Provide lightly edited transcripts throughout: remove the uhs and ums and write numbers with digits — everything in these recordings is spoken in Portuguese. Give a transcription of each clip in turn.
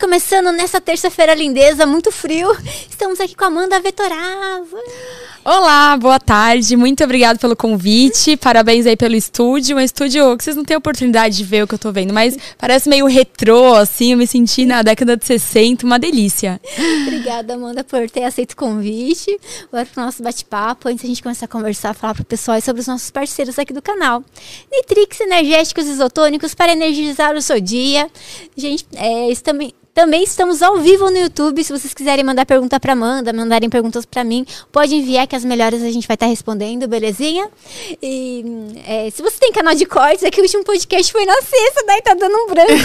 começando nessa terça-feira lindeza, muito frio. Estamos aqui com a Amanda Vettorazzo. Olá, boa tarde. Muito obrigada pelo convite. Parabéns aí pelo estúdio. Um estúdio que vocês não têm oportunidade de ver o que eu tô vendo, mas parece meio retrô, assim. Eu me senti na década de 60, uma delícia. Obrigada, Amanda, por ter aceito o convite. Agora pro nosso bate-papo, antes a gente começar a conversar, falar pro pessoal sobre os nossos parceiros aqui do canal. Nitrix Energéticos Isotônicos para energizar o seu dia. Gente, também estamos ao vivo no YouTube. Se vocês quiserem mandar pergunta para Amanda, mandarem perguntas para mim, pode enviar que as melhores a gente vai estar respondendo, belezinha? E se você tem canal de cortes, é que o último podcast foi na sexta, daí tá dando um branco.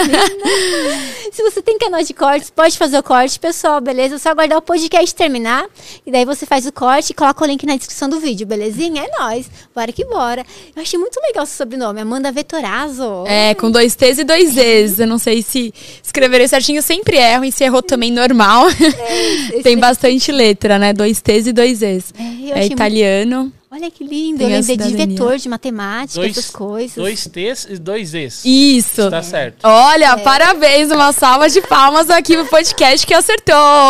Se você tem canal de cortes, pode fazer o corte, pessoal, beleza? É só aguardar o podcast terminar e daí você faz o corte e coloca o link na descrição do vídeo, belezinha? É nóis, bora que bora. Eu achei muito legal o seu sobrenome, Amanda Vettorazzo. Com 2 T's e 2 Z's. Eu não sei se escreverei certinho. Eu sempre erro, e se errou também normal. Tem bastante letra, né? 2 T's e 2 Z's. É italiano. Olha que lindo, eu lembrei de vetor, de matemática, essas coisas. 2 T's e 2 Z's. Isso. Está certo. Olha, parabéns, uma salva de palmas aqui pro podcast que acertou.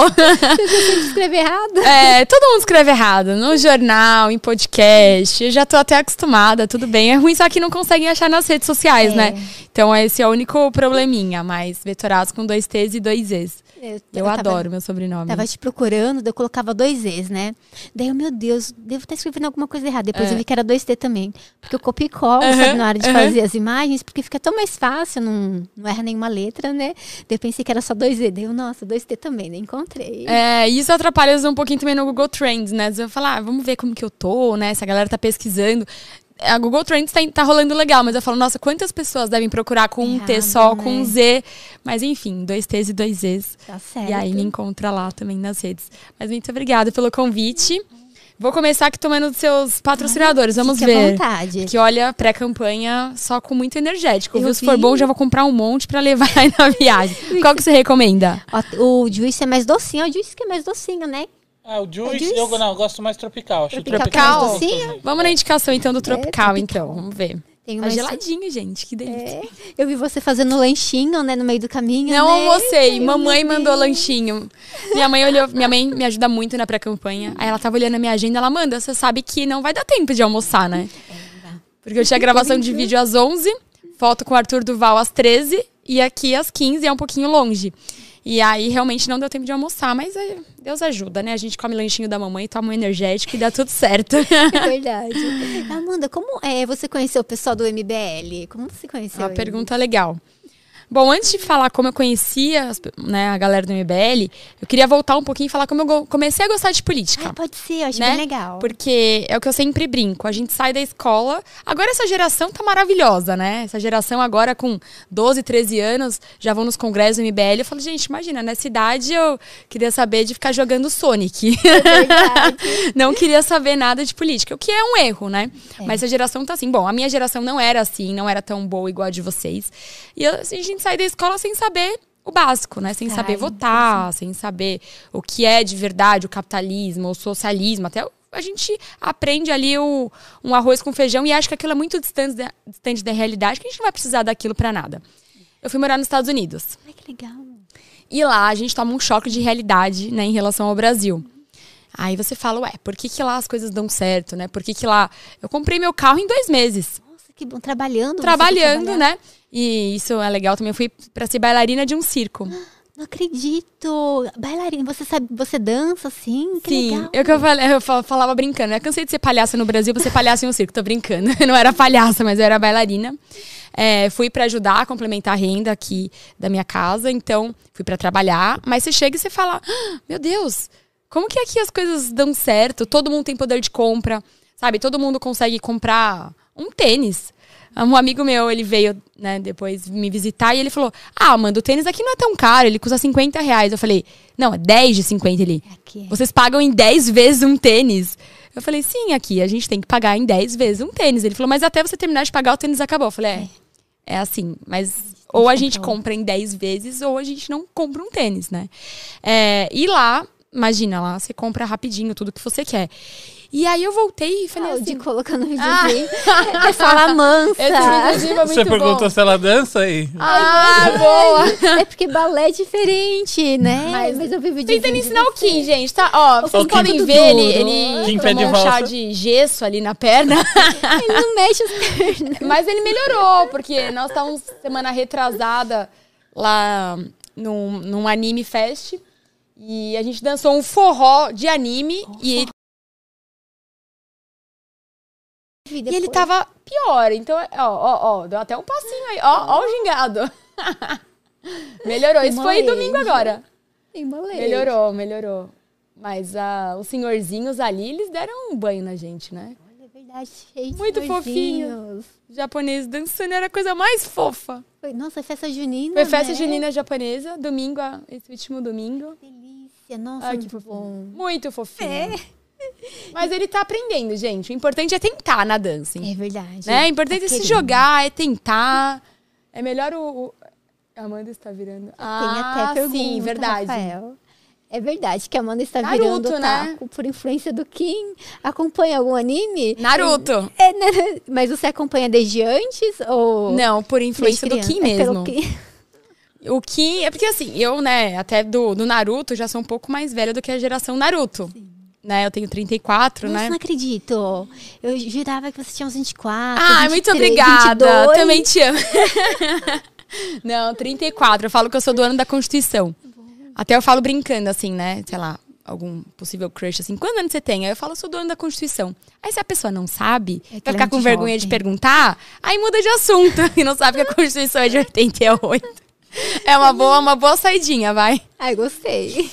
Você sempre escreve errado? Todo mundo escreve errado, no jornal, em podcast, eu já tô até acostumada, tudo bem. É ruim só que não conseguem achar nas redes sociais, né? Então esse é o único probleminha, mas Vettorazzo com 2 T's e 2 Z's. Eu adoro meu sobrenome. Tava te procurando, daí eu colocava 2 Z's, né? Daí eu, meu Deus, devo estar escrevendo alguma coisa errada. Depois eu vi que era 2 T também. Porque eu copio e colo, sabe, na hora de fazer as imagens, porque fica tão mais fácil, não erra nenhuma letra, né? Daí eu pensei que era só 2 Z. Daí eu, nossa, 2 T também, né? Encontrei. Isso atrapalha um pouquinho também no Google Trends, né? Eu falar, vamos ver como que eu tô, né? Se a galera tá pesquisando. A Google Trends tá rolando legal, mas eu falo, nossa, quantas pessoas devem procurar com um T só, com um Z? Mas enfim, 2 T's e 2 Z's. Tá certo. E aí me encontra lá também nas redes. Mas muito obrigada pelo convite. Vou começar aqui tomando dos seus patrocinadores, vamos ver. Fique à vontade. Porque olha, pré-campanha só com muito energético. Se for bom, já vou comprar um monte pra levar aí na viagem. Qual que você recomenda? O Juice é mais docinho, é o Juice que é mais docinho, né? O Juice, eu gosto mais tropical. Acho tropical? Docinho? Vamos na indicação então do tropical, então. Vamos ver. Tem tá geladinho, gente. Que delícia. Eu vi você fazendo lanchinho, né, no meio do caminho. Não almocei. Mamãe mandou lanchinho. Minha mãe me ajuda muito na pré-campanha. Aí ela tava olhando a minha agenda, ela manda, você sabe que não vai dar tempo de almoçar, né? Porque eu tinha gravação de vídeo às 11, foto com o Arthur Duval às 13 e aqui às 15, é um pouquinho longe. E aí, realmente, não deu tempo de almoçar. Mas Deus ajuda, né? A gente come lanchinho da mamãe, toma um energético e dá tudo certo. É verdade. Amanda, como você conheceu o pessoal do MBL? Como você conheceu Uma pergunta legal. Bom, antes de falar como eu conhecia a galera do MBL, eu queria voltar um pouquinho e falar como eu comecei a gostar de política. Pode ser, eu acho bem legal. Porque é o que eu sempre brinco, a gente sai da escola, agora essa geração tá maravilhosa, né? Essa geração agora com 12, 13 anos, já vão nos congressos do MBL, eu falo, gente, imagina, nessa idade eu queria saber de ficar jogando Sonic. É verdade. Não queria saber nada de política, o que é um erro, né? Mas essa geração tá assim, bom, a minha geração não era assim, não era tão boa igual a de vocês. E a gente sai da escola sem saber o básico, né? Sem saber votar, sem saber o que é de verdade o capitalismo, o socialismo. Até a gente aprende ali um arroz com feijão e acha que aquilo é muito distante da realidade, que a gente não vai precisar daquilo pra nada. Eu fui morar nos Estados Unidos. Ai, que legal. E lá a gente toma um choque de realidade, né, em relação ao Brasil. Aí você fala, por que lá as coisas dão certo, né? Por que lá... Eu comprei meu carro em 2 meses. Nossa, que bom. Trabalhando, né? E isso é legal também. Eu fui pra ser bailarina de um circo. Não acredito. Bailarina, você dança assim? Que Sim, legal. Eu falava brincando. Eu cansei de ser palhaça no Brasil, você palhaça em um circo. Tô brincando. Eu não era palhaça, mas eu era bailarina. Fui pra ajudar a complementar a renda aqui da minha casa. Então, fui pra trabalhar. Mas você chega e você fala, meu Deus, como que aqui as coisas dão certo? Todo mundo tem poder de compra, sabe? Todo mundo consegue comprar um tênis. Um amigo meu, ele veio, né, depois me visitar e ele falou, Amanda, o tênis aqui não é tão caro, ele custa R$50. Eu falei, não, é 10 de 50 ali. Vocês pagam em 10 vezes um tênis. Eu falei, sim, aqui a gente tem que pagar em 10 vezes um tênis. Ele falou, mas até você terminar de pagar, o tênis acabou. Eu falei, é assim, mas ou a gente compra em 10 vezes ou a gente não compra um tênis, né? E lá, imagina, lá você compra rapidinho tudo que você quer. E aí eu voltei e falei O assim... de colocando videozinho. É fala mansa. Esse videozinho é muito Você perguntou bom. se ela dança aí? Boa! É porque balé é diferente, né? Mas eu vi videozinho. Tentando ensinar o Kim, gente, tá? Ó, vocês Kim podem tudo ver, duro. ele Kim pé de tomou um chá valsa. de gesso ali na perna. Ele não mexe as pernas. Mas ele melhorou, porque nós estávamos semana retrasada lá num anime fest. E a gente dançou um forró de anime. E ele tava pior. Então, ó, deu até um passinho aí. Ó o gingado. Melhorou. Isso foi domingo agora. Melhorou. Mas os senhorzinhos ali, eles deram um banho na gente, né? Olha, é verdade. Cheio de Muito senhorzinhos. fofinho. Japonês dançando era a coisa mais fofa. Nossa, festa junina, Foi festa né? junina japonesa, domingo, esse último domingo. Delícia. Nossa, Ai, muito que fofinho. bom. Muito fofinho. Mas ele tá aprendendo, gente. O importante é tentar na dança. É verdade. Né? O importante é se querendo. jogar, é tentar. É melhor A Amanda está virando. Tem até pergunta, sim, verdade. Rafael. É verdade que a Amanda está Naruto, virando né? otaku por influência do Kim. Acompanha algum anime? Naruto. Né? Mas você acompanha desde antes? Ou Não, por influência do desde Kim criança? É pelo mesmo. Kim. O Kim, é porque assim, eu, né, até do Naruto, já sou um pouco mais velha do que a geração Naruto. Sim. Né, eu tenho 34, Nossa, né? não acredito. Eu jurava que você tinha uns 24, Ah, 23, muito obrigada. 22. Também te amo. Não, 34. Eu falo que eu sou do ano da Constituição. Até eu falo brincando, assim, né? Sei lá, algum possível crush, assim. Quantos anos você tem? Aí eu falo, eu sou do ano da Constituição. Aí se a pessoa não sabe, vai ficar com vergonha de perguntar, aí muda de assunto. E não sabe que a Constituição é de 88. É uma boa saidinha, vai. Ai, gostei.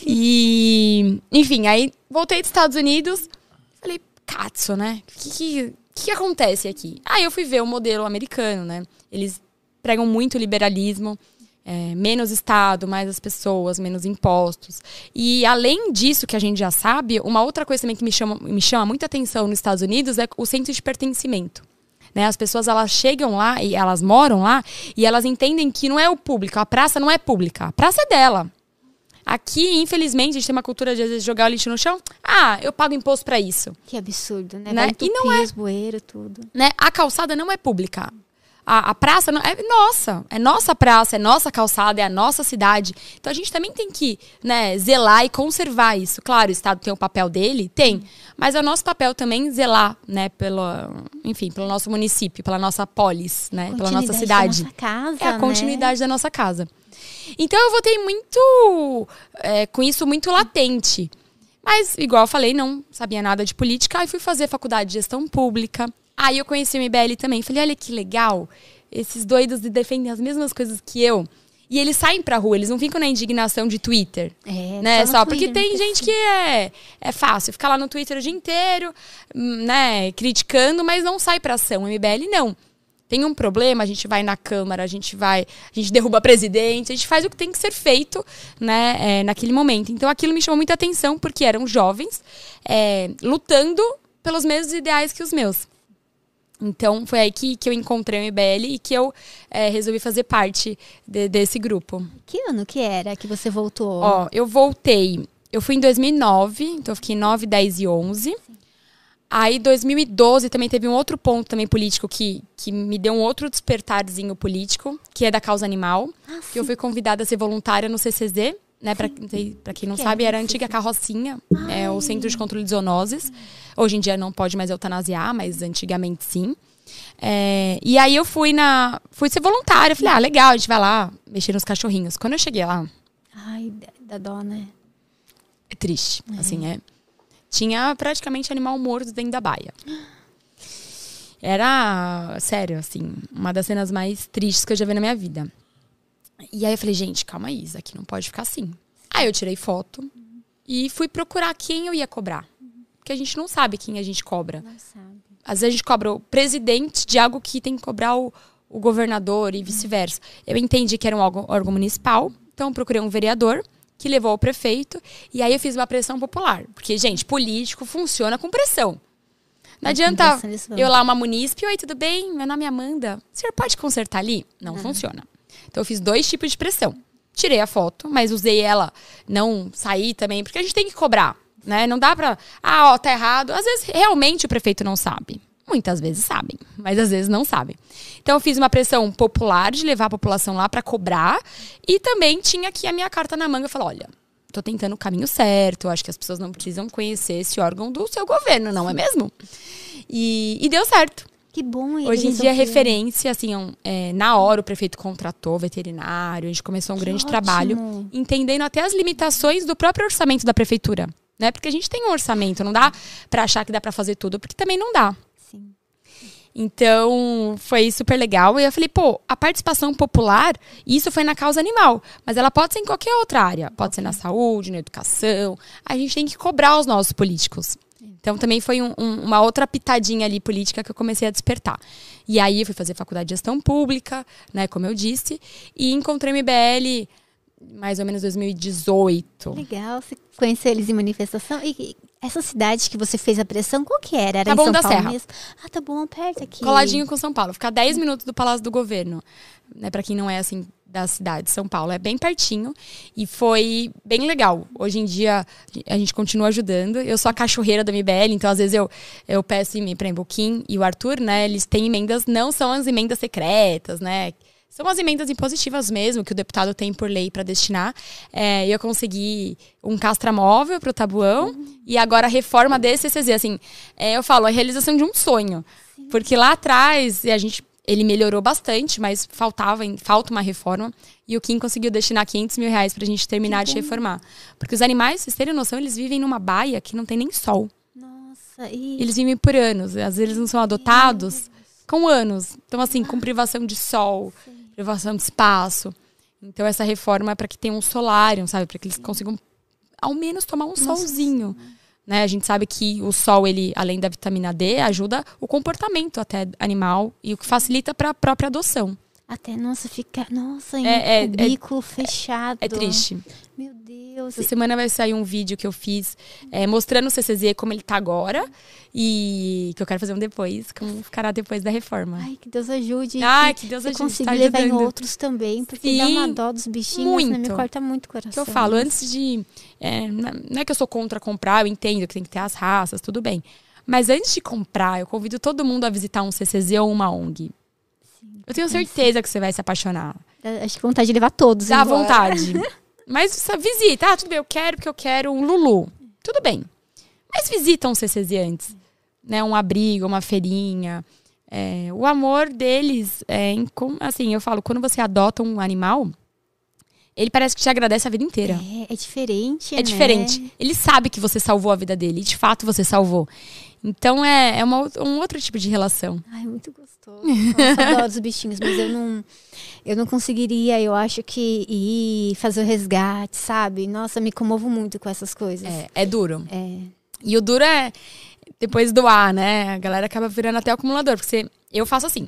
E, enfim, aí voltei dos Estados Unidos. Falei, Katsu, né? O que acontece aqui? Aí eu fui ver o modelo americano, né? Eles pregam muito liberalismo, menos Estado, mais as pessoas, menos impostos. E além disso, que a gente já sabe, uma outra coisa também que me chama muita atenção nos Estados Unidos é o senso de pertencimento. Né? As pessoas, elas chegam lá e elas moram lá e elas entendem que não é o público, a praça não é pública, a praça é dela. Aqui, infelizmente, a gente tem uma cultura de, às vezes, jogar o lixo no chão. Ah, eu pago imposto pra isso. Que absurdo, né? Né? Vai entupir E não é os bueiros, tudo. Né? A calçada não é pública. A praça não, é nossa. É nossa praça, é nossa calçada, é a nossa cidade. Então a gente também tem que, né, zelar e conservar isso. Claro, o Estado tem o papel dele? Tem. Mas é o nosso papel também zelar, né, pelo nosso município, pela nossa polis, né, pela nossa cidade. Da nossa casa, é a continuidade da nossa casa. Então eu voltei muito com isso muito latente. Mas, igual eu falei, não sabia nada de política. Aí fui fazer faculdade de gestão pública. Aí eu conheci o MBL também. Falei, olha que legal. Esses doidos defendem as mesmas coisas que eu. E eles saem pra rua, eles não ficam na indignação de Twitter. Né? Só porque tem gente que é fácil. Ficar lá no Twitter o dia inteiro, né, criticando, mas não sai pra ação. O MBL não. Tem um problema, a gente vai na Câmara, a gente derruba presidente, a gente faz o que tem que ser feito, né, naquele momento. Então aquilo me chamou muita atenção, porque eram jovens lutando pelos mesmos ideais que os meus. Então foi aí que eu encontrei o MBL e que eu resolvi fazer parte desse grupo. Que ano que era que você voltou? Ó, eu voltei, eu fui em 2009, então eu fiquei 9, 10 e 11. Sim. Aí, 2012, também teve um outro ponto também político que me deu um outro despertarzinho político, que é da causa animal. Que eu fui convidada a ser voluntária no CCZ, né? Pra quem não sabe, era a antiga carrocinha, o Centro de Controle de Zoonoses. Hoje em dia não pode mais eutanasiar, mas antigamente sim. E aí eu fui ser voluntária. Falei, legal, a gente vai lá mexer nos cachorrinhos. Quando eu cheguei lá... Ai, da dó, né? É triste, assim, Tinha praticamente animal morto dentro da baia. Era, sério, assim, uma das cenas mais tristes que eu já vi na minha vida. E aí eu falei, gente, calma aí, isso aqui não pode ficar assim. Aí eu tirei foto e fui procurar quem eu ia cobrar. Porque a gente não sabe quem a gente cobra. Não sabe. Às vezes a gente cobra o presidente de algo que tem que cobrar o governador e vice-versa. Eu entendi que era um órgão municipal, então eu procurei um vereador que levou ao prefeito, e aí eu fiz uma pressão popular. Porque, gente, político funciona com pressão. Não adianta eu lá, uma munícipe, oi, tudo bem? Meu nome é Amanda. O senhor pode consertar ali? Não funciona. Então eu fiz 2 tipos de pressão. Tirei a foto, mas usei ela, não saí também, porque a gente tem que cobrar. né? Não dá pra... tá errado. Às vezes, realmente, o prefeito não sabe. Muitas vezes sabem, mas às vezes não sabem. Então, eu fiz uma pressão popular de levar a população lá pra cobrar. E também tinha aqui a minha carta na manga. Eu falei, olha, tô tentando o caminho certo. Acho que as pessoas não precisam conhecer esse órgão do seu governo, não é mesmo? E deu certo. Que bom. Hoje em dia, é referência, assim, na hora o prefeito contratou veterinário, a gente começou um grande trabalho, entendendo até as limitações do próprio orçamento da prefeitura, né? Porque a gente tem um orçamento, não dá pra achar que dá pra fazer tudo, porque também não dá. Sim. Então, foi super legal. E eu falei, a participação popular, isso foi na causa animal, mas ela pode ser em qualquer outra área. Pode ser na saúde, na educação. A gente tem que cobrar os nossos políticos. Então, também foi uma outra pitadinha ali política que eu comecei a despertar. E aí, eu fui fazer faculdade de gestão pública, né, como eu disse. E encontrei o MBL mais ou menos 2018. Legal, você conheceu eles em manifestação. E essa cidade que você fez a pressão, qual que era? Era Taboão em São da Paulo Serra. mesmo? Tá bom, perto aqui. Coladinho com São Paulo. Ficar 10 minutos do Palácio do Governo. Né, pra quem não é, assim, da cidade de São Paulo. É bem pertinho e foi bem legal. Hoje em dia, a gente continua ajudando. Eu sou a cachorreira da MBL, então às vezes eu peço emenda, por exemplo, o Kim e o Arthur, né? Eles têm emendas, não são as emendas secretas, né? São as emendas impositivas mesmo, que o deputado tem por lei para destinar. Eu consegui um castramóvel para o Tabuão e agora a reforma desse CCZ. Assim, eu falo, a realização de um sonho. Sim. Porque lá atrás, ele melhorou bastante, mas falta uma reforma. E o Kim conseguiu destinar R$500 mil pra gente terminar de reformar. Porque os animais, vocês terem noção, eles vivem numa baia que não tem nem sol. Nossa, e... Eles vivem por anos. Às vezes eles não são adotados com anos. Então, assim, com privação de sol, privação de espaço. Então, essa reforma é para que tenha um solário, sabe? Para que eles consigam, ao menos, tomar um solzinho. Né? A gente sabe que o sol, ele, além da vitamina D, ajuda o comportamento até animal e o que facilita para a própria adoção. Até, fica... Nossa, em cubículo fechado. É triste. Meu Deus. Essa semana vai sair um vídeo que eu fiz mostrando o CCZ como ele tá agora e que eu quero fazer um depois, como ficará depois da reforma. Ai, que Deus ajude. Ai, que Deus ajude. Conseguir levar em outros também, porque Sim, dá uma dó dos bichinhos, muito. Né? Me corta muito o coração. Que eu falo, antes de... não é que eu sou contra comprar, eu entendo que tem que ter as raças, tudo bem. Mas antes de comprar, eu convido todo mundo a visitar um CCZ ou uma ONG. Eu tenho certeza que você vai se apaixonar. Acho que vontade de levar todos. Dá vontade. Mas visita. Tudo bem, eu quero porque eu quero um Lulu. Tudo bem. Mas visita um CCZ antes. Né? Um abrigo, uma feirinha. O amor deles, assim, eu falo, quando você adota um animal, ele parece que te agradece a vida inteira. É diferente, É diferente. Ele sabe que você salvou a vida dele. E de fato você salvou. Então é um outro tipo de relação. Ai, muito gostoso. Nossa, adoro os bichinhos, mas eu não conseguiria, eu acho que ir fazer o resgate, sabe? Nossa, me comovo muito com essas coisas. É duro. E o duro é depois doar, né? A galera acaba virando até acumulador. Porque eu faço assim.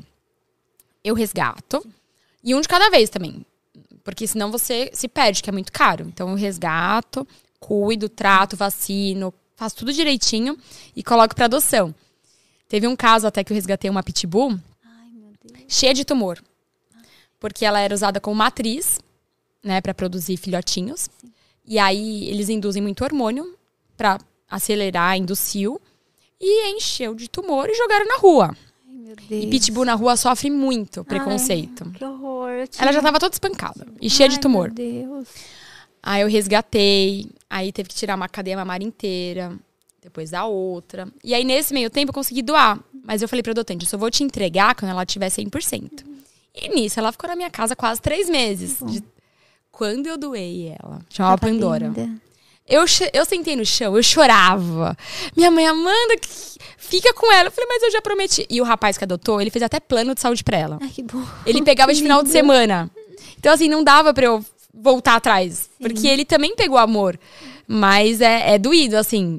Eu resgato. E um de cada vez também. Porque senão você se perde, que é muito caro. Então eu resgato, cuido, trato, vacino, faço tudo direitinho e coloco pra adoção. Teve um caso até que eu resgatei uma pitbull. Ai, meu Deus. Cheia de tumor. Porque ela era usada como matriz, né, pra produzir filhotinhos. Sim. E aí eles induzem muito hormônio pra acelerar, induziu. E encheu de tumor e jogaram na rua. Ai, meu Deus. E pitbull na rua sofre muito preconceito. Ai, que horror. Ela já tava toda espancada e cheia de tumor. Meu Deus. Aí eu resgatei, aí teve que tirar uma cadeia mamária inteira, depois a outra. E aí nesse meio tempo eu consegui doar. Mas eu falei pra adotante, eu só vou te entregar quando ela tiver 100%. E nisso ela ficou na minha casa quase 3 meses. Quando eu doei ela, chamava Pandora. Linda. Eu sentei no chão, eu chorava. Minha mãe, Amanda, fica com ela. Eu falei, mas eu já prometi. E o rapaz que adotou, ele fez até plano de saúde pra ela. Ai, que bom. Ele pegava de final de semana. Então assim, não dava pra eu voltar atrás. Sim. Porque ele também pegou amor. Mas é doído, assim.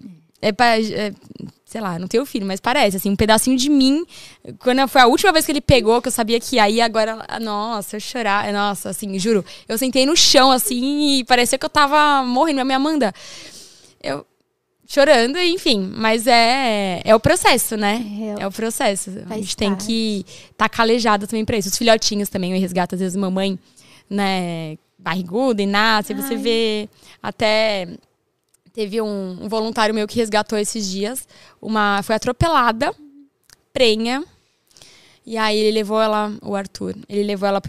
Sei lá, não tenho filho, mas parece, assim, um pedacinho de mim. Quando foi a última vez que ele pegou, que eu sabia que aí agora... Nossa, eu chorar. Nossa, assim, juro. Eu sentei no chão, assim, e parecia que eu tava morrendo. Minha Amanda, eu... chorando, enfim. Mas é o processo, né? É o processo. A gente tem que estar calejada também pra isso. Os filhotinhos também, eu resgato, às vezes, mamãe, né, barriguda e nasce, você vê até... Teve um voluntário meu que resgatou esses dias. Foi atropelada, prenha. E aí ele levou ela, o Arthur, ele levou ela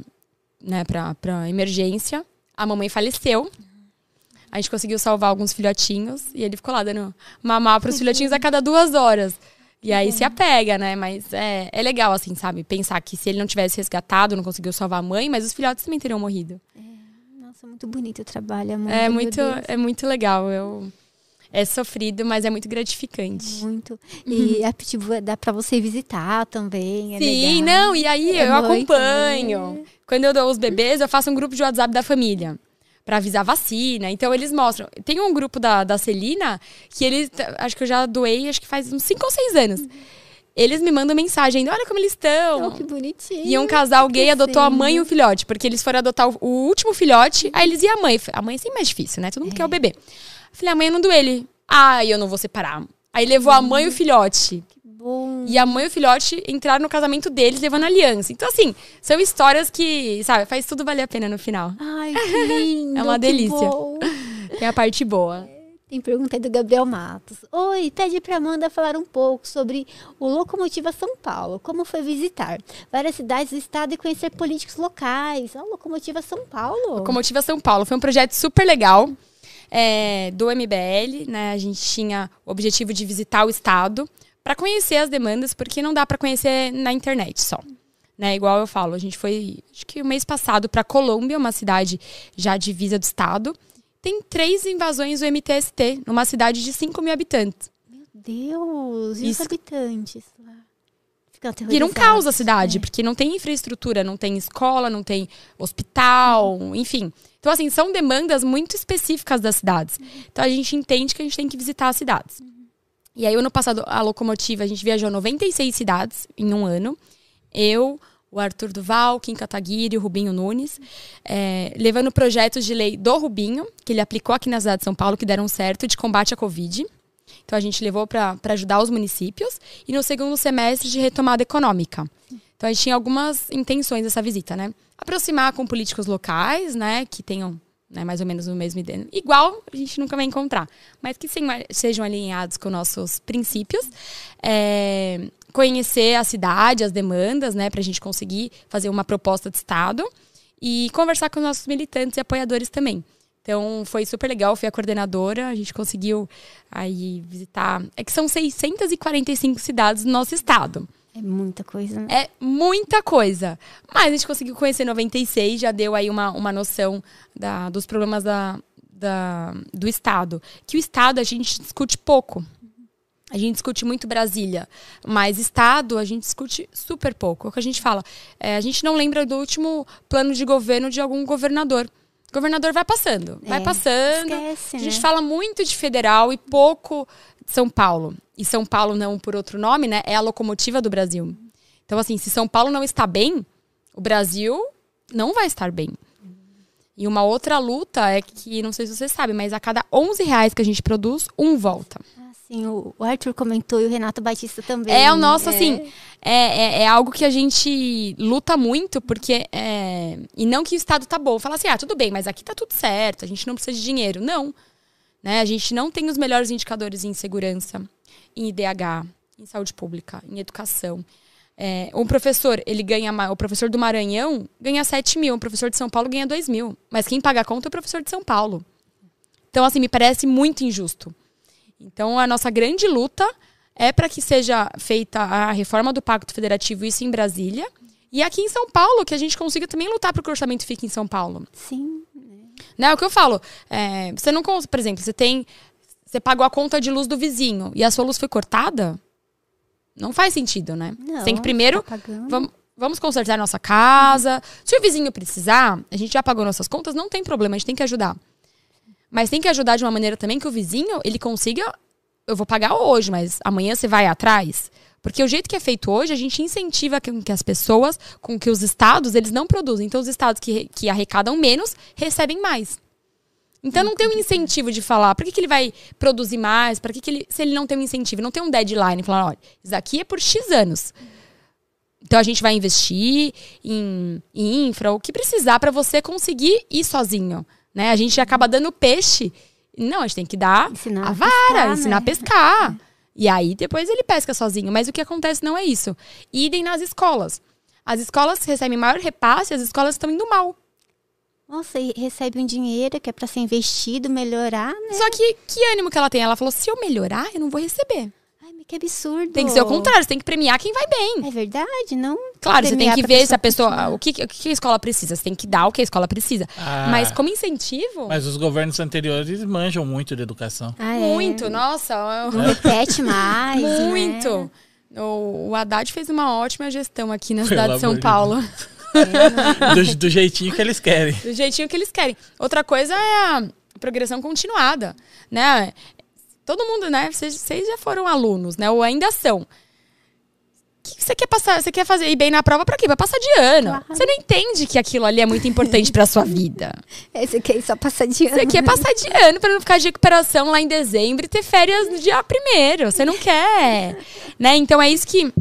pra emergência. A mamãe faleceu. A gente conseguiu salvar alguns filhotinhos. E ele ficou lá dando mamar pros filhotinhos a cada 2 horas. E aí se apega, né? Mas é legal, assim, sabe? Pensar que se ele não tivesse resgatado, não conseguiu salvar a mãe, mas os filhotes também teriam morrido. Nossa, muito bonito o trabalho, amor. É muito legal. É sofrido, mas é muito gratificante. Muito. E a Pitbull dá pra você visitar também. Sim, legal. não, e aí eu acompanho. Quando eu dou os bebês, eu faço um grupo de WhatsApp da família. Pra avisar vacina. Então eles mostram. Tem um grupo da Celina que eles. Acho que eu já doei, acho que faz uns 5 ou 6 anos. Eles me mandam mensagem ainda, olha como eles estão. Oh, que bonitinho. E um casal gay adotou a mãe e o filhote, porque eles foram adotar o último filhote, aí eles e a mãe. A mãe é sempre mais difícil, né? Todo mundo quer o bebê. Eu falei, a mãe eu não doei ele. Eu não vou separar. Aí levou a mãe e o filhote. Bom. E a mãe e o filhote entraram no casamento deles, levando aliança. Então, assim, são histórias que, sabe, faz tudo valer a pena no final. Ai, que lindo. É uma delícia. Bom. Tem a parte boa. Tem pergunta aí do Gabriel Matos. Oi, pede pra Amanda falar um pouco sobre o Locomotiva São Paulo. Como foi visitar várias cidades do estado e conhecer políticos locais. Locomotiva São Paulo. Locomotiva São Paulo. Foi um projeto super legal. Do MBL, né? A gente tinha o objetivo de visitar o estado para conhecer as demandas, porque não dá para conhecer na internet só. Né? Igual eu falo, a gente foi, acho que o mês passado, para Colômbia, uma cidade já divisa do estado. Tem 3 invasões do MTST, numa cidade de 5 mil habitantes. Meu Deus, e os habitantes lá? Vira um caos a cidade, porque não tem infraestrutura, não tem escola, não tem hospital, enfim. Então, assim, são demandas muito específicas das cidades. Então, a gente entende que a gente tem que visitar as cidades. E aí, ano passado, a Locomotiva, a gente viajou 96 cidades em um ano. Eu, o Arthur Duval, Kim Kataguiri, o Rubinho Nunes, levando projetos de lei do Rubinho, que ele aplicou aqui na cidade de São Paulo, que deram certo, de combate à Covid. Então, a gente levou para ajudar os municípios. E no segundo semestre, de retomada econômica. Então, a gente tinha algumas intenções dessa visita, né? Aproximar com políticos locais, né? Que tenham, né, mais ou menos o mesmo ideia. Igual, a gente nunca vai encontrar. Mas que sejam alinhados com nossos princípios. Conhecer a cidade, as demandas, né? Pra gente conseguir fazer uma proposta de Estado. E conversar com os nossos militantes e apoiadores também. Então, foi super legal, fui a coordenadora, a gente conseguiu aí visitar... É que são 645 cidades no nosso estado. É muita coisa, né? É muita coisa. Mas a gente conseguiu conhecer 96, já deu aí uma noção dos problemas do estado. Que o estado a gente discute pouco. A gente discute muito Brasília, mas estado a gente discute super pouco. É o que a gente fala. A gente não lembra do último plano de governo de algum governador. O governador vai passando, Esquece, a gente né? fala muito de federal e pouco de São Paulo. E São Paulo não por outro nome, né? É a locomotiva do Brasil. Então, assim, se São Paulo não está bem, o Brasil não vai estar bem. E uma outra luta é que, não sei se você sabe, mas a cada R$11 que a gente produz, 1 volta. Sim, o Arthur comentou e o Renato Batista também. É o nosso, assim, é algo que a gente luta muito, porque, e não que o Estado tá bom. Fala assim, tudo bem, mas aqui tá tudo certo, a gente não precisa de dinheiro. Não, né? A gente não tem os melhores indicadores em segurança, em IDH, em saúde pública, em educação. Um professor, o professor do Maranhão ganha 7 mil, o professor de São Paulo ganha 2 mil. Mas quem paga a conta é o professor de São Paulo. Então, assim, me parece muito injusto. Então, a nossa grande luta é para que seja feita a reforma do Pacto Federativo, isso em Brasília. E aqui em São Paulo, que a gente consiga também lutar para que o orçamento fique em São Paulo. Sim. Não, é o que eu falo. Você não, por exemplo, você pagou a conta de luz do vizinho e a sua luz foi cortada? Não faz sentido, né? Não, você tem que primeiro... tá Vamos consertar a nossa casa. Se o vizinho precisar, a gente já pagou nossas contas, não tem problema, a gente tem que ajudar. Mas tem que ajudar de uma maneira também que o vizinho, ele consiga... Eu vou pagar hoje, mas amanhã você vai atrás. Porque o jeito que é feito hoje, a gente incentiva que as pessoas, com que os estados, eles não produzem. Então, os estados que arrecadam menos, recebem mais. Então, não tem um incentivo de falar, por que ele vai produzir mais? Se ele não tem um incentivo, não tem um deadline, falar, olha, isso aqui é por X anos. Então, a gente vai investir em infra, o que precisar para você conseguir ir sozinho. Né? A gente acaba dando peixe Não, a gente tem que dar Ensinar a a vara, pescar, ensinar a né? pescar. E aí, depois ele pesca sozinho. Mas o que acontece não é isso. Idem nas escolas. As escolas recebem maior repasse, as escolas estão indo mal. Nossa, e recebe um dinheiro que é pra ser investido, melhorar, né? Só que ânimo que ela tem? Ela falou, se eu melhorar, eu não vou receber. Ai, mas que absurdo. Tem que ser o contrário, você tem que premiar quem vai bem. É verdade, não? Claro, você tem premiar que pra ver se a pessoa... continuar. O que a escola precisa. Você tem que dar o que a escola precisa. Mas como incentivo... Mas os governos anteriores manjam muito de educação. Ah, é. Muito, nossa. Não repete mais, Muito. né? O Haddad fez uma ótima gestão aqui na Pelo cidade de São amor de Paulo. Do jeitinho que eles querem. Do jeitinho que eles querem. Outra coisa é a progressão continuada, né? Todo mundo, né? Vocês já foram alunos, né? Ou ainda são. O que você quer passar? Você quer fazer ir bem na prova pra quê? Pra passar de ano. Claro. Você não entende que aquilo ali é muito importante pra sua vida. Você quer só passar de ano. Você quer passar de ano pra não ficar de recuperação lá em dezembro e ter férias no dia 1º. Você não quer. Né? Então é isso que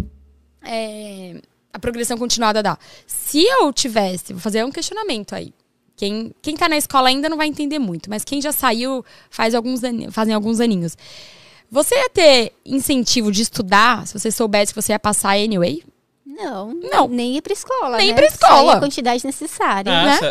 a progressão continuada dá. Se eu tivesse, vou fazer um questionamento aí. Quem tá na escola ainda não vai entender muito, mas quem já saiu fazem alguns aninhos. Você ia ter incentivo de estudar se você soubesse que você ia passar anyway? Não. Nem ir pra escola, Nem né? ir pra escola. Só a quantidade necessária. Nossa,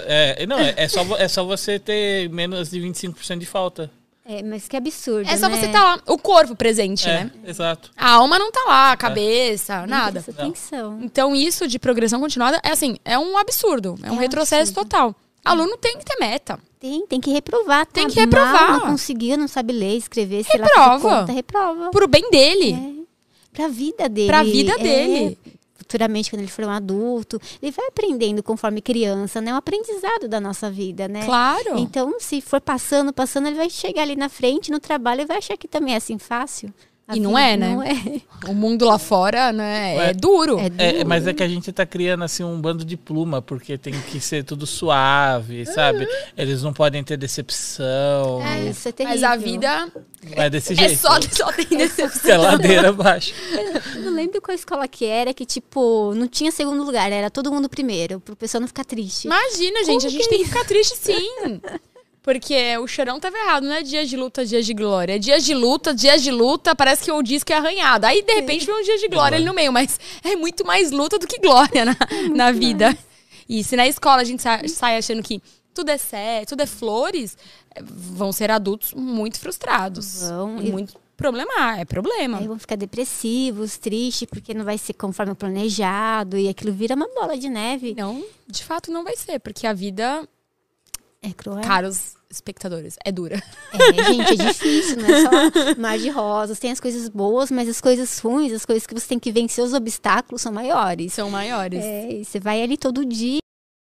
é só você ter menos de 25% de falta. É, mas que absurdo, É só né? você estar lá, o corpo presente, né? Exato. A alma não tá lá, a cabeça, Nem nada. presta atenção. Então, isso de progressão continuada é assim, é um absurdo. É um um retrocesso absurdo. total. Aluno tem que ter meta. Tem que reprovar. Tá Tem que reprovar. Mal, não conseguiu, não sabe ler, escrever, sei lá, Reprova. fazer conta, reprova. Pro bem dele. Pra vida dele. Pra vida dele. Futuramente, quando ele for um adulto, ele vai aprendendo conforme criança, né? É um aprendizado da nossa vida, né? Claro. Então, se for passando, ele vai chegar ali na frente, no trabalho, e vai achar que também é assim fácil. A E não vida é, né? Não é. O mundo lá fora, né, Ué. é duro. É duro. Mas é que a gente tá criando assim um bando de pluma, porque tem que ser tudo suave, sabe? Eles não podem ter decepção. Isso é terrível. Mas a vida É desse é jeito. só tem decepção. É ladeira abaixo. Eu não lembro qual escola que era, que, tipo, não tinha segundo lugar, era todo mundo primeiro, pro pessoal não ficar triste. Imagina, gente, a gente tem que ficar triste sim. Porque o chorão tava errado, não é dia de luta, dias de glória. É dias de luta, parece que o disco é arranhado. Aí, de repente, vem um dia de glória ali no meio. Mas é muito mais luta do que glória na vida. E se na escola a gente sai achando que tudo é sério, tudo é flores, vão ser adultos muito frustrados. Vão. E muito problema. Aí vão ficar depressivos, tristes, porque não vai ser conforme o planejado. E aquilo vira uma bola de neve. Não, de fato não vai ser, porque a vida, É cruel. caros espectadores, é dura. Gente, é difícil, não é só mar de rosas. Tem as coisas boas, mas as coisas ruins, as coisas que você tem que vencer, os obstáculos são maiores. São maiores. E você vai ali todo dia.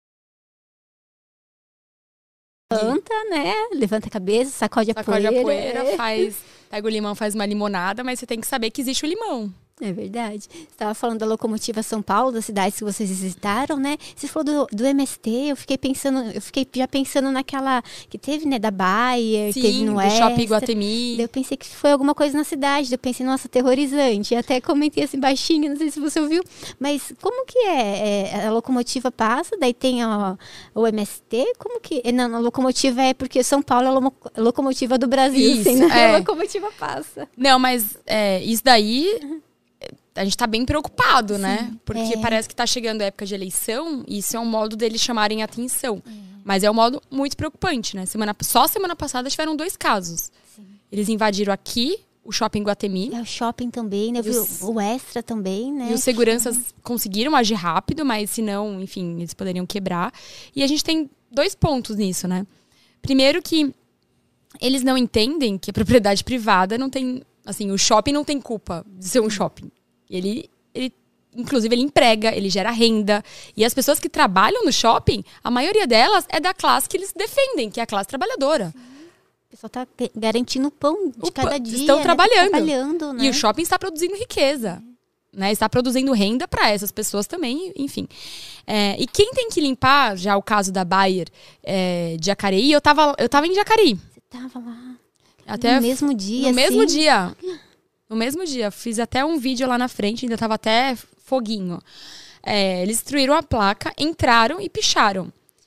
Levanta, né? Levanta a cabeça, sacode a Sacode poeira. a poeira, pega o limão, faz uma limonada, mas você tem que saber que existe o limão. É verdade. Você estava falando da locomotiva São Paulo, das cidades que vocês visitaram, né? Você falou do MST, eu fiquei já pensando naquela que teve, né, da Bayer, teve Sim, no do Shopping Extra. Iguatemi. Daí eu pensei que foi alguma coisa na cidade. Daí eu pensei, nossa, aterrorizante. E até comentei assim baixinho, não sei se você ouviu. Mas como que é? A locomotiva passa, daí tem o MST? Como que... Não, a locomotiva é porque São Paulo é a locomotiva do Brasil. Isso, assim, né? é. A locomotiva passa. Não, mas isso daí... A gente tá bem preocupado, né? Porque parece que tá chegando a época de eleição e isso é um modo deles chamarem atenção. Mas é um modo muito preocupante, né? Só semana passada tiveram 2 casos. Eles invadiram aqui o Shopping Iguatemi. É o shopping também, né? Eu vi o Extra também, né? E os seguranças conseguiram agir rápido, mas se não, enfim, eles poderiam quebrar. E a gente tem 2 pontos nisso, né? Primeiro que eles não entendem que a propriedade privada não tem... Assim, o shopping não tem culpa de ser um shopping. Inclusive, ele emprega, ele gera renda. E as pessoas que trabalham no shopping, a maioria delas é da classe que eles defendem, que é a classe trabalhadora. O pessoal tá garantindo o pão de cada dia. Estão né? trabalhando. Né? E o shopping está produzindo riqueza. Né? Está produzindo renda para essas pessoas também, enfim. E quem tem que limpar, já o caso da Bayer de Jacareí, eu tava em Jacareí. Você tava lá. Até no mesmo dia, No mesmo assim? dia. No mesmo dia. Fiz até um vídeo lá na frente, ainda tava até foguinho. Eles destruíram a placa, entraram e picharam.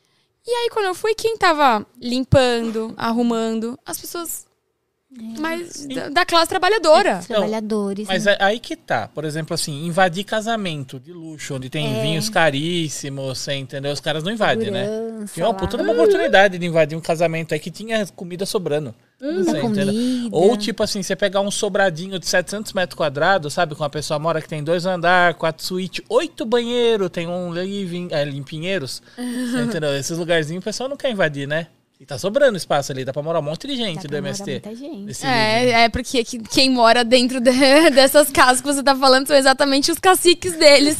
E aí, quando eu fui, quem tava limpando, arrumando? As pessoas mais da classe trabalhadora. Trabalhadores. Mas né? aí que tá. Por exemplo, assim, invadir casamento de luxo, onde tem vinhos caríssimos, você entendeu? Os caras não invadem, né? Tinha uma puta de uma oportunidade de invadir um casamento aí que tinha comida sobrando. Você entendeu? Ou tipo assim, você pegar um sobradinho de 700 metros quadrados, sabe? Com uma pessoa mora que tem 2 andares, 4 suítes, 8 banheiros, tem um living, limpinheiros. Você entendeu? Esses lugarzinhos o pessoal não quer invadir, né? E tá sobrando espaço ali, dá pra morar um monte de gente do MST. Porque quem mora dentro dessas casas que você tá falando são exatamente os caciques deles.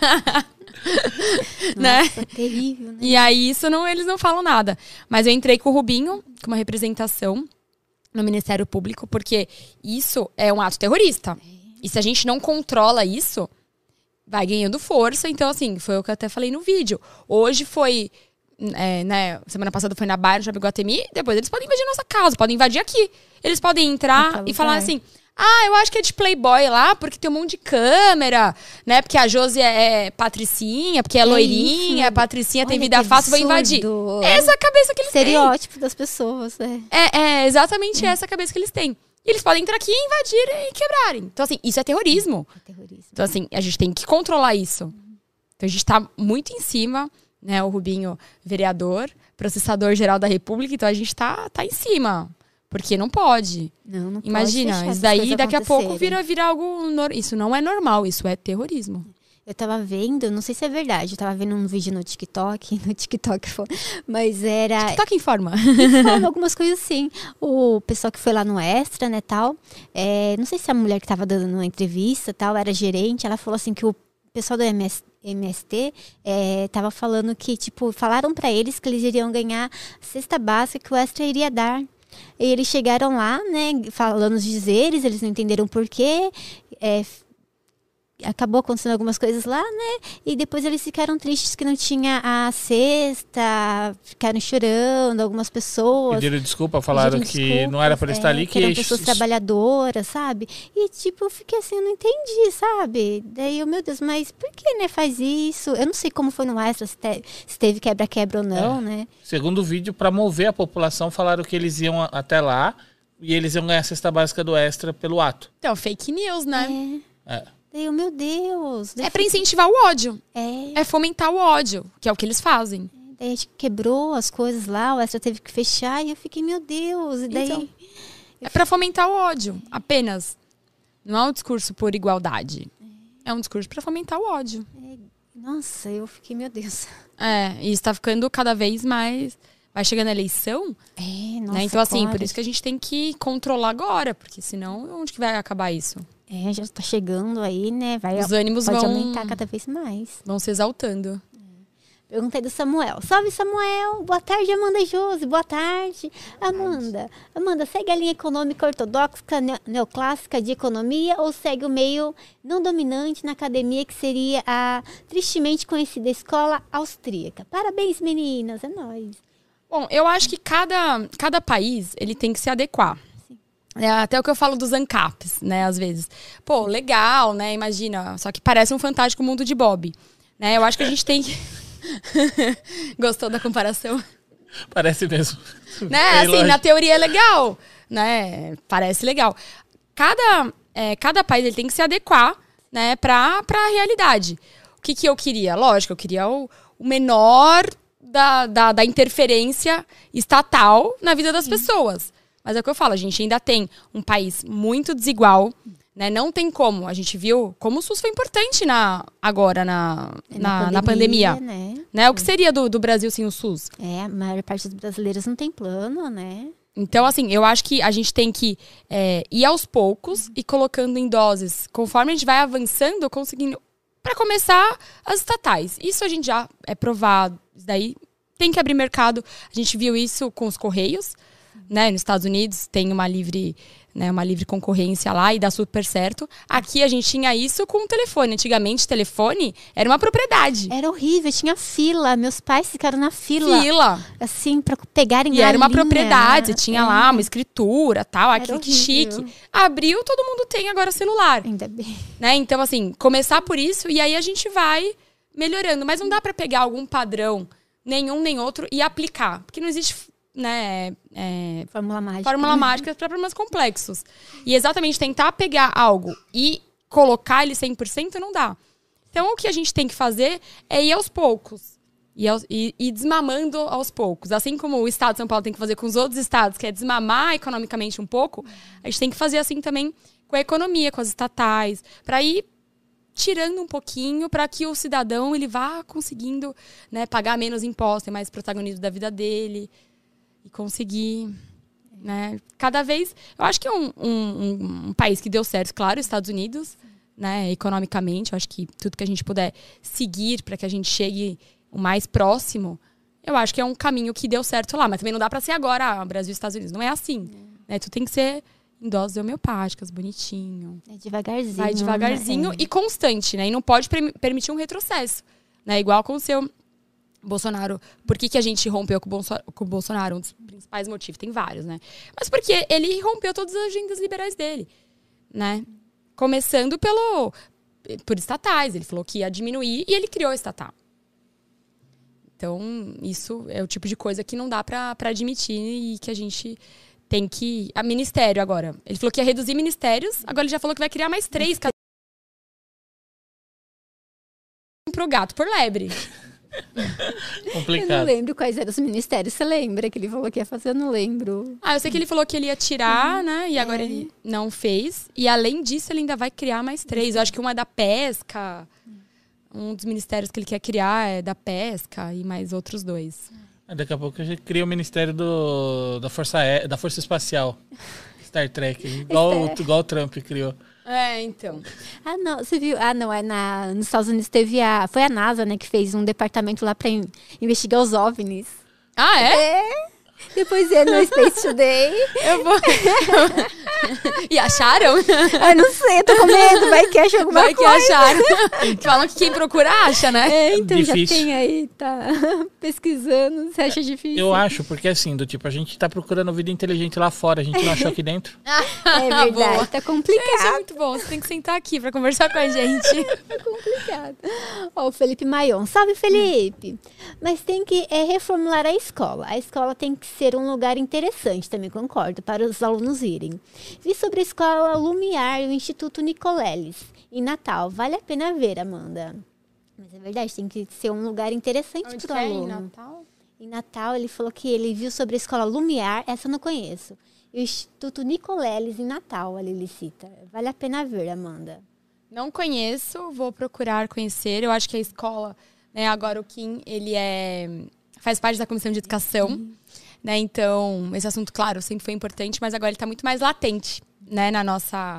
Nossa, né? terrível, né? E aí eles não falam nada. Mas eu entrei com o Rubinho, com uma representação no Ministério Público, porque isso é um ato terrorista. E se a gente não controla isso, vai ganhando força. Então, assim, foi o que eu até falei no vídeo. Hoje foi... né, semana passada foi na Baia, no Shopping Guatemi. Depois eles podem invadir nossa casa, podem invadir aqui. Eles podem entrar e falar assim: eu acho que é de Playboy lá, porque tem um monte de câmera, né? Porque a Josi é patricinha, porque é loirinha, a patricinha tem vida fácil, vou invadir. Essa é a cabeça que eles têm. Estereótipo das pessoas, né? É exatamente essa cabeça que eles têm. E eles podem entrar aqui, invadir e quebrarem. Então, assim, isso é terrorismo. Então, assim, a gente tem que controlar isso. Então, a gente tá muito em cima, né? O Rubinho, vereador, processador-geral da República. Então, a gente tá em cima. Porque não pode. Não Imagina, pode isso daí daqui a pouco vira algo... Isso não é normal, isso é terrorismo. Eu tava vendo, não sei se é verdade, eu tava vendo um vídeo no TikTok, mas era... TikTok informa. Informa algumas coisas assim. O pessoal que foi lá no Extra, né, tal, não sei se a mulher que tava dando uma entrevista, tal, era gerente, ela falou assim que o pessoal do MST tava falando que, tipo, falaram pra eles que eles iriam ganhar a cesta básica que o Extra iria dar. E eles chegaram lá, né, falando os dizeres, eles não entenderam por quê. Acabou acontecendo algumas coisas lá, né? E depois eles ficaram tristes que não tinha a cesta, ficaram chorando, algumas pessoas. Pediram desculpa, falaram que não era para estar ali. Que eram pessoas trabalhadoras, sabe? E tipo, eu fiquei assim, eu não entendi, sabe? Daí eu, meu Deus, mas por que, né, faz isso? Eu não sei como foi no Extra, se teve quebra-quebra ou não, né? Segundo o vídeo, para mover a população, falaram que eles iam até lá e eles iam ganhar a cesta básica do Extra pelo ato. Então, fake news, né? Daí, meu Deus. É pra incentivar o ódio. É fomentar o ódio, que é o que eles fazem. Daí a gente quebrou as coisas lá, o Extra teve que fechar e eu fiquei, meu Deus. E daí... Então, é pra fomentar o ódio, apenas. Não é um discurso por igualdade. É um discurso pra fomentar o ódio. Nossa, eu fiquei, meu Deus. E isso tá ficando cada vez mais... Vai chegando a eleição. Nossa, né? Então, assim, por isso que a gente tem que controlar agora, porque senão, onde que vai acabar isso? Já tá chegando aí, né? Os ânimos pode aumentar cada vez mais. Vão se exaltando. Perguntei do Samuel. Salve, Samuel! Boa tarde, Amanda e Josi. Boa tarde, Amanda. Amanda, segue a linha econômica ortodoxa, neoclássica de economia ou segue o meio não dominante na academia, que seria a tristemente conhecida escola austríaca? Parabéns, meninas. É nóis. Bom, eu acho que cada país ele tem que se adequar. Até o que eu falo dos ANCAPs, né, às vezes. Pô, legal, né, imagina. Só que parece um fantástico mundo de Bob. Né, eu acho que a gente tem que... Gostou da comparação? Parece mesmo. Né, assim, na teoria é legal. Né, parece legal. Cada país ele tem que se adequar, né, pra realidade. O que eu queria? Lógico, eu queria o menor da interferência estatal na vida das pessoas. Mas é o que eu falo, a gente ainda tem um país muito desigual, né? Não tem como. A gente viu como o SUS foi importante agora na pandemia. Né? O que seria do Brasil sem o SUS? A maior parte dos brasileiros não tem plano, né? Então, assim, eu acho que a gente tem que ir aos poucos e colocando em doses. Conforme a gente vai avançando, conseguindo... Para começar, as estatais. Isso a gente já é provado. Isso daí tem que abrir mercado. A gente viu isso com os Correios. Né, nos Estados Unidos tem uma livre concorrência lá e dá super certo. Aqui a gente tinha isso com o telefone. Antigamente, telefone era uma propriedade. Era horrível, tinha fila. Meus pais ficaram na fila. Assim, pra pegarem e era uma propriedade, tinha lá uma escritura, tal. Aquilo que chique. Abriu, todo mundo tem agora celular. Ainda bem. Né? Então, assim, começar por isso e aí a gente vai melhorando. Mas não dá pra pegar algum padrão nenhum nem outro e aplicar. Porque não existe, né, fórmula mágica para problemas complexos. E exatamente tentar pegar algo e colocar ele 100% não dá. Então, o que a gente tem que fazer é ir aos poucos. E desmamando aos poucos. Assim como o estado de São Paulo tem que fazer com os outros estados, que é desmamar economicamente um pouco, a gente tem que fazer assim também com a economia, com as estatais, para ir tirando um pouquinho para que o cidadão ele vá conseguindo, né, pagar menos impostos, ter mais protagonismo da vida dele e conseguir, né, cada vez... Eu acho que um país que deu certo, claro, os Estados Unidos, né, economicamente, eu acho que tudo que a gente puder seguir para que a gente chegue o mais próximo, eu acho que é um caminho que deu certo lá. Mas também não dá pra ser agora, Brasil e Estados Unidos. Não é assim. Né? Tu tem que ser em doses homeopáticas, bonitinho. É devagarzinho. Vai devagarzinho e constante, né? E não pode permitir um retrocesso. Né? Igual com o seu Bolsonaro. Por que a gente rompeu com o Bolsonaro? Um dos principais motivos. Tem vários, né? Mas porque ele rompeu todas as agendas liberais dele. Né? Começando por estatais. Ele falou que ia diminuir e ele criou a estatal. Então, isso é o tipo de coisa que não dá pra admitir e que a gente tem que... A ministério agora. Ele falou que ia reduzir ministérios, agora ele já falou que vai criar mais 3. Pro gato, por lebre. Complicado. Eu não lembro quais eram os ministérios. Você lembra que ele falou que ia fazer? Eu não lembro. Eu sei que ele falou que ele ia tirar, né? E agora ele não fez. E além disso, ele ainda vai criar mais 3. Eu acho que uma é da pesca... Um dos ministérios que ele quer criar é da pesca e mais outros 2. Daqui a pouco a gente cria o ministério da Força Espacial. Star Trek. Igual o Trump criou. Então. Não, você viu? Não, nos Estados Unidos teve foi a NASA, né, que fez um departamento lá pra investigar os OVNIs. É? Depois ia no Space Today. Eu vou... E acharam? Eu não sei, eu tô com medo. Vai que acham alguma coisa. Vai que acharam. Falam que quem procura acha, né? Então difícil. Já tem aí, tá pesquisando. Você acha difícil? Eu acho, porque assim, a gente tá procurando vida inteligente lá fora. A gente não achou aqui dentro. É verdade, boa. Tá complicado. Isso é muito bom. Você tem que sentar aqui pra conversar com a gente. Tá complicado. Ó, o Felipe Maion. Salve, Felipe. Mas tem que reformular a escola. A escola tem que ser um lugar interessante, também concordo, para os alunos irem. Vi sobre a escola Lumiar e o Instituto Nicoleles, em Natal. Vale a pena ver, Amanda. Mas é verdade, tem que ser um lugar interessante para o aluno. Em Natal? Em Natal, ele falou que ele viu sobre a escola Lumiar, essa eu não conheço. E o Instituto Nicoleles, em Natal, ali ele cita. Vale a pena ver, Amanda. Não conheço, vou procurar conhecer. Eu acho que a escola, né, agora o Kim, ele faz parte da Comissão de Educação. Né? Então, esse assunto, claro, sempre foi importante, mas agora ele está muito mais latente, né? na nossa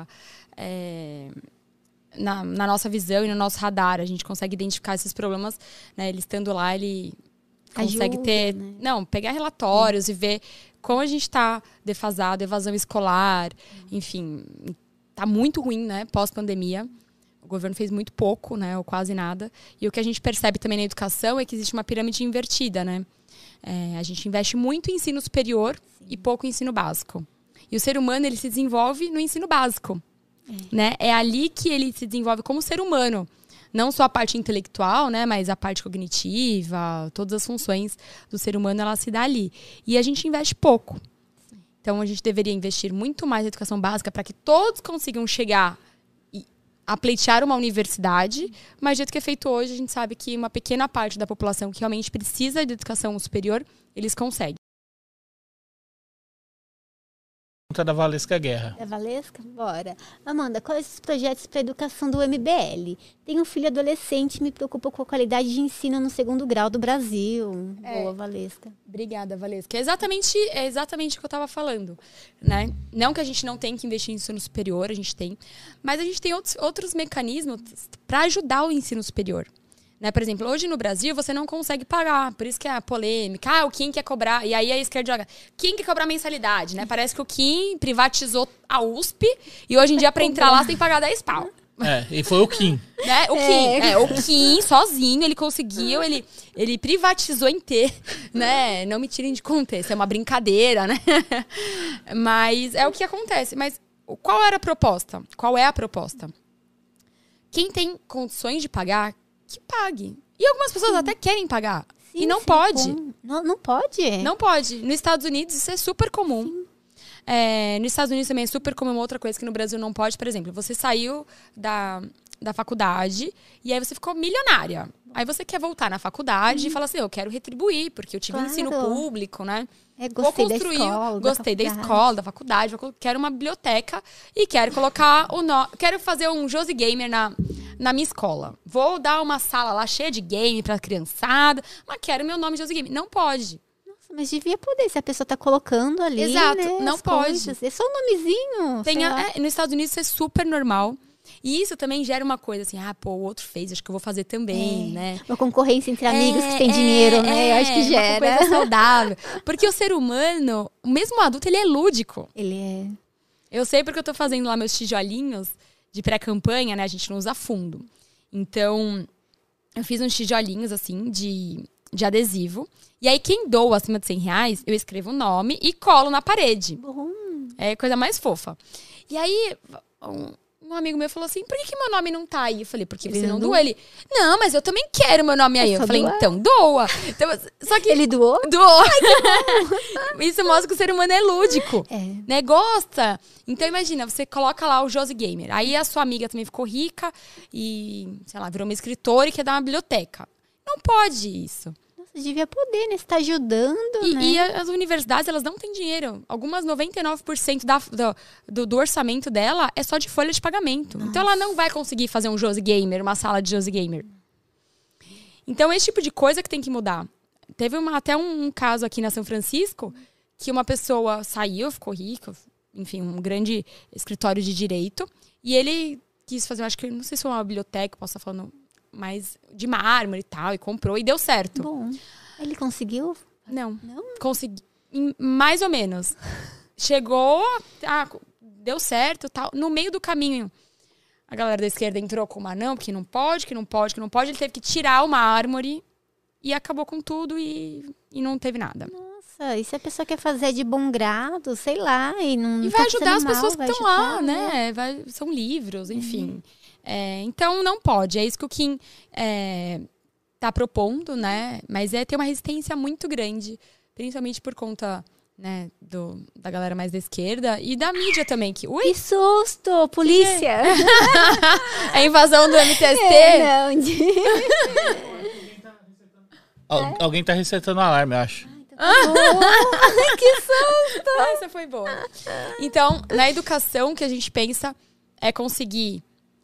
visão e no nosso radar. A gente consegue identificar esses problemas, né? Ele estando lá, ele consegue pegar relatórios e ver como a gente está defasado, evasão escolar, enfim, está muito ruim, né? Pós-pandemia. O governo fez muito pouco, né? Ou quase nada. E o que a gente percebe também na educação é que existe uma pirâmide invertida, né? A gente investe muito em ensino superior e pouco em ensino básico. E o ser humano, ele se desenvolve no ensino básico. Né? É ali que ele se desenvolve como ser humano. Não só a parte intelectual, né? Mas a parte cognitiva, todas as funções do ser humano, ela se dá ali. E a gente investe pouco. Então, a gente deveria investir muito mais na educação básica para que todos consigam chegar a pleitear uma universidade, mas do jeito que é feito hoje, a gente sabe que uma pequena parte da população que realmente precisa de educação superior, eles conseguem. Da Valesca Guerra. Da Valesca? Bora. Amanda, quais os projetos para a educação do MBL? Tenho um filho adolescente e me preocupo com a qualidade de ensino no 2º grau do Brasil. Boa, Valesca. Obrigada, Valesca. É exatamente o que eu estava falando. Né? Não que a gente não tenha que investir em ensino superior, a gente tem. Mas a gente tem outros mecanismos para ajudar o ensino superior. Né? Por exemplo, hoje no Brasil você não consegue pagar, por isso que é a polêmica. O Kim quer cobrar, e aí a esquerda joga. Kim quer cobrar mensalidade, né? Parece que o Kim privatizou a USP e hoje em dia para entrar lá você tem que pagar 10 pau. E foi o Kim. Né? O Kim, sozinho, ele conseguiu, ele privatizou inteiro, né? Não me tirem de contexto, é uma brincadeira, né? Mas é o que acontece. Mas qual era a proposta? Qual é a proposta? Quem tem condições de pagar, que pague. E algumas pessoas até querem pagar. Sim, e não pode. Não pode? Não pode. Nos Estados Unidos isso é super comum. Nos Estados Unidos também é super comum uma outra coisa que no Brasil não pode. Por exemplo, você saiu da faculdade e aí você ficou milionária. Aí você quer voltar na faculdade e fala assim, eu quero retribuir, porque eu tive ensino público, né? Gostei da escola. Gostei da escola, da faculdade, quero uma biblioteca e quero colocar quero fazer um Josi Gamer na minha escola. Vou dar uma sala lá cheia de game pra criançada, mas quero meu nome Josi Gamer. Não pode. Nossa, mas devia poder, se a pessoa tá colocando ali. Exato, né, não pode. Coisas. É só um nomezinho. Nos Estados Unidos isso é super normal. E isso também gera uma coisa assim, o outro fez, acho que eu vou fazer também, né? Uma concorrência entre amigos que têm dinheiro, né? Eu acho que gera. Uma coisa saudável. Porque o ser humano, mesmo adulto, ele é lúdico. Ele é. Eu sei porque eu tô fazendo lá meus tijolinhos de pré-campanha, né? A gente não usa fundo. Então, eu fiz uns tijolinhos, assim, de adesivo. E aí, quem doa acima de R$100, eu escrevo o nome e colo na parede. Bom. É a coisa mais fofa. E aí... Um amigo meu falou assim, por que meu nome não tá aí? Eu falei, porque você não doou? Ele, não, mas eu também quero meu nome aí. Eu falei, então doa. Então, só que ele doou? Doou. Isso mostra que o ser humano é lúdico. Né? Gosta. Então imagina, você coloca lá o Josi Gamer. Aí a sua amiga também ficou rica e, sei lá, virou uma escritora e quer dar uma biblioteca. Não pode isso. Devia poder, né? Você tá ajudando, né? E as universidades, elas não têm dinheiro. Algumas 99% do orçamento dela é só de folha de pagamento. Nossa. Então, ela não vai conseguir fazer um Josi Gamer, uma sala de Josi Gamer. Então, esse tipo de coisa que tem que mudar. Teve até um caso aqui na São Francisco, que uma pessoa saiu, ficou rica, enfim, um grande escritório de direito. E ele quis fazer, acho que, não sei se foi uma biblioteca, posso estar falando... mas de mármore e tal, e comprou, e deu certo. Bom, ele conseguiu? Não? Consegui, mais ou menos. Chegou, deu certo, tal. No meio do caminho, a galera da esquerda entrou com uma não, porque não pode. Ele teve que tirar o mármore e acabou com tudo e não teve nada. Nossa, e se a pessoa quer fazer de bom grado, sei lá, e não e tá vai ajudar as mal, pessoas que estão lá, né? São livros, enfim. Então, não pode. É isso que o Kim tá propondo, né? Mas ter uma resistência muito grande, principalmente por conta, né, da galera mais da esquerda e da mídia também. Que susto! Polícia! A invasão do MTST? Alguém tá resetando o alarme, eu acho. Que susto! Essa foi boa. Então, na educação, o que a gente pensa é conseguir...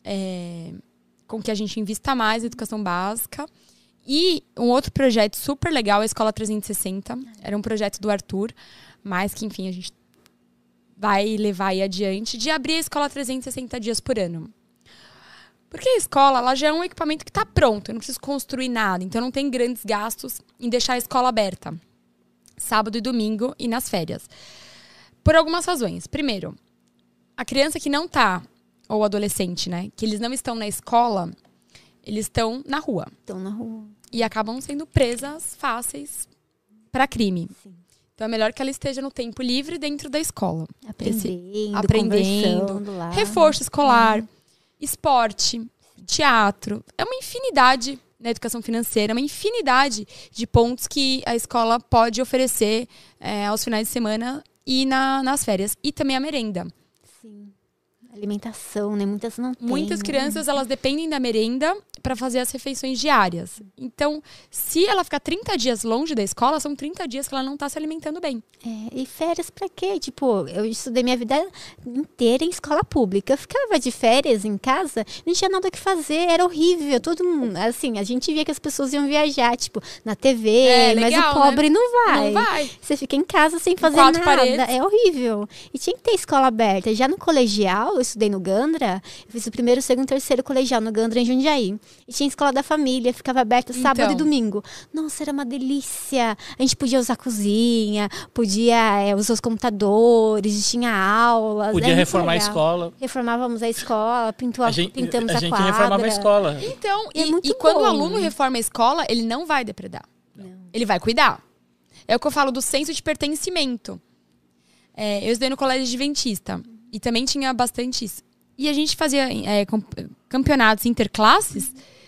com que a gente invista mais na educação básica. E um outro projeto super legal é a Escola 360. Era um projeto do Arthur, mas que, enfim, a gente vai levar aí adiante, de abrir a escola 360 dias por ano. Porque a escola, ela já é um equipamento que está pronto, eu não preciso construir nada, então não tem grandes gastos em deixar a escola aberta. Sábado e domingo e nas férias. Por algumas razões. Primeiro, a criança que não está... ou adolescente, né? Que eles não estão na escola, eles estão na rua. Estão na rua. E acabam sendo presas fáceis para crime. Sim. Então é melhor que ela esteja no tempo livre dentro da escola. Aprendendo, lá. Reforço escolar, esporte, teatro. É uma infinidade na educação financeira, uma infinidade de pontos que a escola pode oferecer aos finais de semana e nas férias. E também a merenda. Sim. Alimentação, né? Muitas não têm. Muitas crianças, elas dependem da merenda para fazer as refeições diárias. Então, se ela ficar 30 dias longe da escola, são 30 dias que ela não tá se alimentando bem. E férias pra quê? Tipo, eu estudei minha vida inteira em escola pública. Eu ficava de férias em casa, não tinha nada o que fazer, era horrível. Todo mundo, assim, a gente via que as pessoas iam viajar, tipo, na TV, mas legal, o pobre, né? Não vai. Não vai. Você fica em casa sem fazer nada. Paredes. É horrível. E tinha que ter escola aberta. Já no colegial, eu estudei no Gandra, eu fiz o primeiro, segundo e terceiro colegial no Gandra, em Jundiaí. E tinha escola da família, ficava aberta sábado e domingo. Nossa, era uma delícia. A gente podia usar a cozinha, podia usar os computadores, tinha aulas. Podia reformar a escola. Reformávamos a escola, pintamos a quadra. A gente reformava a escola. Então, e quando o aluno reforma a escola, ele não vai depredar. Não. Ele vai cuidar. É o que eu falo do senso de pertencimento. Eu estudei no colégio adventista. E também tinha bastante isso. E a gente fazia campeonatos interclasses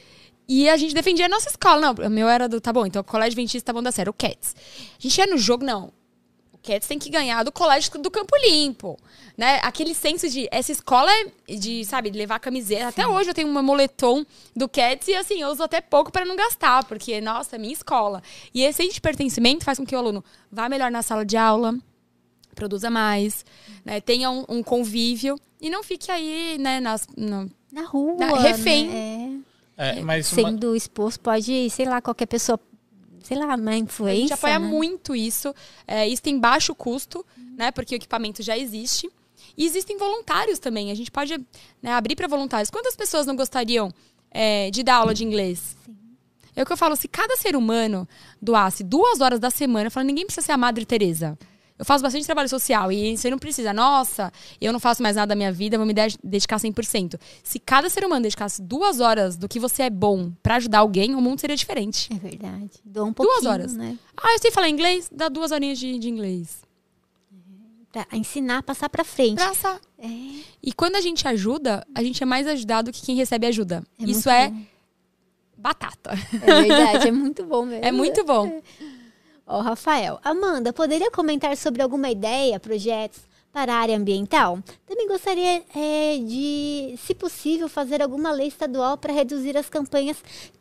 E a gente defendia a nossa escola. Não, o meu era do, tá bom, então o Colégio Adventista Taboão da Serra, o Cats. A gente ia no jogo, não. O Cats tem que ganhar do Colégio do Campo Limpo. Né? Aquele senso de, essa escola é de, sabe, levar camiseta. Sim. Até hoje eu tenho uma moletom do Cats e, assim, eu uso até pouco para não gastar, porque, nossa, é minha escola. E esse senso de pertencimento faz com que o aluno vá melhor na sala de aula, produza mais, né? Tenha um convívio e não fique aí, né, na rua, refém. Né? Mas sendo exposto, pode, sei lá, qualquer pessoa, sei lá, uma influência. A gente apoia muito isso. Isso tem baixo custo, né? Porque o equipamento já existe. E existem voluntários também. A gente pode, né, abrir para voluntários. Quantas pessoas não gostariam de dar aula de inglês? Sim. É o que eu falo, se cada ser humano doasse 2 horas da semana, eu falo, ninguém precisa ser a Madre Teresa. Eu faço bastante trabalho social e você não precisa. Nossa, eu não faço mais nada da minha vida, vou me dedicar 100%. Se cada ser humano dedicasse 2 horas do que você é bom pra ajudar alguém, o mundo seria diferente. É verdade. Dou um pouquinho, 2 horas. Né? Eu sei falar inglês? Dá 2 horinhas de inglês. Pra ensinar, passar pra frente. Passar. E quando a gente ajuda, a gente é mais ajudado que quem recebe ajuda. Isso bom. Batata. É verdade, é muito bom mesmo. É muito bom. Rafael, Amanda, poderia comentar sobre alguma ideia, projetos para a área ambiental? Também gostaria de, se possível, fazer alguma lei estadual para reduzir as campanhas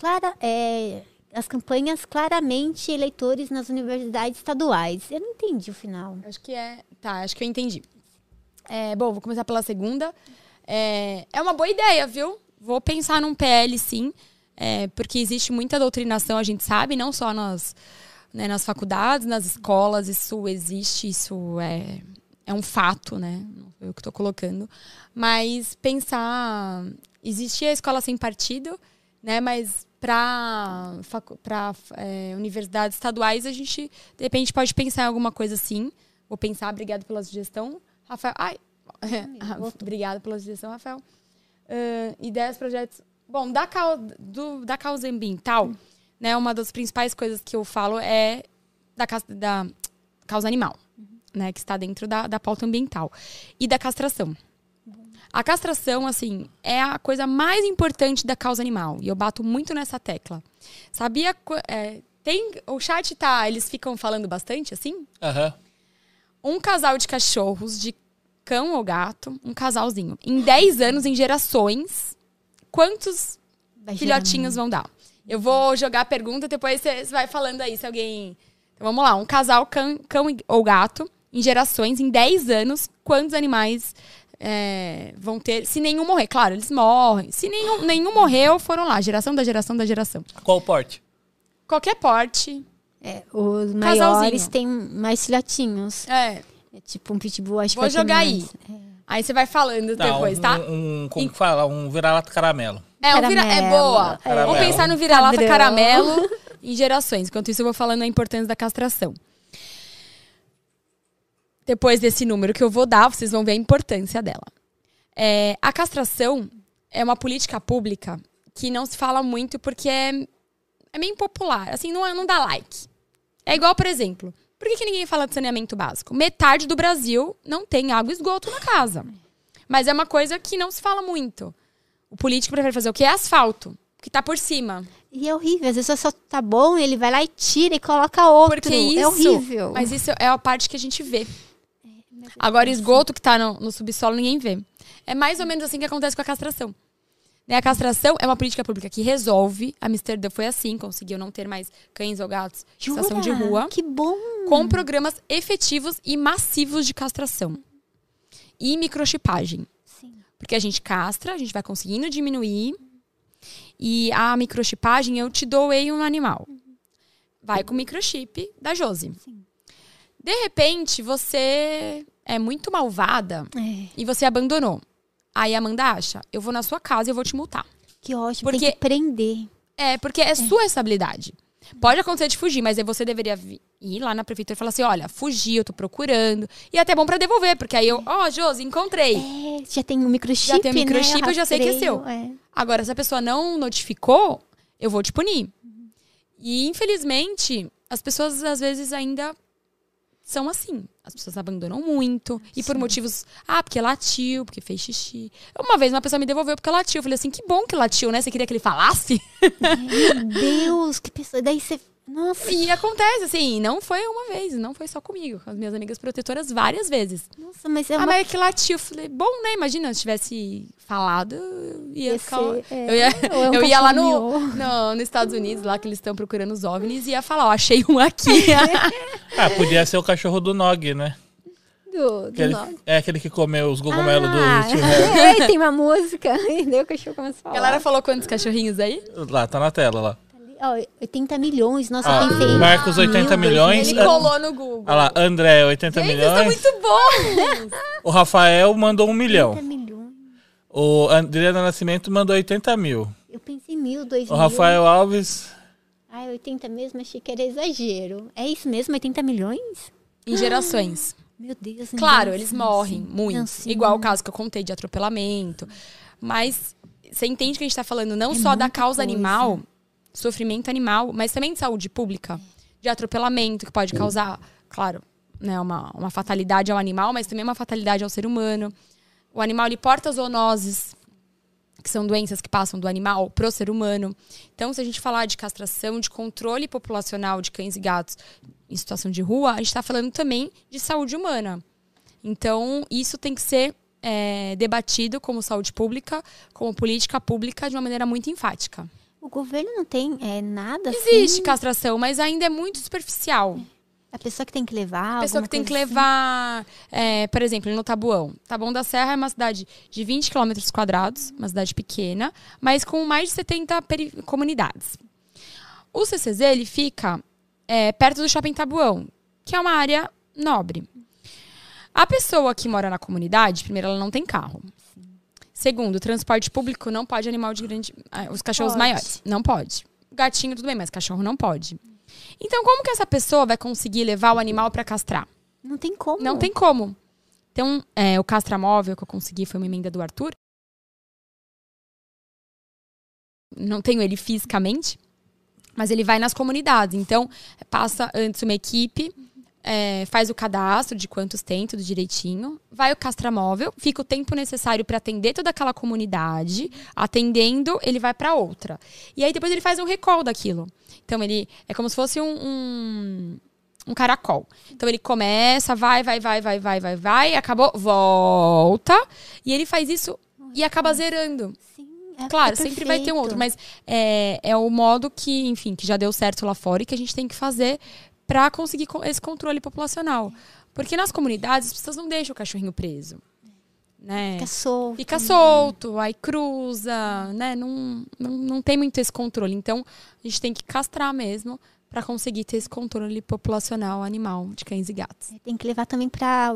claramente eleitores nas universidades estaduais. Eu não entendi o final. Acho que eu entendi. Bom, vou começar pela segunda. É uma boa ideia, viu? Vou pensar num PL, sim, porque existe muita doutrinação, a gente sabe, não só nas faculdades, nas escolas, isso existe, isso é um fato, né? Não foi eu que estou colocando. Mas pensar... Existia a escola sem partido, né? Mas para universidades estaduais, a gente, de repente, pode pensar em alguma coisa assim. Vou pensar, obrigado pela sugestão, Rafael. Obrigada pela sugestão, Rafael. Ideias, projetos... Bom, da causa ambiental... Né, uma das principais coisas que eu falo é da causa animal, né, que está dentro da pauta ambiental. E da castração. A castração, assim, é a coisa mais importante da causa animal. E eu bato muito nessa tecla. Sabia... o chat eles ficam falando bastante, assim? Um casal de cachorros, de cão ou gato, um casalzinho. Em 10 anos, em gerações, quantos filhotinhos vão dar? Eu vou jogar a pergunta, depois você vai falando aí se alguém... Então vamos lá, um casal cão ou gato, em gerações, em 10 anos, quantos animais vão ter? Se nenhum morrer, claro, eles morrem. Se nenhum morreu, foram lá, geração da geração da geração. Qual porte? Qualquer porte. Os maiores têm mais filhotinhos. É tipo um pitbull, acho que vou jogar aí. Aí você vai falando depois, tá? Como que fala? Um vira-lata caramelo. Boa. Caramelo. Vamos pensar no vira-lata caramelo em gerações. Enquanto isso, eu vou falando a importância da castração. Depois desse número que eu vou dar, vocês vão ver a importância dela. A castração é uma política pública que não se fala muito porque é meio impopular. Assim, não dá like. É igual, por exemplo... Por que ninguém fala de saneamento básico? Metade do Brasil não tem água e esgoto na casa. Mas é uma coisa que não se fala muito. O político prefere fazer o quê? Asfalto, que tá por cima. E é horrível. Às vezes só tá bom, ele vai lá e tira e coloca outro. Porque isso, é horrível. Mas isso é a parte que a gente vê. Agora, esgoto que tá no subsolo, ninguém vê. É mais ou menos assim que acontece com a castração. A castração é uma política pública que resolve. A Amsterdã foi assim, conseguiu não ter mais cães ou gatos em situação de rua. Que bom! Com programas efetivos e massivos de castração. E microchipagem. Sim. Porque a gente castra, a gente vai conseguindo diminuir. E a microchipagem, eu te doei um animal. Vai com o microchip da Josi. Sim. De repente, você é muito malvada e você abandonou. Aí a Amanda acha, eu vou na sua casa e eu vou te multar. Que ótimo, tem que prender. Porque é sua responsabilidade. Pode acontecer de fugir, mas aí você deveria ir lá na prefeitura e falar assim, olha, fugi, eu tô procurando. E é até bom pra devolver, porque aí eu, Josi, encontrei. Já tem um microchip, Já tem um microchip, né? Eu já sei que é seu. Agora, se a pessoa não notificou, eu vou te punir. E, infelizmente, as pessoas, às vezes, ainda são assim. As pessoas abandonam muito. E por motivos... porque latiu, porque fez xixi. Uma vez uma pessoa me devolveu porque latiu. Eu falei assim, que bom que latiu, né? Você queria que ele falasse? Meu Deus, que pessoa... Daí você... Nossa. E acontece, assim, não foi uma vez, não foi só comigo. Com as minhas amigas protetoras várias vezes. Nossa, mas mas é que latiu. Eu falei, bom, né? Imagina, se tivesse falado, ia ficar... Eu ia lá nos Estados Unidos, lá que eles estão procurando os OVNIs, e ia falar, achei um aqui. Podia ser o cachorro do Nog, né? Nog. É aquele que comeu os cogumelos do tio tem uma música. E daí o cachorro começa a falar. A galera falou quantos cachorrinhos aí? Lá, tá na tela, lá. 80 milhões, nossa, pensei. Marcos, 80 milhões. Ele colou no Google. Olha lá, André, 80 milhões. Isso é muito bom! O Rafael mandou 1 milhão. 80 milhões. O Adriano Nascimento mandou 80 mil. Eu pensei 1.000, 2.000. O Rafael Alves... 80 mesmo, achei que era exagero. É isso mesmo, 80 milhões? Em gerações. Meu Deus. Claro, eles morrem muito. Igual o caso que eu contei de atropelamento. Mas você entende que a gente tá falando não só da causa animal... Sofrimento animal, mas também de saúde pública. De atropelamento, que pode causar, claro, né, uma fatalidade ao animal, mas também uma fatalidade ao ser humano. O animal, ele porta zoonoses, que são doenças que passam do animal pro ser humano. Então, se a gente falar de castração, de controle populacional de cães e gatos em situação de rua, a gente está falando também de saúde humana. Então, isso tem que ser debatido como saúde pública, como política pública, de uma maneira muito enfática. O governo não tem nada assim? Existe castração, mas ainda é muito superficial. A pessoa que tem que levar. A pessoa que tem que levar, por exemplo, no Taboão. Taboão da Serra é uma cidade de 20 quilômetros quadrados, uma cidade pequena, mas com mais de 70 comunidades. O CCZ, ele fica perto do Shopping Taboão, que é uma área nobre. A pessoa que mora na comunidade, primeiro, ela não tem carro. Segundo, o transporte público não pode animal de grande... Os cachorros maiores. Não pode. Gatinho, tudo bem, mas cachorro não pode. Então, como que essa pessoa vai conseguir levar o animal para castrar? Não tem como. Não tem como. Então, o castramóvel que eu consegui foi uma emenda do Arthur. Não tenho ele fisicamente, mas ele vai nas comunidades. Então, passa antes uma equipe... faz o cadastro de quantos tem, tudo direitinho. Vai o castramóvel, fica o tempo necessário para atender toda aquela comunidade. Atendendo, ele vai para outra. E aí depois ele faz um recall daquilo. Então ele é como se fosse um caracol. Então ele começa, vai, acabou, volta. E ele faz isso e acaba zerando. Sim. Claro, sempre vai ter um outro. Mas é o modo que, enfim, que já deu certo lá fora e que a gente tem que fazer para conseguir esse controle populacional. Porque nas comunidades, as pessoas não deixam o cachorrinho preso. Né? Fica solto, aí cruza, né? Não tem muito esse controle. Então, a gente tem que castrar mesmo para conseguir ter esse controle populacional animal de cães e gatos. Tem que levar também para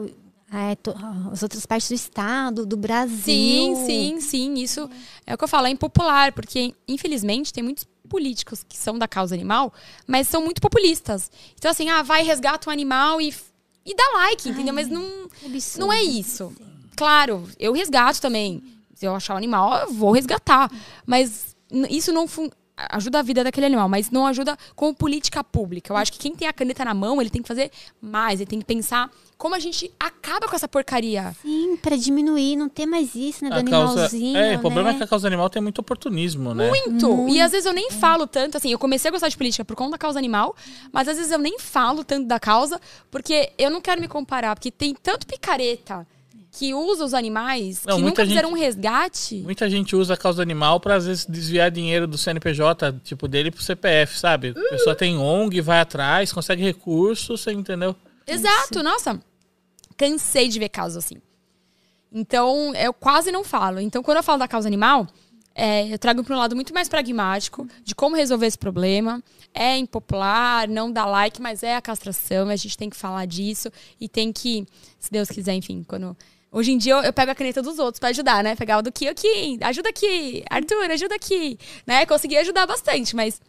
as outras partes do estado, do Brasil. Sim. Isso é o que eu falo, é impopular. Porque, infelizmente, tem muitos políticos que são da causa animal, mas são muito populistas. Então, assim, vai, resgata um animal e dá like, entendeu? Mas não é isso. Sim. Claro, eu resgato também. Se eu achar um animal, eu vou resgatar. Mas isso não ajuda a vida daquele animal, mas não ajuda com política pública. Eu acho que quem tem a caneta na mão, ele tem que fazer mais. Ele tem que pensar como a gente acaba com essa porcaria. Sim, pra diminuir, não ter mais isso, né, do animalzinho, o problema é que a causa animal tem muito oportunismo, né? Muito! E às vezes eu nem falo tanto, assim, eu comecei a gostar de política por conta da causa animal, mas às vezes eu nem falo tanto da causa, porque eu não quero me comparar, porque tem tanto picareta que usa os animais, que nunca fizeram um resgate. Muita gente usa a causa animal pra, às vezes, desviar dinheiro do CNPJ, tipo, dele pro CPF, sabe? A pessoa tem ONG, vai atrás, consegue recursos, você entendeu? Exato, nossa. Cansei de ver casos assim. Então, eu quase não falo. Então, quando eu falo da causa animal, eu trago para um lado muito mais pragmático de como resolver esse problema. É impopular, não dá like, mas é a castração. A gente tem que falar disso e tem que, se Deus quiser, enfim, hoje em dia eu pego a caneta dos outros para ajudar, né? Pegar o do Kio aqui, ajuda aqui, Arthur, ajuda aqui, né? Consegui ajudar bastante, mas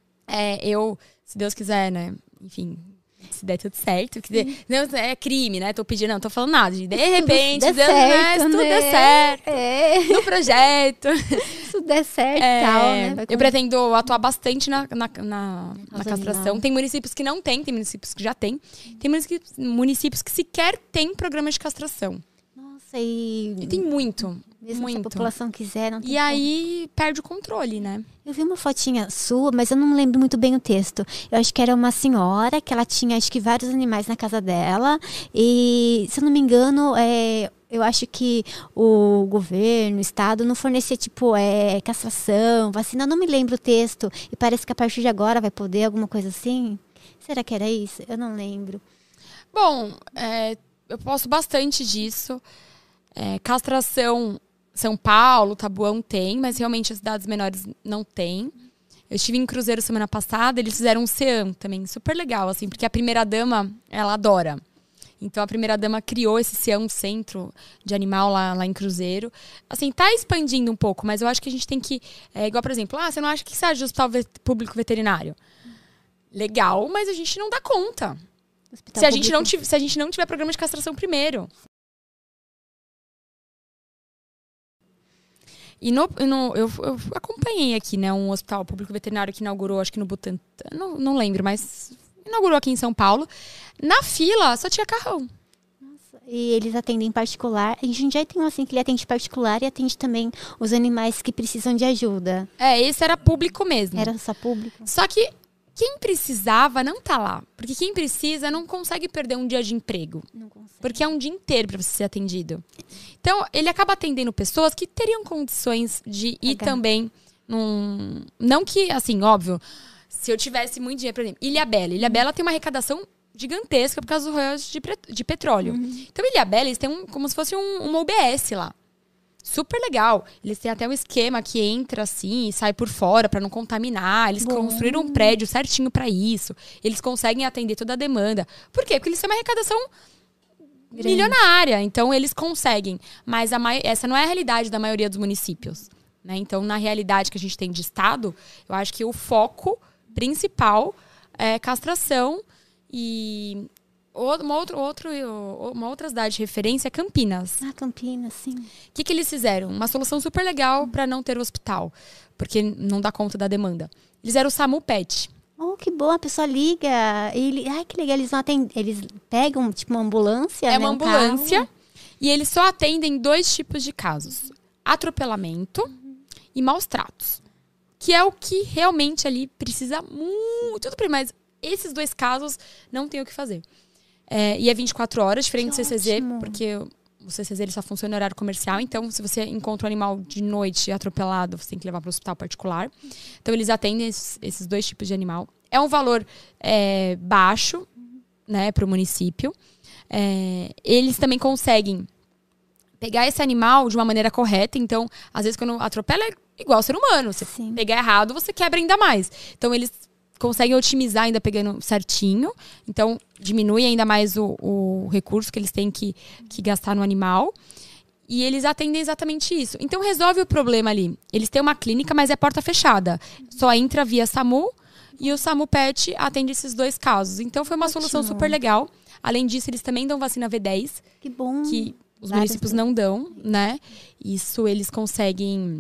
se Deus quiser, né? Enfim, se der tudo certo, não é crime, né? Tô pedindo, não tô falando nada. De repente, se tudo der certo, no projeto. se der certo e tal, né? Eu pretendo atuar bastante na castração. Animal. Tem municípios que não tem municípios que já tem. Tem municípios que sequer tem programa de castração. Nossa, e E tem muito. mesmo se a muito. população quiser, não tem E como. aí perde o controle, né? Eu vi uma fotinha sua, mas eu não lembro muito bem o texto. Eu acho que era uma senhora que ela tinha, acho que vários animais na casa dela. E, se eu não me engano, eu acho que o governo, o estado, não fornecia, tipo, castração, vacina. Eu não me lembro o texto. E parece que a partir de agora vai poder alguma coisa assim. Será que era isso? Eu não lembro. Bom, eu posto bastante disso. Castração, São Paulo, Taboão tem, mas realmente as cidades menores não tem. Eu estive em Cruzeiro semana passada, eles fizeram um CEAM também, super legal, assim, porque a primeira-dama, ela adora. Então, a primeira-dama criou esse CEAM, centro de animal lá em Cruzeiro. Assim, tá expandindo um pouco, mas eu acho que a gente tem que... igual, por exemplo, você não acha que sai de hospital público veterinário? Legal, mas a gente não dá conta. Se a gente não tiver programa de castração primeiro. E eu acompanhei aqui, né, um hospital público veterinário que inaugurou, acho que no Butantã, não lembro, mas inaugurou aqui em São Paulo. Na fila, só tinha carrão. Nossa, e eles atendem em particular. A gente já tem um assim que ele atende particular e atende também os animais que precisam de ajuda. Esse era público mesmo. Era só público? Só que quem precisava não tá lá. Porque quem precisa não consegue perder um dia de emprego. Não consegue. Porque é um dia inteiro para você ser atendido. Então, ele acaba atendendo pessoas que teriam condições de ir também num... Não que, assim, óbvio, se eu tivesse muito dinheiro, por exemplo, Ilhabela. Ilhabela tem uma arrecadação gigantesca por causa dos royalties de petróleo. Então, Ilhabela, eles têm como se fosse uma UBS lá. Super legal. Eles têm até um esquema que entra assim e sai por fora para não contaminar. Eles construíram um prédio certinho para isso. Eles conseguem atender toda a demanda. Por quê? Porque eles têm uma arrecadação milionária. Então, eles conseguem. Mas essa não é a realidade da maioria dos municípios, né? Então, na realidade que a gente tem de estado, eu acho que o foco principal é castração. E uma outra cidade de referência é Campinas. Ah, Campinas, sim. O que eles fizeram? Uma solução super legal para não ter hospital, porque não dá conta da demanda. Eles fizeram o SAMU PET. Oh, que bom, a pessoa liga. Ai, que legal, eles não atendem. Eles pegam, tipo, uma ambulância, É né, uma um ambulância carro. e eles só atendem 2 tipos de casos. Atropelamento e maus tratos. Que é o que realmente ali precisa muito. Tudo bem, mas esses 2 casos não tem o que fazer. E é 24 horas, diferente do CCZ, ótimo. porque o CCZ ele só funciona em horário comercial. Então, se você encontra um animal de noite atropelado, você tem que levar para o hospital particular. Então, eles atendem esses 2 tipos de animal. É um valor baixo, né, para o município. Eles também conseguem pegar esse animal de uma maneira correta. Então, às vezes, quando atropela, é igual ao ser humano. Se Sim. pegar errado, você quebra ainda mais. Então, eles conseguem otimizar ainda pegando certinho. Então, diminui ainda mais o recurso que eles têm que gastar no animal. E eles atendem exatamente isso. Então, resolve o problema ali. Eles têm uma clínica, mas é porta fechada. Só entra via SAMU e o SAMU PET atende esses 2 casos. Então, foi uma solução super legal. Além disso, eles também dão vacina V10. Que bom. Que os municípios não dão, né? Isso eles conseguem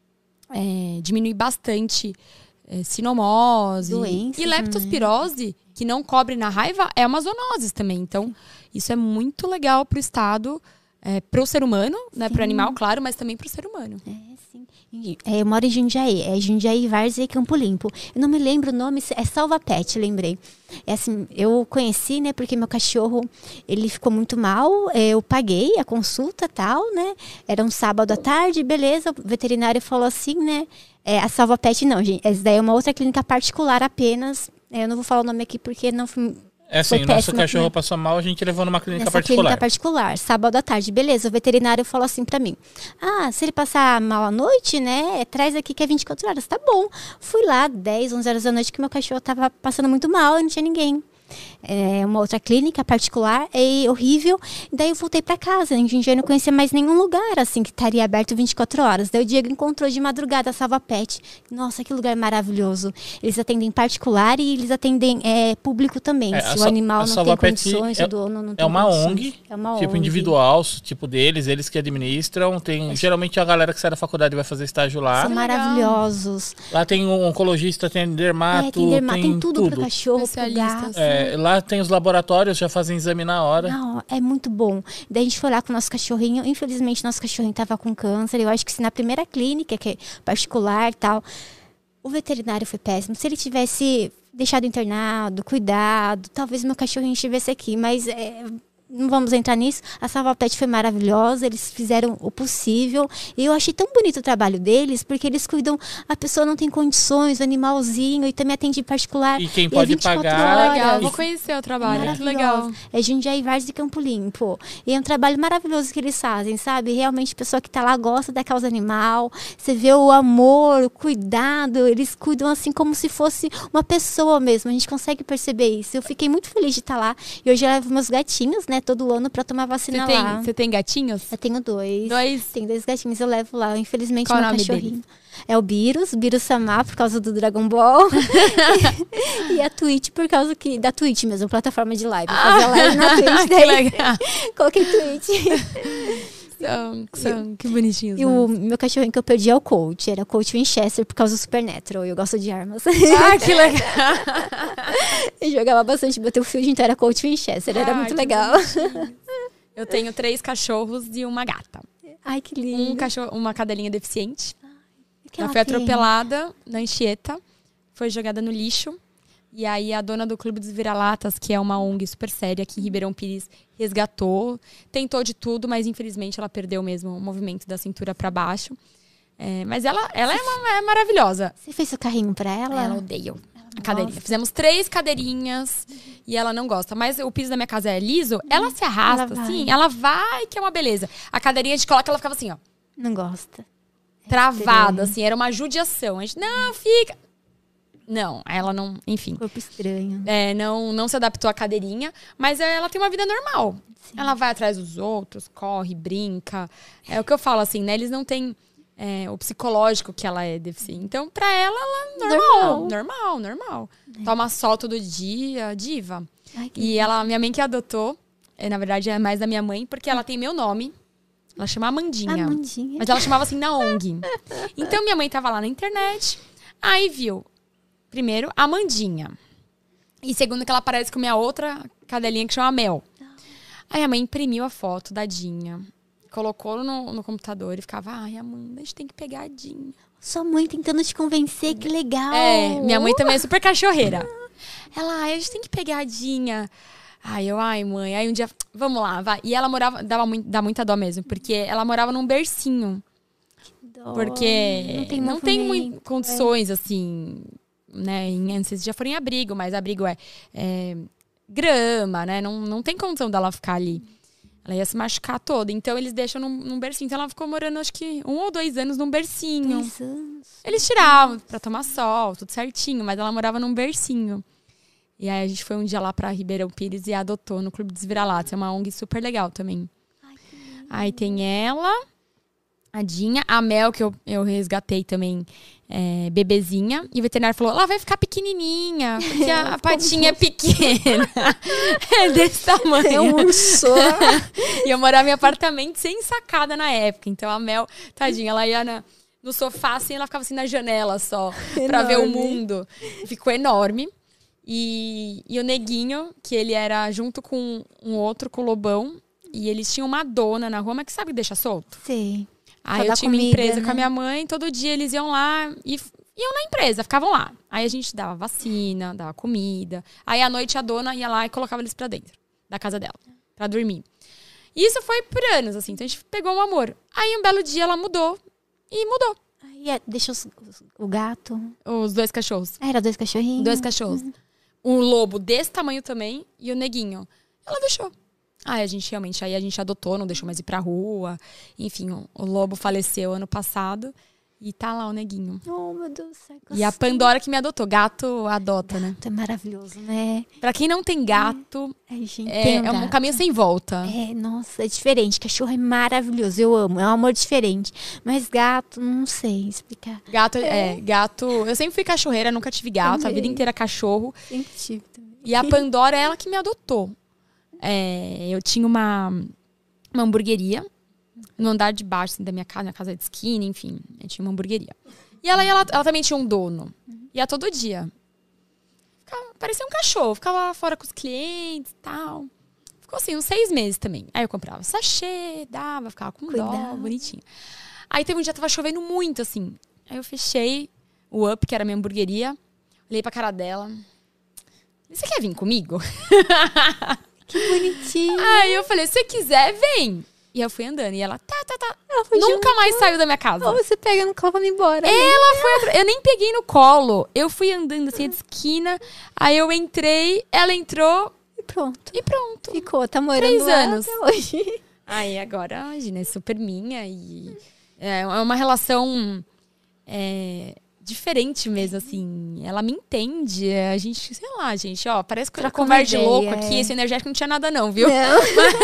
diminuir bastante sinomose. Doenças, E leptospirose, que não cobre na raiva, é uma zoonose também. Então, isso é muito legal pro estado, pro ser humano, né? Pro animal, claro, mas também pro ser humano. Sim. Eu moro em Jundiaí. É Jundiaí, Várzea e Campo Limpo. Eu não me lembro o nome, é Salva Pet, lembrei. Assim, eu conheci, né, porque meu cachorro, ele ficou muito mal. Eu paguei a consulta e tal, né? Era um sábado à tarde, beleza. O veterinário falou assim, né? A Salva Pet não, gente. Essa daí é uma outra clínica particular apenas. Eu não vou falar o nome aqui porque não foi... Assim, foi o nosso péssimo, cachorro né? passou mal, a gente levou numa clínica Nessa particular. clínica particular, sábado à tarde. Beleza, o veterinário falou assim pra mim. Se ele passar mal à noite, né, traz aqui que é 24 horas. Tá bom. Fui lá, 10, 11 horas da noite, que meu cachorro tava passando muito mal e não tinha ninguém. uma outra clínica particular, é horrível. Daí eu voltei para casa. Em Jundiaí eu não conhecia mais nenhum lugar assim que estaria aberto 24 horas. Daí o Diego encontrou de madrugada a Salva Pet. Nossa, que lugar maravilhoso. Eles atendem particular e eles atendem público também. Se o animal não tem condições, o dono não tem uma condições. ONG, É uma tipo ONG. individual, tipo deles, eles que administram. Tem, geralmente a galera que sai da faculdade vai fazer estágio lá. São maravilhosos. Lá tem um oncologista, tem dermato, tem tudo para cachorro, para gato. Lá tem os laboratórios, já fazem exame na hora. Não, é muito bom. Daí a gente foi lá com o nosso cachorrinho. Infelizmente, nosso cachorrinho estava com câncer. Eu acho que se na primeira clínica, que é particular e tal, o veterinário foi péssimo. Se ele tivesse deixado internado, cuidado, talvez meu cachorrinho estivesse aqui. Mas não vamos entrar nisso. A Salva Pet foi maravilhosa, eles fizeram o possível. E eu achei tão bonito o trabalho deles, porque eles cuidam, a pessoa não tem condições, o animalzinho, e também atende em particular. E quem pode pagar. Horas. Legal, vou conhecer o trabalho, que legal. É Jundiaí, Várzea e Campo Limpo. E é um trabalho maravilhoso que eles fazem, sabe? Realmente a pessoa que está lá gosta da causa animal. Você vê o amor, o cuidado, eles cuidam assim como se fosse uma pessoa mesmo. A gente consegue perceber isso. Eu fiquei muito feliz de estar lá. E hoje eu levo meus gatinhos, né? Todo ano pra tomar vacina lá. Você tem gatinhos? Eu tenho 2. 2? Tenho 2 gatinhos, eu levo lá. Infelizmente, qual meu o nome cachorrinho. deles? É o Birus Samar, por causa do Dragon Ball. E a Twitch, por causa da Twitch mesmo, plataforma de live. Fazer live na Twitch. Que legal. Coloquei Twitch. Que bonitinhos. E o meu cachorrinho que eu perdi é o Colt. Era o Colt Winchester por causa do Supernatural. Eu gosto de armas. Que legal. Eu jogava bastante Battlefield, então era Colt Winchester. Era muito legal. Eu tenho 3 cachorros e uma gata. Ai, que lindo. Uma cadelinha deficiente. Ela foi atropelada na Anchieta. Foi jogada no lixo. E aí a dona do Clube dos Vira-Latas, que é uma ONG super séria aqui em Ribeirão Pires, resgatou. Tentou de tudo, mas infelizmente ela perdeu mesmo o movimento da cintura para baixo. Mas ela é maravilhosa. Você fez o carrinho para ela? Ela odeia a cadeirinha. Fizemos 3 cadeirinhas e ela não gosta. Mas o piso da minha casa é liso, ela se arrasta assim, ela vai, que é uma beleza. A cadeirinha a gente coloca, ela ficava assim, ó. Não gosta. Travada, assim, era uma judiação. A gente, não, fica... Não, ela não, enfim. Corpo estranho. Não se adaptou à cadeirinha, mas ela tem uma vida normal. Sim. Ela vai atrás dos outros, corre, brinca. É o que eu falo, assim, né? Eles não têm o psicológico que ela é deficiente. Então, pra ela normal. Toma sol todo dia, diva. Ai, e minha mãe que adotou, na verdade é mais da minha mãe, porque ela tem meu nome. Ela chama Amandinha. Mas ela chamava assim na ONG. Então, minha mãe tava lá na internet, aí viu... Primeiro, Amandinha. E segundo, que ela parece com minha outra cadelinha que chama Mel. Aí a mãe imprimiu a foto da Dinha. Colocou no computador e ficava... Ai, Amanda, a gente tem que pegar a Dinha. Sua mãe tentando te convencer, que legal. Minha mãe também é super cachorreira. Ela, a gente tem que pegar a Dinha. Ai, mãe. Aí um dia, vamos lá, vai. E ela morava... Dá muita dó mesmo. Porque ela morava num bercinho. Que dó. Porque não tem muitas condições, assim... Né, vocês já foram em abrigo, mas abrigo é grama, né? Não tem condição dela ficar ali. Ela ia se machucar toda. Então, eles deixam num bercinho. Então, ela ficou morando, acho que 1 ou 2 anos num bercinho. 2 anos. Eles tiravam pra tomar sol, tudo certinho. Mas ela morava num bercinho. E aí, a gente foi um dia lá pra Ribeirão Pires e adotou no Clube dos Vira-Latas. É uma ONG super legal também. Ai, que lindo. Aí tem ela, a Dinha, a Mel, que eu resgatei também, bebezinha. E o veterinário falou, ela vai ficar pequenininha, porque a patinha é pequena. É desse tamanho. É um urso. E eu morava em apartamento sem sacada na época. Então a Mel, tadinha, ela ia no sofá assim, ela ficava assim na janela só, pra ver o mundo. Ficou enorme. E o Neguinho, que ele era junto com um outro, com o Lobão. E eles tinham uma dona na rua, mas que sabe que deixa solto? Sim. Aí eu tinha uma empresa, né, com a minha mãe, todo dia eles iam lá e iam na empresa, ficavam lá. Aí a gente dava vacina, dava comida. Aí à noite a dona ia lá e colocava eles pra dentro da casa dela, pra dormir. E isso foi por anos, assim, então a gente pegou um amor. Aí um belo dia ela mudou e mudou. Aí deixou o gato. Os 2 cachorros. Era 2 cachorrinhos? 2 cachorros. Um lobo desse tamanho também e o Neguinho. Ela deixou. Aí a gente adotou, não deixou mais ir pra rua. Enfim, o lobo faleceu ano passado. E tá lá o neguinho. Oh, meu Deus do céu. E a Pandora que me adotou. Gato adota, né? É maravilhoso, né? Pra quem não tem gato, Gente, é um caminho sem volta. Nossa, é diferente. Cachorro é maravilhoso, eu amo. É um amor diferente. Mas gato, não sei explicar. Gato... Eu sempre fui cachorreira, nunca tive gato. Também. A vida inteira cachorro. Sempre tive também. E a Pandora é ela que me adotou. Eu tinha uma hamburgueria no andar de baixo assim, da minha casa é de esquina, enfim. Eu tinha uma hamburgueria. E ela também tinha um dono. Ia todo dia. Parecia um cachorro. Ficava lá fora com os clientes e tal. Ficou assim, uns 6 meses também. Aí eu comprava sachê, dava, ficava com dó, bonitinho. Aí teve um dia que tava chovendo muito, assim. Aí eu fechei o Up, que era a minha hamburgueria. Olhei pra cara dela. Você quer vir comigo? Que bonitinho. Aí eu falei, se você quiser, vem. E eu fui andando. E ela, tá. Ela foi Nunca junto. mais saiu da minha casa. Ou você pega no colo e vai embora. Ela foi... Eu nem peguei no colo. Eu fui andando assim, de esquina. Aí eu entrei, ela entrou. E pronto. Ficou, tá morando 3 lá anos. até hoje. Aí agora, imagina, é super minha. E é uma relação diferente mesmo, assim. Ela me entende. A gente, sei lá, gente, ó, parece que eu conversa de louco aqui. Esse energético não tinha nada não, viu? Não.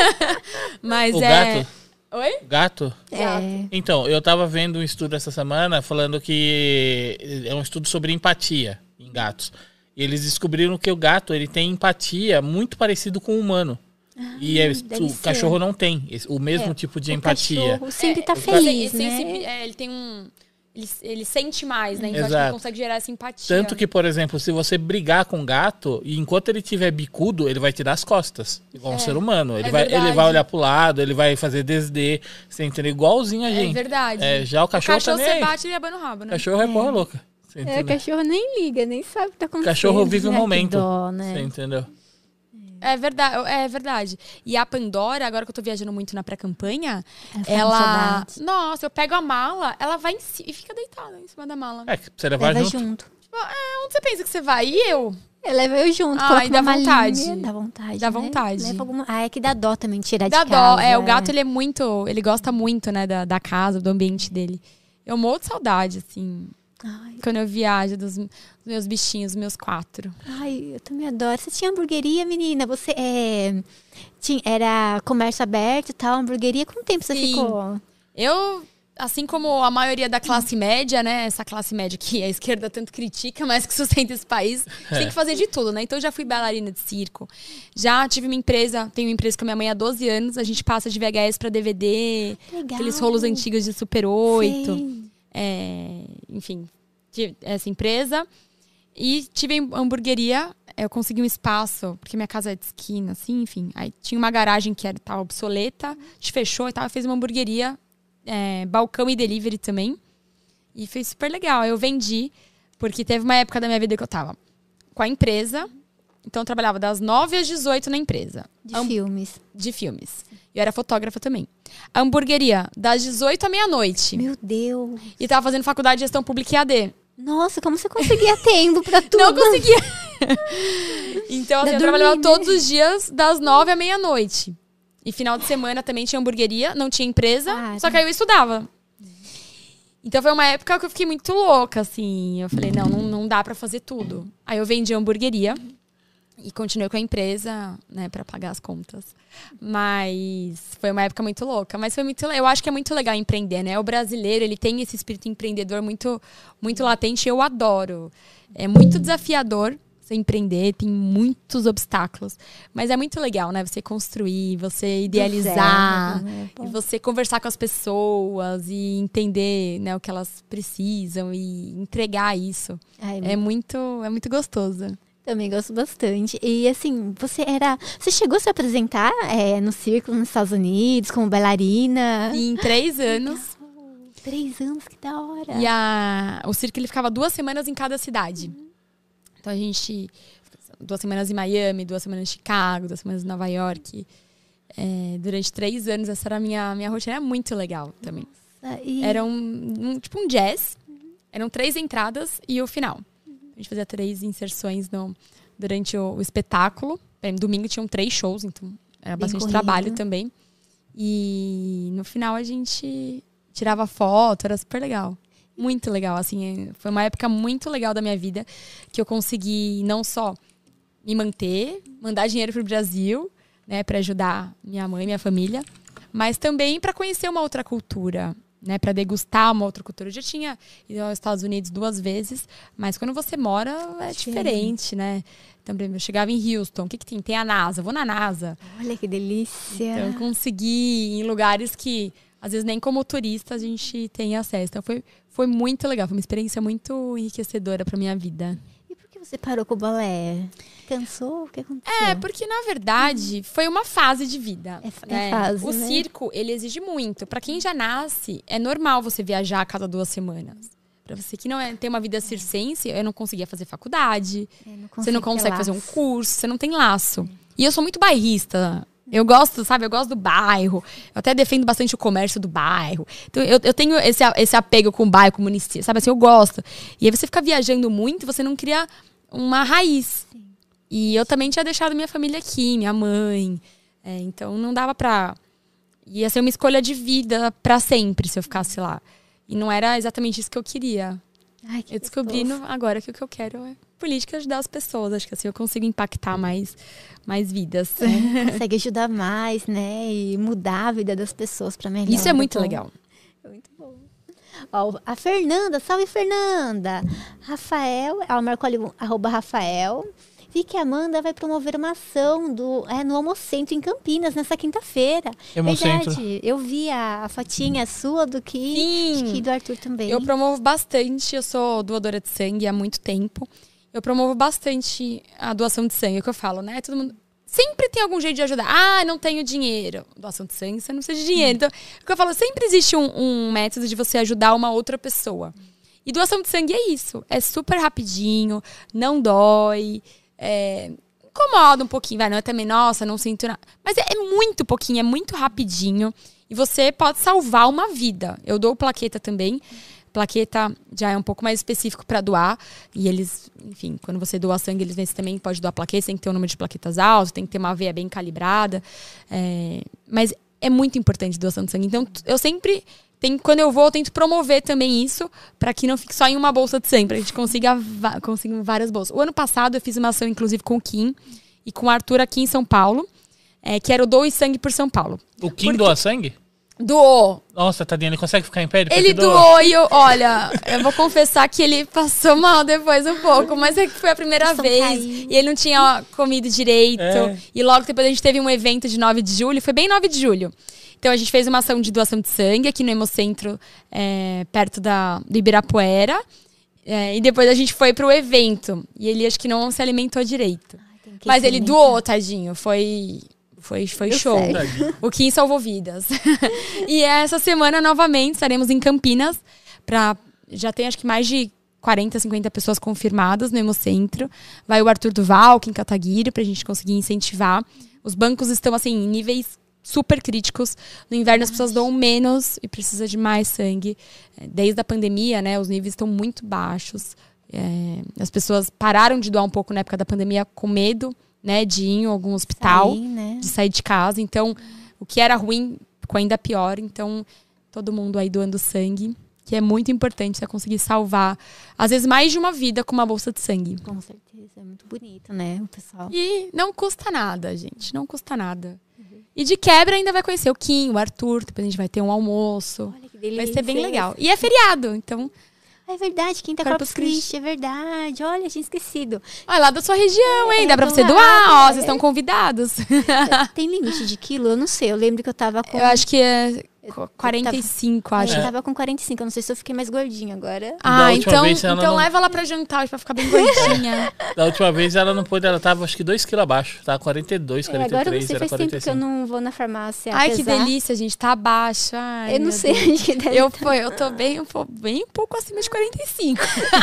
Mas O gato? Oi? Gato? É. Então, eu tava vendo um estudo essa semana falando que é um estudo sobre empatia em gatos. E eles descobriram que o gato ele tem empatia muito parecido com o humano. E o cachorro não tem o mesmo tipo de empatia. O cachorro sempre tá feliz, né? Ele tem ele sente mais, né? Então acho que Exato. ele consegue gerar essa empatia. Tanto que, por exemplo, se você brigar com um gato, e enquanto ele tiver bicudo, ele vai te dar as costas. Igual um ser humano. Ele vai olhar pro lado, ele vai fazer desdê. Você entendeu? Igualzinho a gente. É verdade. Já o cachorro também. Você bate e abana o rabo, né? Cachorro é porra louca. O cachorro nem liga, nem sabe o que tá acontecendo. Cachorro vive o momento. Que dó, né? Você entendeu? É verdade. E a Pandora, agora que eu tô viajando muito na pré-campanha, ela... Nossa, eu pego a mala, ela vai e fica deitada em cima da mala. Você levar Leva junto. Tipo, onde você pensa que você vai? E eu? Leva eu junto. Ai, dá vontade. Dá vontade. Dá né? vontade. Leva alguma... é que dá dó também tirar Dá de casa. dó. O gato, ele é muito... Ele gosta muito, né, da casa, do ambiente dele. Eu morro de saudade, assim... Ai. Quando eu viajo dos meus bichinhos, meus 4. Ai, eu também adoro. Você tinha hamburgueria, menina? Você era comércio aberto e tal, hamburgueria. Quanto tempo você ficou? Eu, assim como a maioria da classe média, né? Essa classe média que a esquerda tanto critica, mas que sustenta esse país, a gente tem que fazer de tudo, né? Então eu já fui bailarina de circo. Já tive uma empresa, tenho uma empresa com a minha mãe há 12 anos. A gente passa de VHS pra DVD. Legal. Aqueles rolos antigos de Super 8. Sei. Enfim, tive essa empresa. E tive hamburgueria. Eu consegui um espaço, porque minha casa é de esquina, assim, enfim. Aí tinha uma garagem que estava obsoleta, a gente fechou e tal, fez uma hamburgueria, balcão e delivery também. E foi super legal. Eu vendi, porque teve uma época da minha vida que eu tava com a empresa. Então eu trabalhava das 9 às 18 na empresa. De filmes. Eu era fotógrafa também. A hamburgueria, das 18 à meia-noite. Meu Deus. E tava fazendo faculdade de gestão pública e AD. Nossa, como você conseguia tempo pra tudo? Não conseguia. Então, assim, eu trabalhava todos os dias, das 9 à meia-noite. E final de semana também tinha hamburgueria, não tinha empresa, só que aí eu estudava. Então foi uma época que eu fiquei muito louca, assim. Eu falei, não dá pra fazer tudo. Aí eu vendi a hamburgueria. E continuei com a empresa, né, pra pagar as contas. Mas foi uma época muito louca. Mas foi muito... Eu acho que é muito legal empreender, né? O brasileiro, ele tem esse espírito empreendedor muito, muito latente. E eu adoro. É muito desafiador você empreender. Tem muitos obstáculos. Mas é muito legal, né? Você construir, você idealizar. E você conversar com as pessoas. E entender, né, o que elas precisam. E entregar isso. É muito gostoso. Também gosto bastante. E assim, você chegou a se apresentar no circo nos Estados Unidos como bailarina? Em 3 anos. 3 anos, que da hora. E o circo ele ficava 2 semanas em cada cidade. Então a gente 2 semanas em Miami, 2 semanas em Chicago, 2 semanas em Nova York. Durante 3 anos, essa era a minha rotina. Era muito legal também. Era tipo um jazz. Eram 3 entradas e o final. A gente fazia 3 inserções durante o espetáculo. Domingo tinham 3 shows, então era bastante trabalho também. E no final a gente tirava foto, era super legal. muito legal, assim. Foi uma época muito legal da minha vida, que eu consegui não só me manter, mandar dinheiro pro Brasil, né, para ajudar minha mãe, minha família, mas também para conhecer uma outra cultura, né, para degustar uma outra cultura. Eu já tinha ido aos Estados Unidos 2 vezes, mas quando você mora é diferente, né? Também eu chegava em Houston, o que tem? Tem a NASA, vou na NASA. Olha que delícia. Então eu consegui ir em lugares que às vezes nem como turista a gente tem acesso. Então foi muito legal, foi uma experiência muito enriquecedora para minha vida. E por que você parou com o balé? Cansou? O que aconteceu? Porque na verdade foi uma fase de vida. É fase, o né? circo, ele exige muito. Para quem já nasce, é normal você viajar a cada 2 semanas. Para você que não tem uma vida circense, eu não conseguia fazer faculdade. Você não consegue fazer um curso, você não tem laço. E eu sou muito bairrista. Eu gosto, sabe? Eu gosto do bairro. Eu até defendo bastante o comércio do bairro. Então, eu tenho esse apego com o bairro, com o município, sabe? Assim, eu gosto. E aí você fica viajando muito, você não cria uma raiz. Sim. E eu também tinha deixado minha família aqui, minha mãe. Então, não dava pra... Ia ser uma escolha de vida pra sempre, se eu ficasse lá. E não era exatamente isso que eu queria. Ai, que eu descobri agora que o que eu quero é política, ajudar as pessoas. Acho que assim eu consigo impactar mais vidas. Consegue ajudar mais, né? E mudar a vida das pessoas para melhor. Isso é muito legal. É muito bom. Ó, a Fernanda, salve Fernanda. Rafael, ela marcou ali @Rafael. Vi que a Amanda vai promover uma ação no Hemocentro em Campinas, nessa quinta-feira. Hemocentro. Verdade, eu vi a fotinha sua do Kim, acho que do Arthur também. Eu promovo bastante, eu sou doadora de sangue há muito tempo. Eu promovo bastante a doação de sangue, é o que eu falo, né? Todo mundo sempre tem algum jeito de ajudar. Ah, não tenho dinheiro. Doação de sangue, você não precisa de dinheiro. Então, o que eu falo, sempre existe um método de você ajudar uma outra pessoa. E doação de sangue é isso. É super rapidinho, não dói. Incomoda um pouquinho, não é também, nossa, não sinto nada. Mas é muito pouquinho, é muito rapidinho. E você pode salvar uma vida. Eu dou plaqueta também. Plaqueta já é um pouco mais específico para doar. E eles, enfim, quando você doa sangue, eles você também pode doar plaquetas. Tem que ter um número de plaquetas alto, tem que ter uma veia bem calibrada. Mas é muito importante a doação de sangue. Então, eu sempre... Quando eu vou, eu tento promover também isso, para que não fique só em uma bolsa de sangue, para a gente consiga várias bolsas. O ano passado eu fiz uma ação, inclusive, com o Kim e com o Arthur aqui em São Paulo, que era o Doe Sangue por São Paulo. O Kim doa sangue? Doou. Nossa, tadinha, ele consegue ficar em pé? Ele doou e eu vou confessar que ele passou mal depois um pouco, mas é que foi a primeira vez e ele não tinha comido direito. E logo depois a gente teve um evento de 9 de julho, foi bem 9 de julho. Então a gente fez uma ação de doação de sangue aqui no Hemocentro, perto do Ibirapuera. E depois a gente foi pro evento. E ele acho que não se alimentou direito. Mas ele doou, tadinho. Foi show. O Kim salvou vidas. E essa semana, novamente, estaremos em Campinas. Já tem acho que mais de 40, 50 pessoas confirmadas no Hemocentro. Vai o Arthur Duval, o Kim Kataguiri, pra gente conseguir incentivar. Os bancos estão, assim, em níveis super críticos. No inverno as pessoas doam menos e precisa de mais sangue. Desde a pandemia, né, os níveis estão muito baixos. As pessoas pararam de doar um pouco na época da pandemia com medo, né, de ir em algum hospital, de sair de casa. Então, o que era ruim ficou ainda pior. Então, todo mundo aí doando sangue, que é muito importante você conseguir salvar, às vezes, mais de uma vida com uma bolsa de sangue. Com certeza, é muito bonito, né, o pessoal. E não custa nada, gente, não custa nada. E de quebra ainda vai conhecer o Kim, o Arthur, depois a gente vai ter um almoço. Olha que delícia. Vai ser bem legal. E é feriado, então... É verdade, quinta Corpus Christi, é verdade. Olha, tinha esquecido. Olha, lá da sua região, hein? Dá pra você doar, vocês estão convidados. Tem limite de quilo? Eu não sei, eu lembro que eu tava com... Eu acho que é 45, acho. Eu tava com 45, eu não sei se eu fiquei mais gordinha agora. Então leva ela pra jantar, pra ficar bem gordinha. Da última vez ela não pôde, ela tava acho que 2 quilos abaixo. Tava 42, 43, agora eu não sei, era faz 45. tempo que eu não vou na farmácia. Ai, que delícia, gente, tá abaixo. Ai, eu não sei, acho que deve eu tô bem um pouco acima de 45.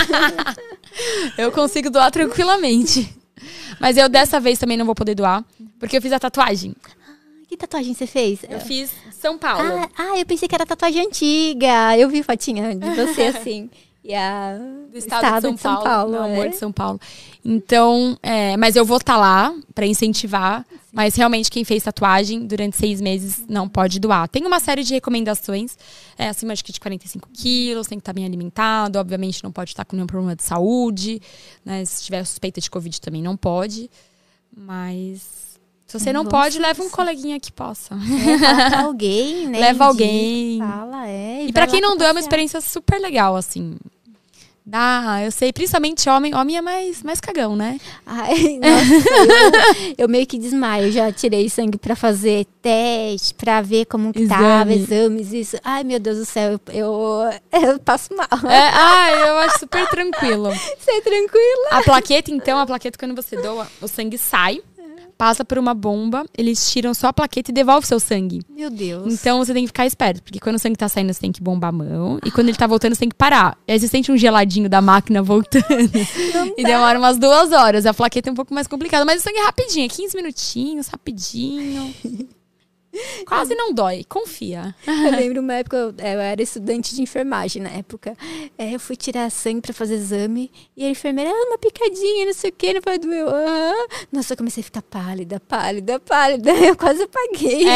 Eu consigo doar tranquilamente. Mas eu dessa vez também não vou poder doar, porque eu fiz a tatuagem. Que tatuagem você fez? Eu fiz São Paulo. Eu pensei que era tatuagem antiga. Eu vi fotinha de você assim. E a do estado de São Paulo, no amor de São Paulo. Então, mas eu vou estar lá para incentivar. Sim. Mas realmente quem fez tatuagem durante 6 meses não pode doar. Tem uma série de recomendações, acima acho que de 45 quilos, tem que estar bem alimentado, obviamente não pode estar com nenhum problema de saúde, né? Se tiver suspeita de Covid também não pode. Mas se você não pode, leva um coleguinha que possa. Leva alguém, né? Leva alguém. Fala, e pra quem não doa, é uma experiência super legal, assim. Eu sei, principalmente homem é mais cagão, né? Ai, nossa, eu meio que desmaio. Eu já tirei sangue pra fazer teste, pra ver como que tava, exames, isso. Ai, meu Deus do céu, eu passo mal. Eu acho super tranquilo. Você é tranquila? A plaqueta, quando você doa, o sangue sai. Passa por uma bomba, eles tiram só a plaqueta e devolvem seu sangue. Meu Deus. Então você tem que ficar esperto, porque quando o sangue tá saindo, você tem que bombar a mão. E quando ele tá voltando, você tem que parar. E aí você sente um geladinho da máquina voltando. E demora umas 2 horas. A plaqueta é um pouco mais complicada, mas o sangue é rapidinho, 15 minutinhos, rapidinho. Quase não dói, confia. Eu lembro uma época, eu era estudante de enfermagem na época. Eu fui tirar sangue pra fazer exame. E a enfermeira, uma picadinha, não sei o que, não vai doer. Nossa, eu comecei a ficar pálida. Eu quase apaguei.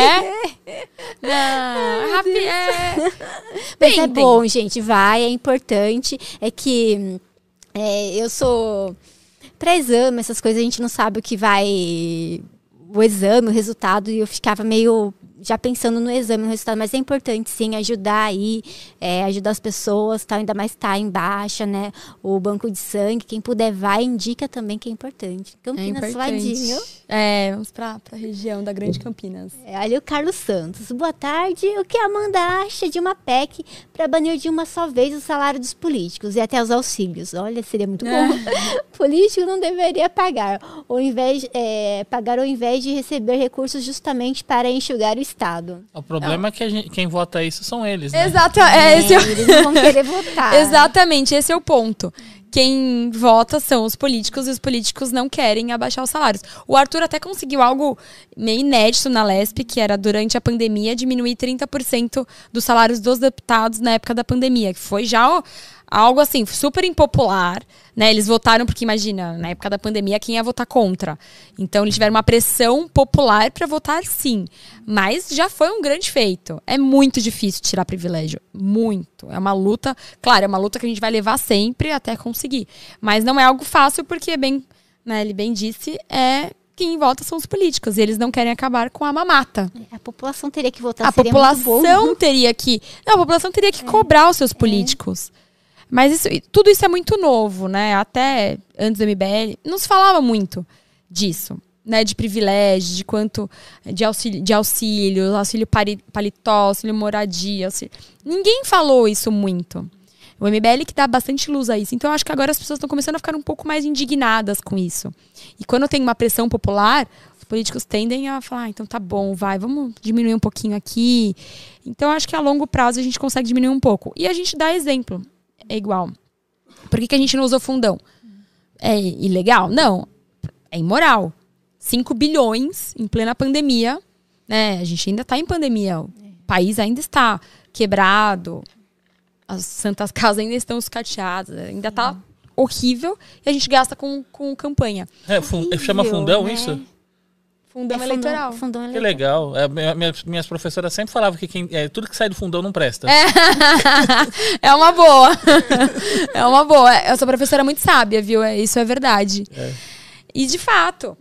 Mas é bom, gente, vai, é importante. É que eu sou... Pra exame, essas coisas, a gente não sabe o que vai... o exame, o resultado, e eu ficava meio já pensando no exame, no resultado, mas é importante sim ajudar aí, ajudar as pessoas, tá? Ainda mais tá em baixa, né? O banco de sangue, quem puder vai, indica também que é importante. Campinas, ladinho. Vamos pra região da Grande Campinas. Ali o Carlos Santos. Boa tarde. O que a Amanda acha de uma PEC para banir de uma só vez o salário dos políticos e até os auxílios? Olha, seria muito bom. Político não deveria pagar, ao invés de receber recursos justamente para enxugar o Estado. O problema é que quem vota isso são eles, né? Exato. Eles não vão querer votar. Exatamente, esse é o ponto. Quem vota são os políticos e os políticos não querem abaixar os salários. O Arthur até conseguiu algo meio inédito na Lesp, que era durante a pandemia diminuir 30% dos salários dos deputados na época da pandemia, que foi já algo assim, super impopular, né? Eles votaram porque, imagina, na época da pandemia, quem ia votar contra? Então, eles tiveram uma pressão popular para votar sim. Mas já foi um grande feito. É muito difícil tirar privilégio. Muito. É uma luta, claro, é uma luta que a gente vai levar sempre até conseguir. Mas não é algo fácil porque, ele bem disse, quem vota são os políticos. E eles não querem acabar com a mamata. A população teria que votar, A população teria que cobrar os seus políticos. Mas tudo isso é muito novo, né? Até antes do MBL, não se falava muito disso, né? De privilégio, de quanto de auxílio paletó, auxílio moradia. Ninguém falou isso muito. O MBL que dá bastante luz a isso. Então, eu acho que agora as pessoas estão começando a ficar um pouco mais indignadas com isso. E quando tem uma pressão popular, os políticos tendem a falar, então tá bom, vamos diminuir um pouquinho aqui. Então, eu acho que a longo prazo a gente consegue diminuir um pouco. E a gente dá exemplo. É igual. Por que a gente não usou fundão? É ilegal? Não. É imoral. 5 bilhões em plena pandemia, né? A gente ainda está em pandemia. O país ainda está quebrado. As santas casas ainda estão sucateadas. Ainda está horrível. E a gente gasta com campanha. Chama fundão, né? Isso? Fundão eleitoral. Fundão eleitoral. Que legal. Minhas professoras sempre falavam que tudo que sai do fundão não presta. É uma boa. É uma boa. Essa professora é muito sábia, viu? Isso é verdade. E de fato.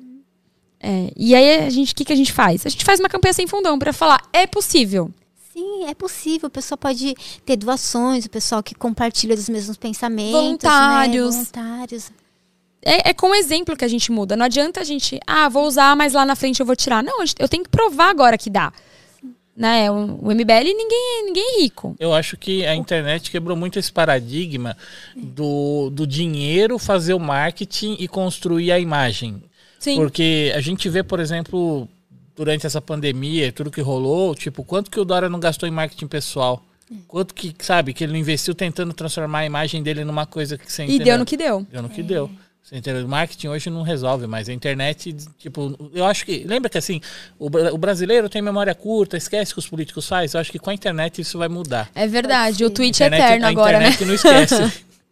E aí, o que a gente faz? A gente faz uma campanha sem fundão para falar, é possível. Sim, é possível. O pessoal pode ter doações, o pessoal que compartilha dos mesmos pensamentos. Voluntários. Né? Voluntários. É com o exemplo que a gente muda. Não adianta a gente, vou usar, mas lá na frente eu vou tirar. Não, eu tenho que provar agora que dá. Né? O MBL, ninguém é rico. Eu acho que a internet quebrou muito esse paradigma do dinheiro fazer o marketing e construir a imagem. Sim. Porque a gente vê, por exemplo, durante essa pandemia e tudo que rolou, tipo, quanto que o Dória não gastou em marketing pessoal? Quanto que, que ele não investiu tentando transformar a imagem dele numa coisa que você entendeu? E deu no que deu. Deu no que deu. Você entendeu? O marketing hoje não resolve, mas a internet, tipo, eu acho que... Lembra que, assim, o brasileiro tem memória curta, esquece o que os políticos fazem? Eu acho que com a internet isso vai mudar. É verdade, o tweet é eterno agora, né? A internet não esquece.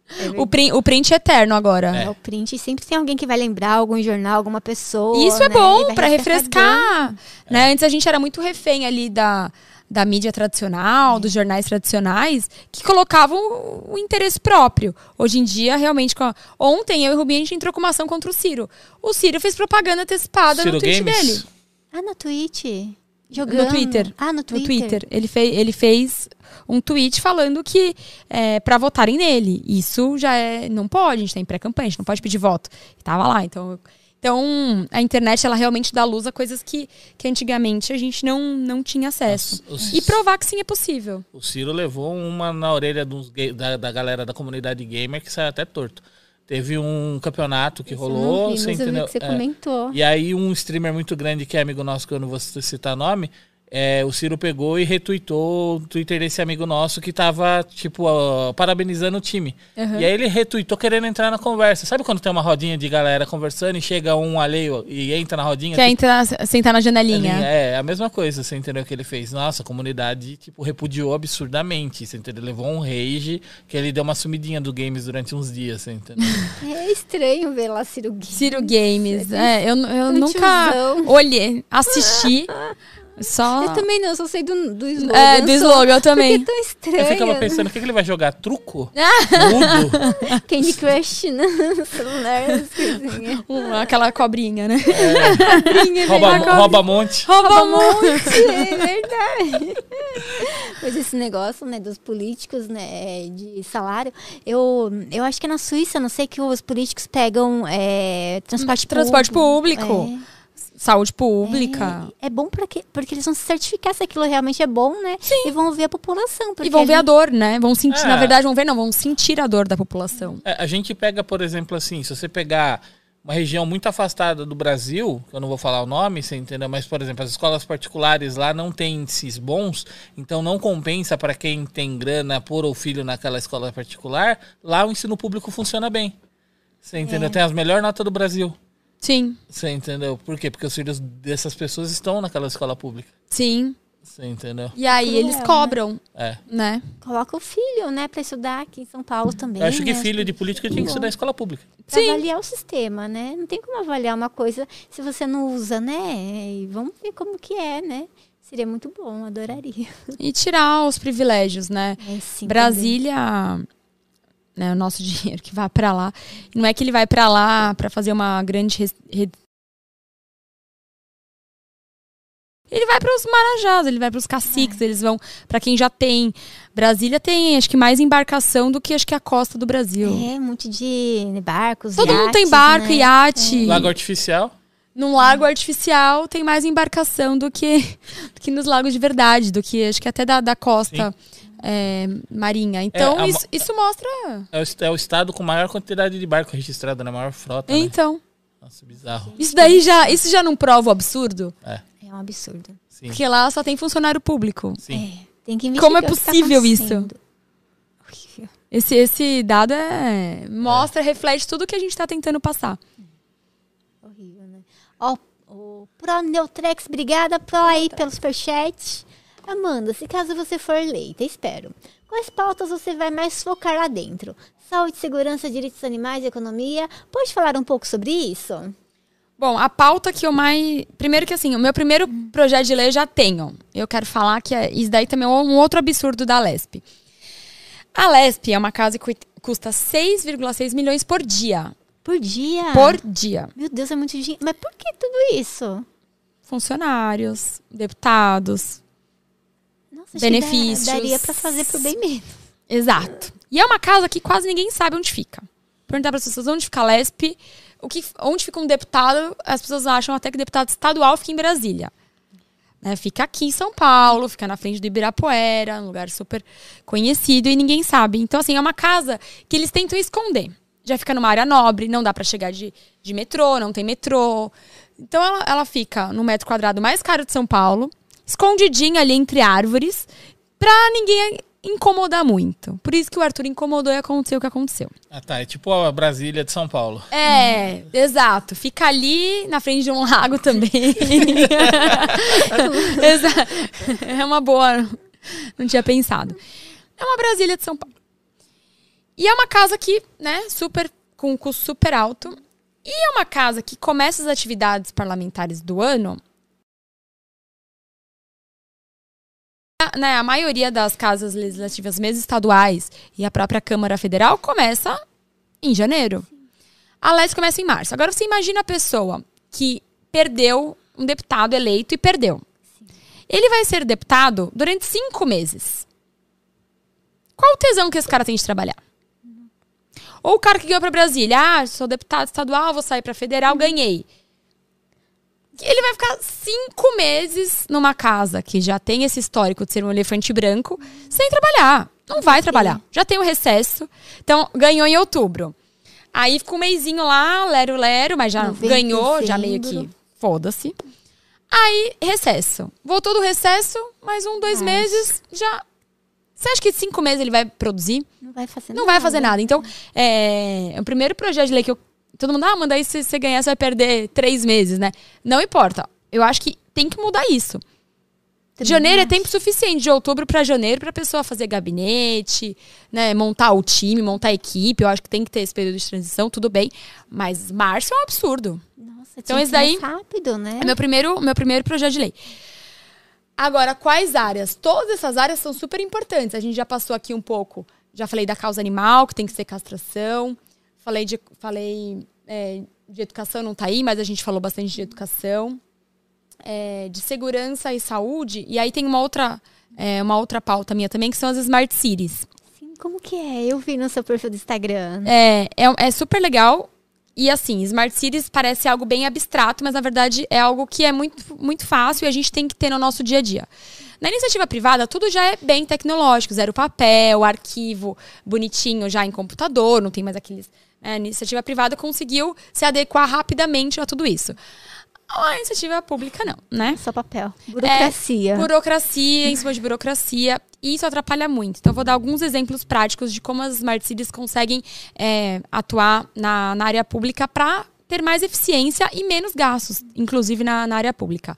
O print eterno agora. É o print. E sempre tem alguém que vai lembrar, algum jornal, alguma pessoa. E isso é né? bom pra refrescar. Né? Antes a gente era muito refém ali da mídia tradicional, dos jornais tradicionais, que colocavam o interesse próprio. Hoje em dia, realmente... Ontem, eu e o Rubinho, a gente entrou com uma ação contra o Ciro. O Ciro fez propaganda antecipada no tweet dele. Ah, no Twitch? Jogando. No Twitter. Ah, no Twitter. Ele fez um tweet falando que pra votarem nele. Isso já não pode, a gente tá em pré-campanha, a gente não pode pedir voto. E tava lá, então a internet, ela realmente dá luz a coisas que antigamente a gente não tinha acesso. E provar que sim é possível. O Ciro levou uma na orelha da galera da comunidade gamer que saiu até torto. Teve um campeonato que rolou, você entendeu? Que você comentou. E aí um streamer muito grande, que é amigo nosso, que eu não vou citar nome, o Ciro pegou e retweetou o Twitter desse amigo nosso que tava, tipo, parabenizando o time. Uhum. E aí ele retweetou querendo entrar na conversa. Sabe quando tem uma rodinha de galera conversando e chega um alheio e entra na rodinha? Quer sentar na janelinha. É a mesma coisa, você entendeu o que ele fez? Nossa, a comunidade, tipo, repudiou absurdamente, você entendeu? Levou um rage que ele deu uma sumidinha do games durante uns dias, você entendeu? É estranho ver lá Ciro Games. Ciro Games, eu nunca olhei, assisti. Eu também não, só sei do slogan. Do slogan eu também. Porque é tão estranho. Eu ficava pensando, o que ele vai jogar? Truco? Mudo? Candy Crush no celular. Aquela cobrinha, né? Rouba-monte. Rouba-monte, é verdade. Mas esse negócio, né, dos políticos, né, de salário, eu acho que é na Suíça, não sei, que os políticos pegam transporte público. Saúde pública. É bom porque eles vão se certificar se aquilo realmente é bom, né? Sim. E vão ouvir a população. E vão ver a dor, né? Vão sentir, na verdade, vão sentir a dor da população. A gente pega, por exemplo, assim, se você pegar uma região muito afastada do Brasil, que eu não vou falar o nome, você entendeu? Mas, por exemplo, as escolas particulares lá não têm índices bons, então não compensa para quem tem grana pôr o filho naquela escola particular. Lá o ensino público funciona bem. Você entendeu? Tem as melhores notas do Brasil. Sim. Você entendeu? Por quê? Porque os filhos dessas pessoas estão naquela escola pública. Sim. Você entendeu? E aí eles cobram, né? Coloca o filho, né, pra estudar aqui em São Paulo também. Eu acho que filho de político tem que estudar em escola pública. Pra avaliar o sistema, né? Não tem como avaliar uma coisa se você não usa, né? E vamos ver como que é, né? Seria muito bom, adoraria. E tirar os privilégios, né? Sim, Brasília... Né, o nosso dinheiro que vai pra lá. Não é que ele vai pra lá pra fazer uma grande... Ele vai pros marajás, ele vai pros caciques, eles vão pra quem já tem. Brasília tem, acho que mais embarcação do que acho que a costa do Brasil. Um monte de barcos, todo iates, mundo tem barco, né? iate. Lago artificial? Num lago artificial tem mais embarcação do que nos lagos de verdade, do que acho que até da costa... marinha. Então, isso mostra... É o estado com maior quantidade de barco registrado, na maior frota, então. Né? Nossa, bizarro. Isso já não prova o absurdo? É um absurdo. Sim. Porque lá só tem funcionário público. Sim. Tem que investigar. Como é possível isso? Horrível. Esse dado mostra, reflete tudo que a gente está tentando passar. Horrível, né? O Pro Neutrex, obrigada aí pelo superchat. Amanda, se caso você for eleita, espero. Quais pautas você vai mais focar lá dentro? Saúde, segurança, direitos animais, economia? Pode falar um pouco sobre isso? Bom, a pauta que eu mais... Primeiro que assim, o meu primeiro projeto de lei eu já tenho. Eu quero falar que isso daí também é um outro absurdo da Lesp. A Lesp é uma casa que custa 6,6 milhões por dia. Por dia? Por dia. Meu Deus, é muito dinheiro. Mas por que tudo isso? Funcionários, deputados... Nossa, benefícios. Daria pra fazer pro bem menos. Exato. E é uma casa que quase ninguém sabe onde fica. Perguntar para as pessoas onde fica a Lesp, onde fica um deputado, as pessoas acham até que deputado estadual fica em Brasília. Né? Fica aqui em São Paulo, fica na frente do Ibirapuera, um lugar super conhecido e ninguém sabe. Então, assim, é uma casa que eles tentam esconder. Já fica numa área nobre, não dá para chegar de metrô, não tem metrô. Então, ela fica no metro quadrado mais caro de São Paulo, escondidinha ali entre árvores, pra ninguém incomodar muito. Por isso que o Arthur incomodou e aconteceu o que aconteceu. Ah, tá. É tipo a Brasília de São Paulo. Exato. Fica ali na frente de um lago também. É uma boa... Não tinha pensado. É uma Brasília de São Paulo. E é uma casa que, né, com um custo super alto. E é uma casa que começa as atividades parlamentares do ano. Né, a maioria das casas legislativas, mesmo estaduais, e a própria Câmara Federal, começa em janeiro. A LES começa em março. Agora você imagina a pessoa que perdeu, um deputado eleito e perdeu. Sim. Ele vai ser deputado durante 5 meses. Qual o tesão que esse cara tem de trabalhar? Ou o cara que ganhou para Brasília. Sou deputado estadual, vou sair para federal, ganhei. Ele vai ficar 5 meses numa casa que já tem esse histórico de ser um elefante branco, sem trabalhar. Não vai trabalhar. Já tem o recesso. Então, ganhou em outubro. Aí fica um mêsinho lá, lero, mas já ganhou, já meio que foda-se. Aí, recesso. Voltou do recesso, mais 2 meses, já... Você acha que 5 meses ele vai produzir? Não vai fazer nada. Não vai fazer nada. Então, o primeiro projeto de lei que todo mundo, manda aí, se você ganhar, você vai perder 3 meses, né? Não importa. Eu acho que tem que mudar isso. Janeiro é tempo suficiente, de outubro para janeiro, para a pessoa fazer gabinete, né, montar o time, montar a equipe. Eu acho que tem que ter esse período de transição, tudo bem. Mas março é um absurdo. Nossa, então esse daí rápido, né? É meu primeiro projeto de lei. Agora, quais áreas? Todas essas áreas são super importantes. A gente já passou aqui um pouco, já falei da causa animal, que tem que ser castração. Falei de educação, não tá aí, mas a gente falou bastante de educação. De segurança e saúde. E aí tem uma outra pauta minha também, que são as Smart Cities. Sim, como que é? Eu vi no seu perfil do Instagram. É super legal. E assim, Smart Cities parece algo bem abstrato, mas na verdade é algo que é muito, muito fácil e a gente tem que ter no nosso dia a dia. Na iniciativa privada, tudo já é bem tecnológico. 0 papel, arquivo bonitinho já em computador, não tem mais aqueles... A iniciativa privada conseguiu se adequar rapidamente a tudo isso. A iniciativa pública não, né? Só papel. Burocracia. Burocracia, em cima de burocracia. E isso atrapalha muito. Então, eu vou dar alguns exemplos práticos de como as Smart Cities conseguem atuar na área pública para ter mais eficiência e menos gastos, inclusive na área pública.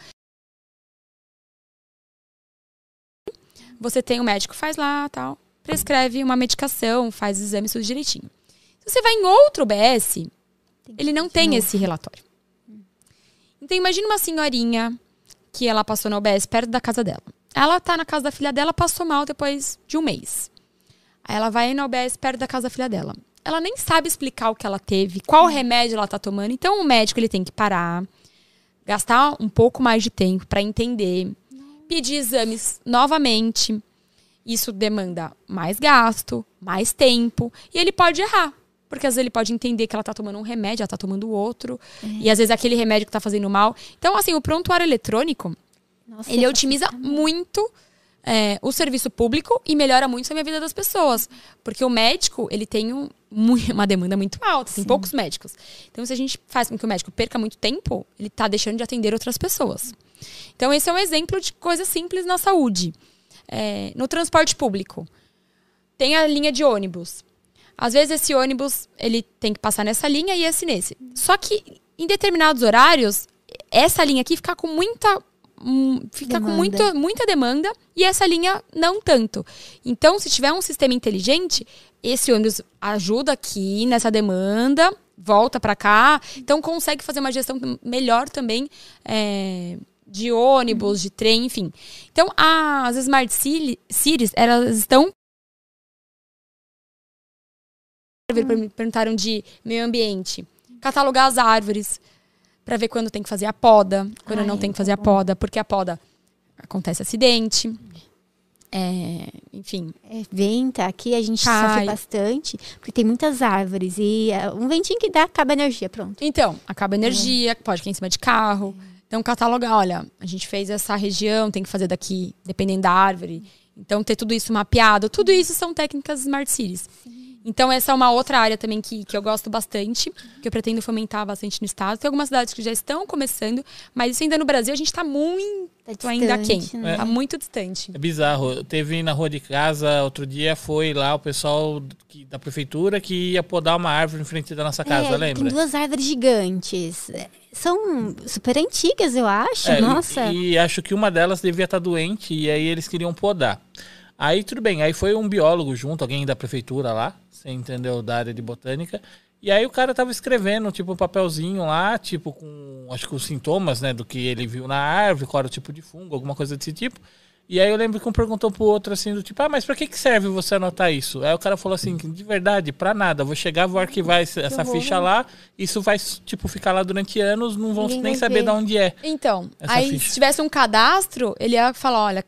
Você tem um médico, faz lá, tal, prescreve uma medicação, faz os exames tudo direitinho. Se você vai em outro UBS, ele não tem esse relatório. Então, imagina uma senhorinha que ela passou na UBS perto da casa dela. Ela tá na casa da filha dela, passou mal depois de 1 mês. Aí ela vai na UBS perto da casa da filha dela. Ela nem sabe explicar o que ela teve, qual remédio ela tá tomando. Então, o médico ele tem que parar, gastar um pouco mais de tempo para entender, pedir exames novamente. Isso demanda mais gasto, mais tempo, e ele pode errar. Porque às vezes ele pode entender que ela tá tomando um remédio, ela tá tomando outro. E às vezes aquele remédio que tá fazendo mal. Então, assim, o prontuário eletrônico, ele otimiza muito o serviço público e melhora muito a vida das pessoas. Porque o médico, ele tem uma demanda muito alta. Tem poucos médicos. Então, se a gente faz com que o médico perca muito tempo, ele tá deixando de atender outras pessoas. Então, esse é um exemplo de coisa simples na saúde. No transporte público, tem a linha de ônibus. Às vezes esse ônibus, ele tem que passar nessa linha e esse nesse. Só que em determinados horários, essa linha aqui fica com muita demanda e essa linha não tanto. Então, se tiver um sistema inteligente, esse ônibus ajuda aqui nessa demanda, volta para cá. Então, consegue fazer uma gestão melhor também de ônibus, de trem, enfim. Então, as Smart Cities, elas estão... Perguntaram de meio ambiente. Catalogar as árvores para ver quando tem que fazer a poda, quando não tem que fazer a poda, porque a poda acontece acidente. Enfim. Venta, aqui a gente sofre bastante, porque tem muitas árvores e um ventinho que dá, acaba a energia, pronto. Então, acaba a energia, pode cair em cima de carro. Então, catalogar, olha, a gente fez essa região, tem que fazer daqui, dependendo da árvore. Então, ter tudo isso mapeado. Tudo isso são técnicas Smart Cities. Sim. Então, essa é uma outra área também que eu gosto bastante, que eu pretendo fomentar bastante no estado. Tem algumas cidades que já estão começando, mas isso ainda no Brasil a gente está muito ainda aquém. Né? Tá muito distante. É bizarro. Teve na rua de casa, outro dia, foi lá o pessoal da prefeitura que ia podar uma árvore em frente da nossa casa, lembra? Tem 2 árvores gigantes. São super antigas, eu acho. Nossa. E acho que uma delas devia estar doente e aí eles queriam podar. Aí tudo bem, aí foi um biólogo junto, alguém da prefeitura lá, você entendeu, da área de botânica. E aí o cara tava escrevendo, tipo, um papelzinho lá, tipo, com, acho que os sintomas, né, do que ele viu na árvore, qual era o tipo de fungo, alguma coisa desse tipo. E aí eu lembro que um perguntou pro outro assim, do tipo, mas pra que serve você anotar isso? Aí o cara falou assim, de verdade, pra nada, vou chegar, vou arquivar essa ficha lá, isso vai, tipo, ficar lá durante anos, não vão nem saber de onde é. Então, aí ficha. Se tivesse um cadastro, ele ia falar, olha,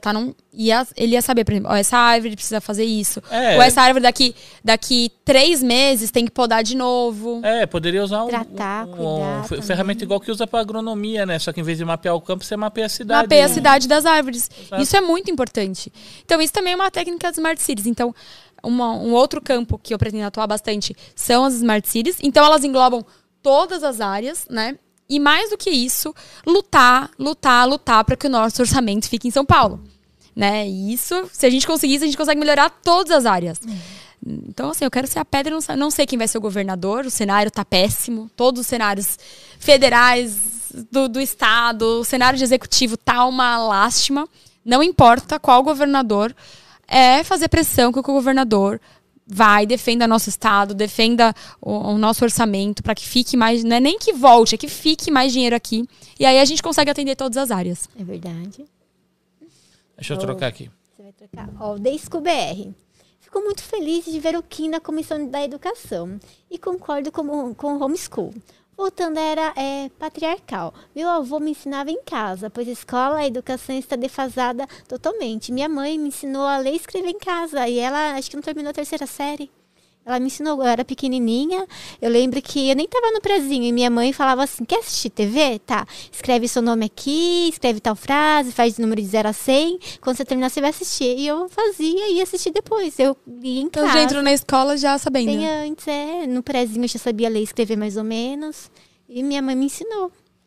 ele ia saber, por exemplo, essa árvore precisa fazer isso. Ou essa árvore daqui 3 meses tem que podar de novo. Poderia usar cuidar ferramenta igual que usa pra agronomia, né? Só que em vez de mapear o campo, você mapeia a cidade. Mapeia a cidade das árvores. Exato. Isso é muito importante. Então, isso também é uma técnica das Smart Cities. Então, um outro campo que eu pretendo atuar bastante são as Smart Cities. Então, elas englobam todas as áreas, né? E mais do que isso, lutar para que o nosso orçamento fique em São Paulo. Né? E isso, se a gente conseguir isso, a gente consegue melhorar todas as áreas. Então, assim, eu quero ser a pedra, não sei quem vai ser o governador, o cenário tá péssimo, todos os cenários federais do estado, o cenário de executivo tá uma lástima. Não importa qual governador, é fazer pressão que o governador defenda nosso estado, defenda o nosso orçamento para que fique mais, não é nem que volte, é que fique mais dinheiro aqui. E aí a gente consegue atender todas as áreas. É verdade. Deixa eu trocar aqui. Você vai trocar. O Deisco BR. Fico muito feliz de ver o Kim na Comissão da Educação e concordo com o homeschool. Voltando à era patriarcal. Meu avô me ensinava em casa, pois a escola, a educação está defasada totalmente. Minha mãe me ensinou a ler e escrever em casa e ela, acho que não terminou a 3ª série. Ela me ensinou, eu era pequenininha, eu lembro que eu nem tava no prezinho, e minha mãe falava assim, quer assistir TV? Tá, escreve seu nome aqui, escreve tal frase, faz o número de 0 a 100, quando você terminar você vai assistir. E eu fazia e ia assistir depois, eu ia em casa. Eu já entro na escola já sabendo. Bem antes, no prezinho eu já sabia ler e escrever mais ou menos, e minha mãe me ensinou.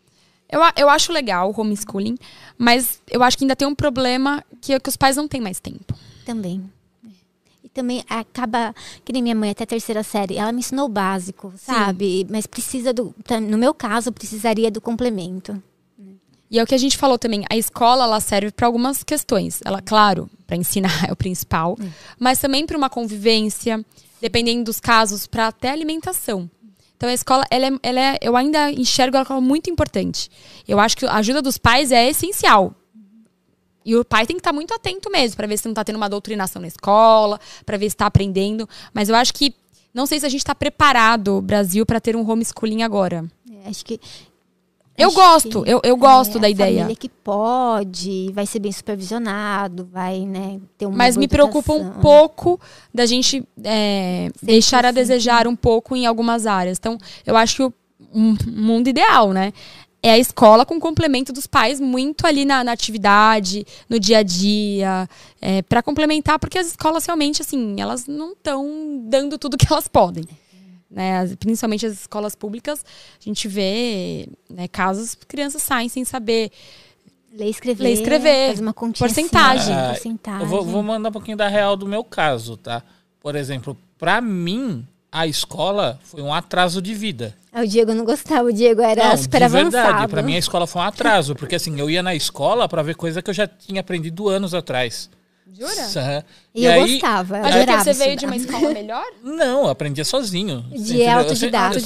Eu acho legal o homeschooling, mas eu acho que ainda tem um problema que os pais não têm mais tempo. Também. Também acaba, que nem minha mãe até a 3ª série, ela me ensinou o básico, sabe? Sim. Mas precisa no meu caso, precisaria do complemento. E é o que a gente falou também, a escola, ela serve para algumas questões. Ela, claro, para ensinar é o principal, mas também para uma convivência, dependendo dos casos, para até alimentação. Então a escola, eu ainda enxergo ela como muito importante. Eu acho que a ajuda dos pais é essencial. E o pai tem que estar muito atento mesmo, para ver se não está tendo uma doutrinação na escola, para ver se está aprendendo. Mas eu acho que, não sei se a gente está preparado, Brasil, para ter um homeschooling agora. Acho que... Eu gosto da ideia. Família que pode, vai ser bem supervisionado, vai, né, ter uma Mas me preocupa um pouco da gente deixar a desejar um pouco em algumas áreas. Então, eu acho que o mundo ideal, né? É a escola com complemento dos pais muito ali na atividade, no dia a dia, para complementar, porque as escolas realmente, assim, elas não estão dando tudo que elas podem. Né? Principalmente as escolas públicas, a gente vê, né, casos que crianças saem sem saber ler e escrever, fazer uma continha porcentagem. Eu vou mandar um pouquinho da real do meu caso, tá? Por exemplo, para mim, a escola foi um atraso de vida. O Diego não gostava, o Diego era super avançado. De verdade, pra mim a escola foi um atraso, porque assim, eu ia na escola pra ver coisa que eu já tinha aprendido anos atrás. Jura? E eu aí, gostava, eu adorava. Você veio de uma escola melhor? Não, eu aprendia sozinho. De autodidata.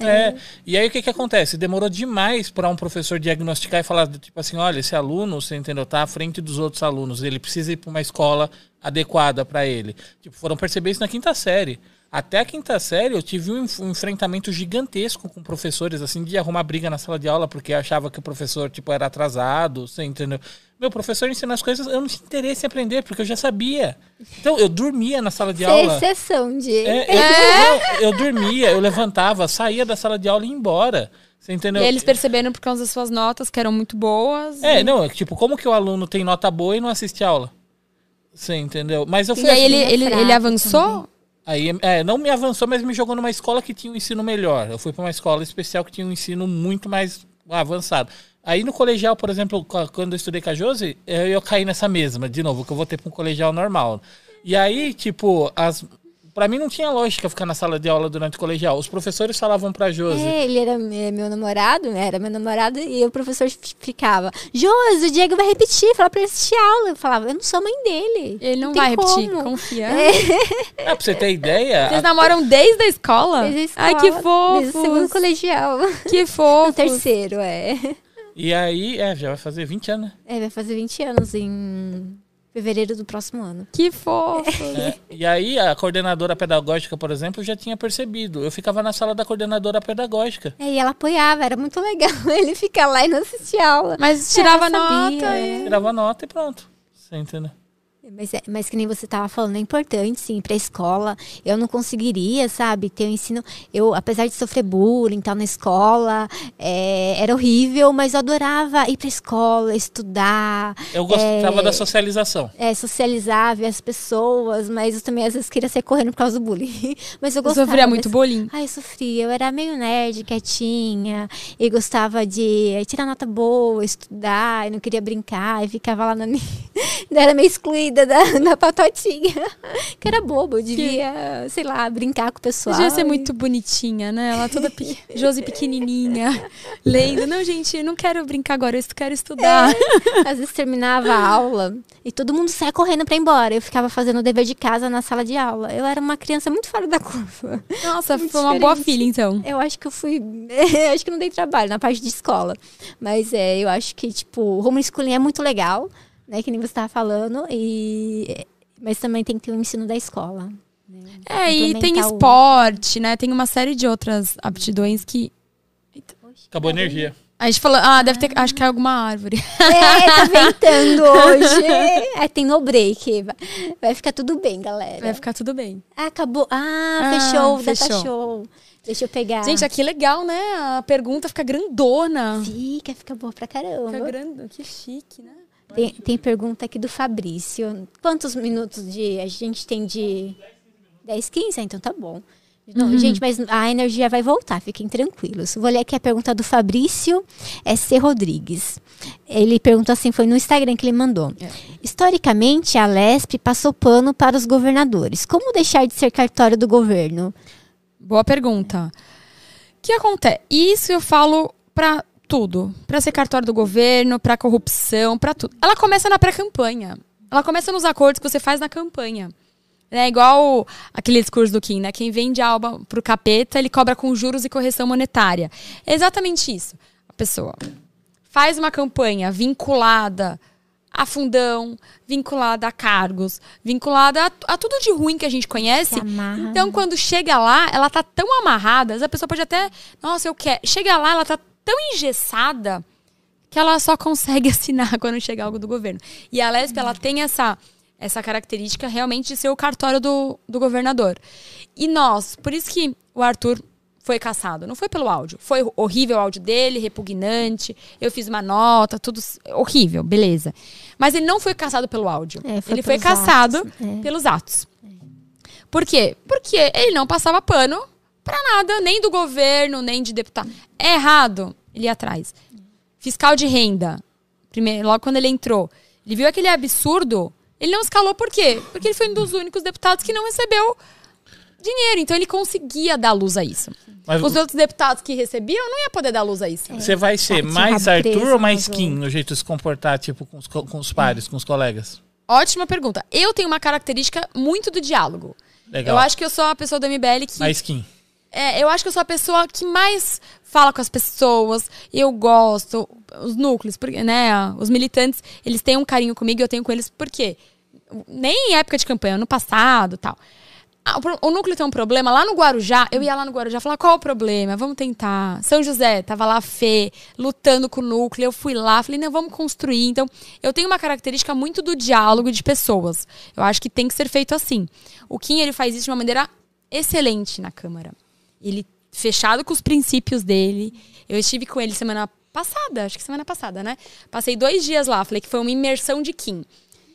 E aí o que acontece? Demorou demais para um professor diagnosticar e falar, tipo assim, olha, esse aluno, você entendeu, tá à frente dos outros alunos, ele precisa ir para uma escola adequada para ele. Tipo, foram perceber isso na 5ª série. Até a 5ª série eu tive um enfrentamento gigantesco com professores, assim, de arrumar briga na sala de aula, porque achava que o professor, tipo, era atrasado, você entendeu? Meu professor ensina as coisas, eu não tinha interesse em aprender, porque eu já sabia. Então, eu dormia na sala de aula. Exceção de... Eu dormia, eu levantava, saía da sala de aula e ia embora. Você entendeu? E eles perceberam por causa das suas notas, que eram muito boas. Tipo, como que o aluno tem nota boa e não assiste aula? Você entendeu? Mas eu fui... E aí ele avançou? Também. Aí, não me avançou, mas me jogou numa escola que tinha um ensino melhor. Eu fui para uma escola especial que tinha um ensino muito mais avançado. Aí no colegial, por exemplo, quando eu estudei com a Josi, eu caí nessa mesma, de novo, que eu vou ter para um colegial normal. E aí, tipo, pra mim não tinha lógica ficar na sala de aula durante o colegial. Os professores falavam pra Josi. Ele era meu namorado, e o professor ficava, Josi, o Diego vai repetir, fala pra ele assistir aula. Eu falava, eu não sou mãe dele. Ele não vai repetir, confia. Pra você ter ideia... Vocês namoram desde a escola? Desde a escola. Ai, que fofo. Desde o segundo colegial. Que fofo. No terceiro, E aí, já vai fazer 20 anos, né? Vai fazer 20 anos em fevereiro do próximo ano. Que fofo. E aí, a coordenadora pedagógica, por exemplo, já tinha percebido. Eu ficava na sala da coordenadora pedagógica. E ela apoiava, era muito legal. Ele fica lá e não assistia aula. Mas tirava sabia, nota. Tirava nota e pronto. Você entendeu? Mas que nem você estava falando, é importante, sim, para a escola. Eu não conseguiria, sabe, ter um ensino... Eu, apesar de sofrer bullying, tal, na escola, era horrível, mas eu adorava ir para a escola, estudar. Eu gostava da socialização. Socializar, ver as pessoas, mas eu também às vezes queria sair correndo por causa do bullying. Mas eu gostava. Eu sofria muito bullying? Eu sofria. Eu era meio nerd, quietinha, e gostava de tirar nota boa, estudar, e não queria brincar, e ficava lá na minha... Era meio excluída da patotinha, que era boba, eu devia, sei lá, brincar com o pessoal. Devia ser muito bonitinha, né? Ela toda Josi pequenininha, lendo. Não, gente, eu não quero brincar agora, eu quero estudar. Às vezes terminava a aula e todo mundo saia correndo pra ir embora. Eu ficava fazendo o dever de casa na sala de aula. Eu era uma criança muito fora da curva. Nossa, foi uma boa filha, então. Eu acho que eu fui... acho que não dei trabalho na parte de escola. Mas eu acho que, tipo, o homeschooling é muito legal, né, que nem você estava falando, mas também tem que ter o ensino da escola. Né? E tem esporte, né? Tem uma série de outras aptidões que... Acabou a energia. A gente falou, deve ter, acho que é alguma árvore. Tá ventando hoje. Tem no break. Vai ficar tudo bem, galera. Vai ficar tudo bem. Acabou. Fechou, data show. Deixa eu pegar. Gente, aqui é legal, né? A pergunta fica grandona. Fica boa pra caramba. Fica grande, que chique, né? Tem pergunta aqui do Fabrício. Quantos minutos a gente tem de 10, 15? Então tá bom. Não, gente, mas a energia vai voltar, fiquem tranquilos. Vou ler aqui a pergunta do Fabrício S. Rodrigues. Ele perguntou assim, foi no Instagram que ele mandou. Historicamente, a Lesp passou pano para os governadores. Como deixar de ser cartório do governo? Boa pergunta. O que acontece? Isso eu falo para tudo. Para ser cartório do governo, para corrupção, para tudo. Ela começa na pré-campanha. Ela começa nos acordos que você faz na campanha. É igual aquele discurso do Kim, né? Quem vende alma pro capeta, ele cobra com juros e correção monetária. É exatamente isso. A pessoa faz uma campanha vinculada a fundão, vinculada a cargos, vinculada a tudo de ruim que a gente conhece. Então, quando chega lá, ela tá tão amarrada, a pessoa pode até... Nossa, eu quero... Chega lá, ela tá tão engessada que ela só consegue assinar quando chega algo do governo. E a Lesp, ela tem essa característica realmente de ser o cartório do governador. E nós, por isso que o Arthur foi cassado. Não foi pelo áudio. Foi horrível o áudio dele, repugnante. Eu fiz uma nota, tudo horrível, beleza. Mas ele não foi cassado pelo áudio. Ele foi cassado pelos atos. Por quê? Porque ele não passava pano pra nada, nem do governo, nem de deputado. É errado, ele ia atrás. Fiscal de renda, primeiro, logo quando ele entrou, ele viu aquele absurdo, ele não escalou por quê? Porque ele foi um dos únicos deputados que não recebeu dinheiro, então ele conseguia dar luz a isso. Mas os outros deputados que recebiam não ia poder dar luz a isso. Você vai ser mais Arthur ou mais Kim no jeito de se comportar, tipo, com os pares, com os colegas? Ótima pergunta. Eu tenho uma característica muito do diálogo. Legal. Eu acho que eu sou a pessoa do MBL que... Mais Kim. Eu acho que eu sou a pessoa que mais fala com as pessoas. Eu gosto. Os núcleos, né? Os militantes, eles têm um carinho comigo e eu tenho com eles. Por quê? Nem em época de campanha, ano passado, tal. O núcleo tem um problema. Lá no Guarujá, eu ia lá no Guarujá falar, qual o problema? Vamos tentar. São José, tava lá a Fê, lutando com o núcleo. Eu fui lá, falei, não, vamos construir. Então, eu tenho uma característica muito do diálogo de pessoas. Eu acho que tem que ser feito assim. O Kim, ele faz isso de uma maneira excelente na Câmara. Ele, fechado com os princípios dele. Eu estive com ele semana passada, acho que semana passada, né? Passei 2 dias lá, falei que foi uma imersão de Kim.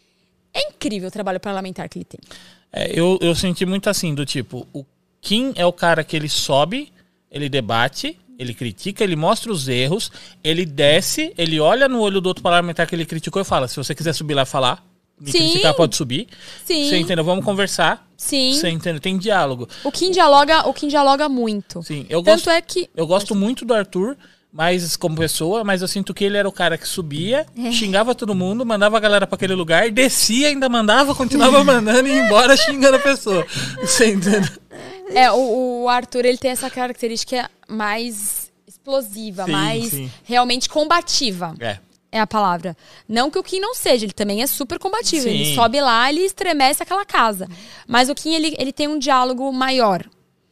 É incrível o trabalho parlamentar que ele tem. Eu senti muito assim, do tipo, o Kim é o cara que ele sobe, ele debate, ele critica, ele mostra os erros, ele desce, ele olha no olho do outro parlamentar que ele criticou e fala, se você quiser subir lá e falar, Nitrique, esse cara pode subir. Sim. Você entendeu? Vamos conversar. Sim. Você entendeu? Tem diálogo. O Kim dialoga muito. Sim. Eu gosto muito do Arthur, mas como pessoa, mas eu sinto que ele era o cara que subia, xingava todo mundo, mandava a galera pra aquele lugar, descia, ainda mandava, continuava mandando e ia embora xingando a pessoa. Você entendeu? O Arthur, ele tem essa característica mais explosiva, realmente combativa. É a palavra. Não que o Kim não seja, ele também é super combativo. Sim. Ele sobe lá, ele estremece aquela casa. Mas o Kim, ele tem um diálogo maior.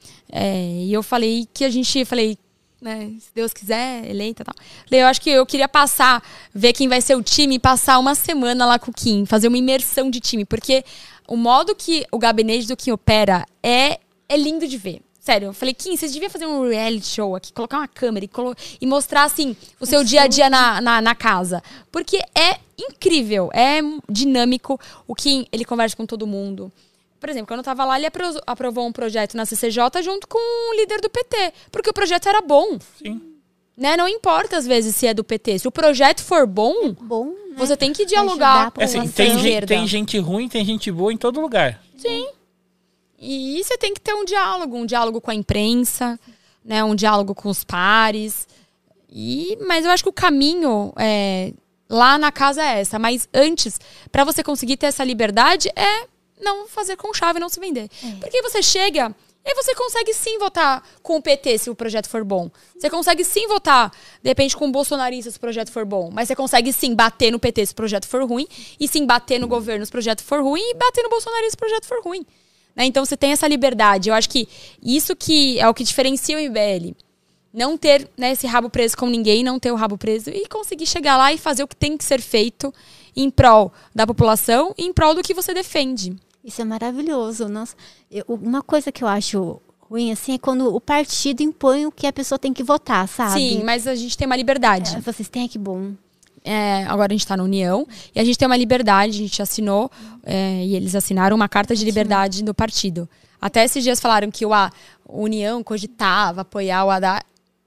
E eu falei que né, se Deus quiser, eleita e tal. Eu acho que eu queria ver quem vai ser o time e passar uma semana lá com o Kim, fazer uma imersão de time. Porque o modo que o gabinete do Kim opera é lindo de ver. Sério, eu falei, Kim, vocês deviam fazer um reality show aqui, colocar uma câmera e mostrar, assim, o seu dia a dia na casa. Porque é incrível, é dinâmico. O Kim, ele conversa com todo mundo. Por exemplo, quando eu tava lá, ele aprovou um projeto na CCJ junto com o líder do PT. Porque o projeto era bom. Sim. Né? Não importa, às vezes, se é do PT. Se o projeto for bom, né? Você tem que dialogar com assim, tem gente ruim, tem gente boa em todo lugar. Sim. E você tem que ter um diálogo com a imprensa, né, um diálogo com os pares. Mas eu acho que o caminho lá na casa é essa. Mas antes, para você conseguir ter essa liberdade, não fazer com chave, não se vender. Porque você chega e você consegue sim votar com o PT se o projeto for bom. Você consegue sim votar, de repente, com o bolsonarista se o projeto for bom. Mas você consegue sim bater no PT se o projeto for ruim. E sim bater no governo se o projeto for ruim. E bater no bolsonarista se o projeto for ruim. Então você tem essa liberdade. Eu acho que isso que é o que diferencia o MBL. Não ter, né, esse rabo preso com ninguém, não ter o rabo preso e conseguir chegar lá e fazer o que tem que ser feito em prol da população e em prol do que você defende. Isso é maravilhoso. Nossa, uma coisa que eu acho ruim assim é quando o partido impõe o que a pessoa tem que votar, sabe? Sim, mas a gente tem uma liberdade. Vocês têm que bom. Agora a gente está na União e a gente tem uma liberdade, a gente assinou e eles assinaram uma carta de liberdade do partido. Até esses dias falaram que a União cogitava apoiar o Haddad.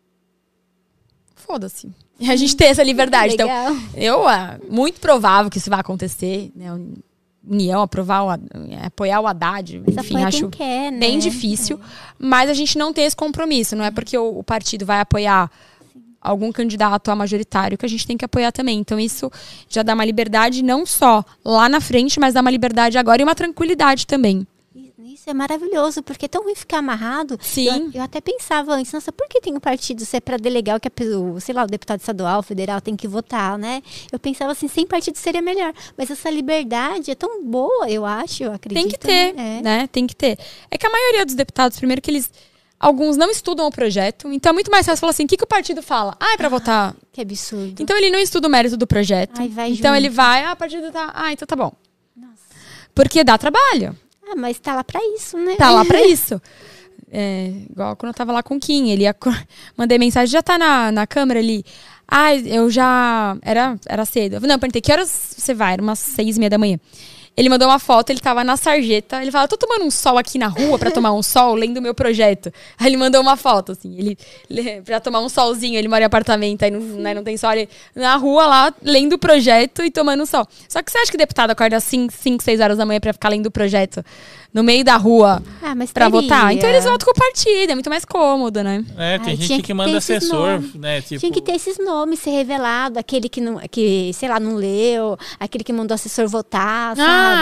Foda-se. A gente tem essa liberdade. Então, muito provável que isso vai acontecer, né? União apoiar o Haddad, mas enfim, acho quem quer, né? Bem difícil, mas a gente não tem esse compromisso, não é porque o partido vai apoiar algum candidato a majoritário que a gente tem que apoiar também. Então isso já dá uma liberdade não só lá na frente, mas dá uma liberdade agora e uma tranquilidade também. Isso é maravilhoso, porque é tão ruim ficar amarrado. Sim. Eu até pensava antes, nossa, por que tem um partido? Se é para delegar o que o deputado estadual, federal tem que votar, né? Eu pensava assim, sem partido seria melhor. Mas essa liberdade é tão boa, eu acredito. Tem que ter, né? Tem que ter. É que a maioria dos deputados, primeiro que alguns não estudam o projeto, então é muito mais fácil falar assim, o que o partido fala? É pra votar. Que absurdo. Então ele não estuda o mérito do projeto. Então ele vai, o partido tá, então tá bom. Nossa. Porque dá trabalho. Mas tá lá pra isso, né? Tá lá pra isso. Igual quando eu tava lá com o Kim, mandei mensagem, já tá na câmera ali. Eu já... Era cedo. Não, eu perguntei, que horas você vai? Era umas 6:30 da manhã. Ele mandou uma foto, ele tava na sarjeta. Ele falou, tô tomando um sol aqui na rua pra tomar um sol, lendo o meu projeto. Aí ele mandou uma foto, assim. Ele pra tomar um solzinho, ele mora em apartamento, aí não tem sol. Ele, na rua lá, lendo o projeto e tomando um sol. Só que você acha que o deputado acorda às 5, 6 horas da manhã pra ficar lendo o projeto no meio da rua pra votar? Então eles votam com o partido, é muito mais cômodo, né? Tem gente que manda assessor, né? Tipo... Tinha que ter esses nomes, ser revelado. Aquele que sei lá, não leu. Aquele que mandou o assessor votar, sabe?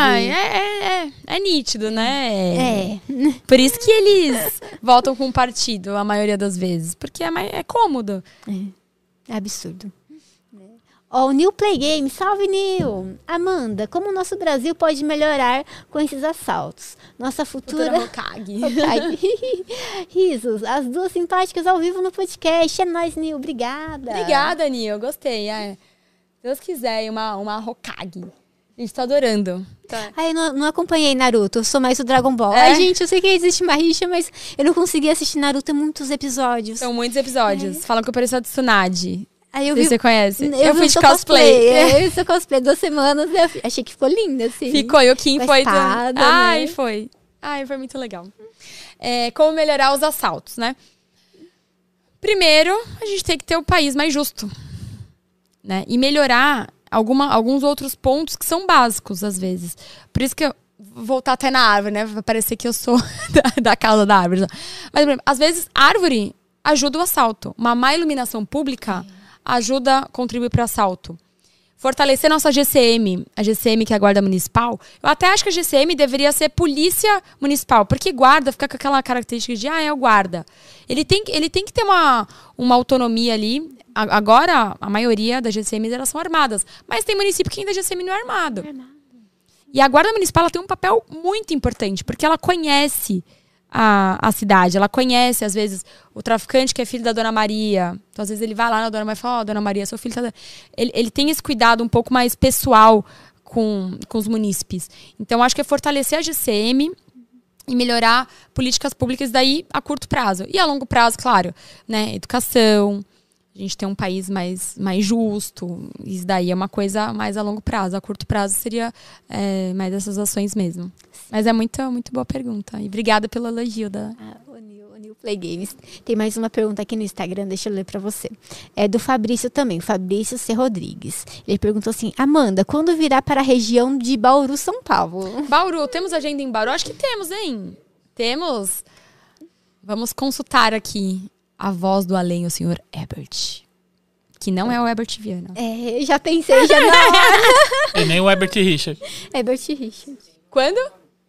É nítido, né? Por isso que eles votam com o partido, a maioria das vezes. Porque é cômodo. É absurdo. O New Play Game, salve New! Amanda, como o nosso Brasil pode melhorar com esses assaltos? Nossa futura Hokage. Risos, as duas simpáticas ao vivo no podcast. É nóis, New, obrigada. Obrigada, New, gostei. Se Deus quiser, uma Hokage. A gente tá adorando. Tá. Eu não acompanhei Naruto, eu sou mais do Dragon Ball. Gente, eu sei que existe uma rixa, mas eu não consegui assistir Naruto em muitos episódios. São muitos episódios. Falam que eu pareço a Tsunade. Aí você conhece? Eu fui de cosplay. Eu sou cosplay 2 semanas, eu achei que ficou linda, assim. Ficou, e o Kim foi... Espada, né? Foi. Foi muito legal. Como melhorar os assaltos, né? Primeiro, a gente tem que ter o país mais justo. Né? E melhorar alguns outros pontos que são básicos, às vezes. Por isso que eu vou voltar até na árvore, né? Vai parecer que eu sou da causa da árvore. Mas, por exemplo, às vezes, árvore ajuda o assalto. Uma má iluminação pública ajuda, contribui para o assalto. Fortalecer nossa GCM, a GCM que é a Guarda Municipal. Eu até acho que a GCM deveria ser Polícia Municipal, porque guarda fica com aquela característica de, é o guarda. Ele tem que ter uma autonomia ali. Agora, a maioria das GCMs elas são armadas, mas tem município que ainda a GCM não é armado. E a Guarda Municipal ela tem um papel muito importante, porque ela conhece a cidade, ela conhece, às vezes, o traficante que é filho da Dona Maria. Então, às vezes, ele vai lá na Dona Maria e fala, Dona Maria, seu filho tá... Ele tem esse cuidado um pouco mais pessoal com os munícipes. Então, acho que é fortalecer a GCM e melhorar políticas públicas daí a curto prazo. E a longo prazo, claro, né? Educação, a gente tem um país mais justo. Isso daí é uma coisa mais a longo prazo. A curto prazo seria mais essas ações mesmo. Mas é muito boa pergunta. E obrigada pelo elogio. O New Play Games. Tem mais uma pergunta aqui no Instagram, deixa eu ler pra você. É do Fabrício também, Fabrício C. Rodrigues. Ele perguntou assim, Amanda, quando virá para a região de Bauru, São Paulo? Bauru, temos agenda em Bauru? Acho que temos, hein? Temos. Vamos consultar aqui a voz do além, o senhor Herbert. Que não é o Herbert Viana. Eu já pensei, já na hora. E nem o Herbert Richard. Herbert Richard. Quando?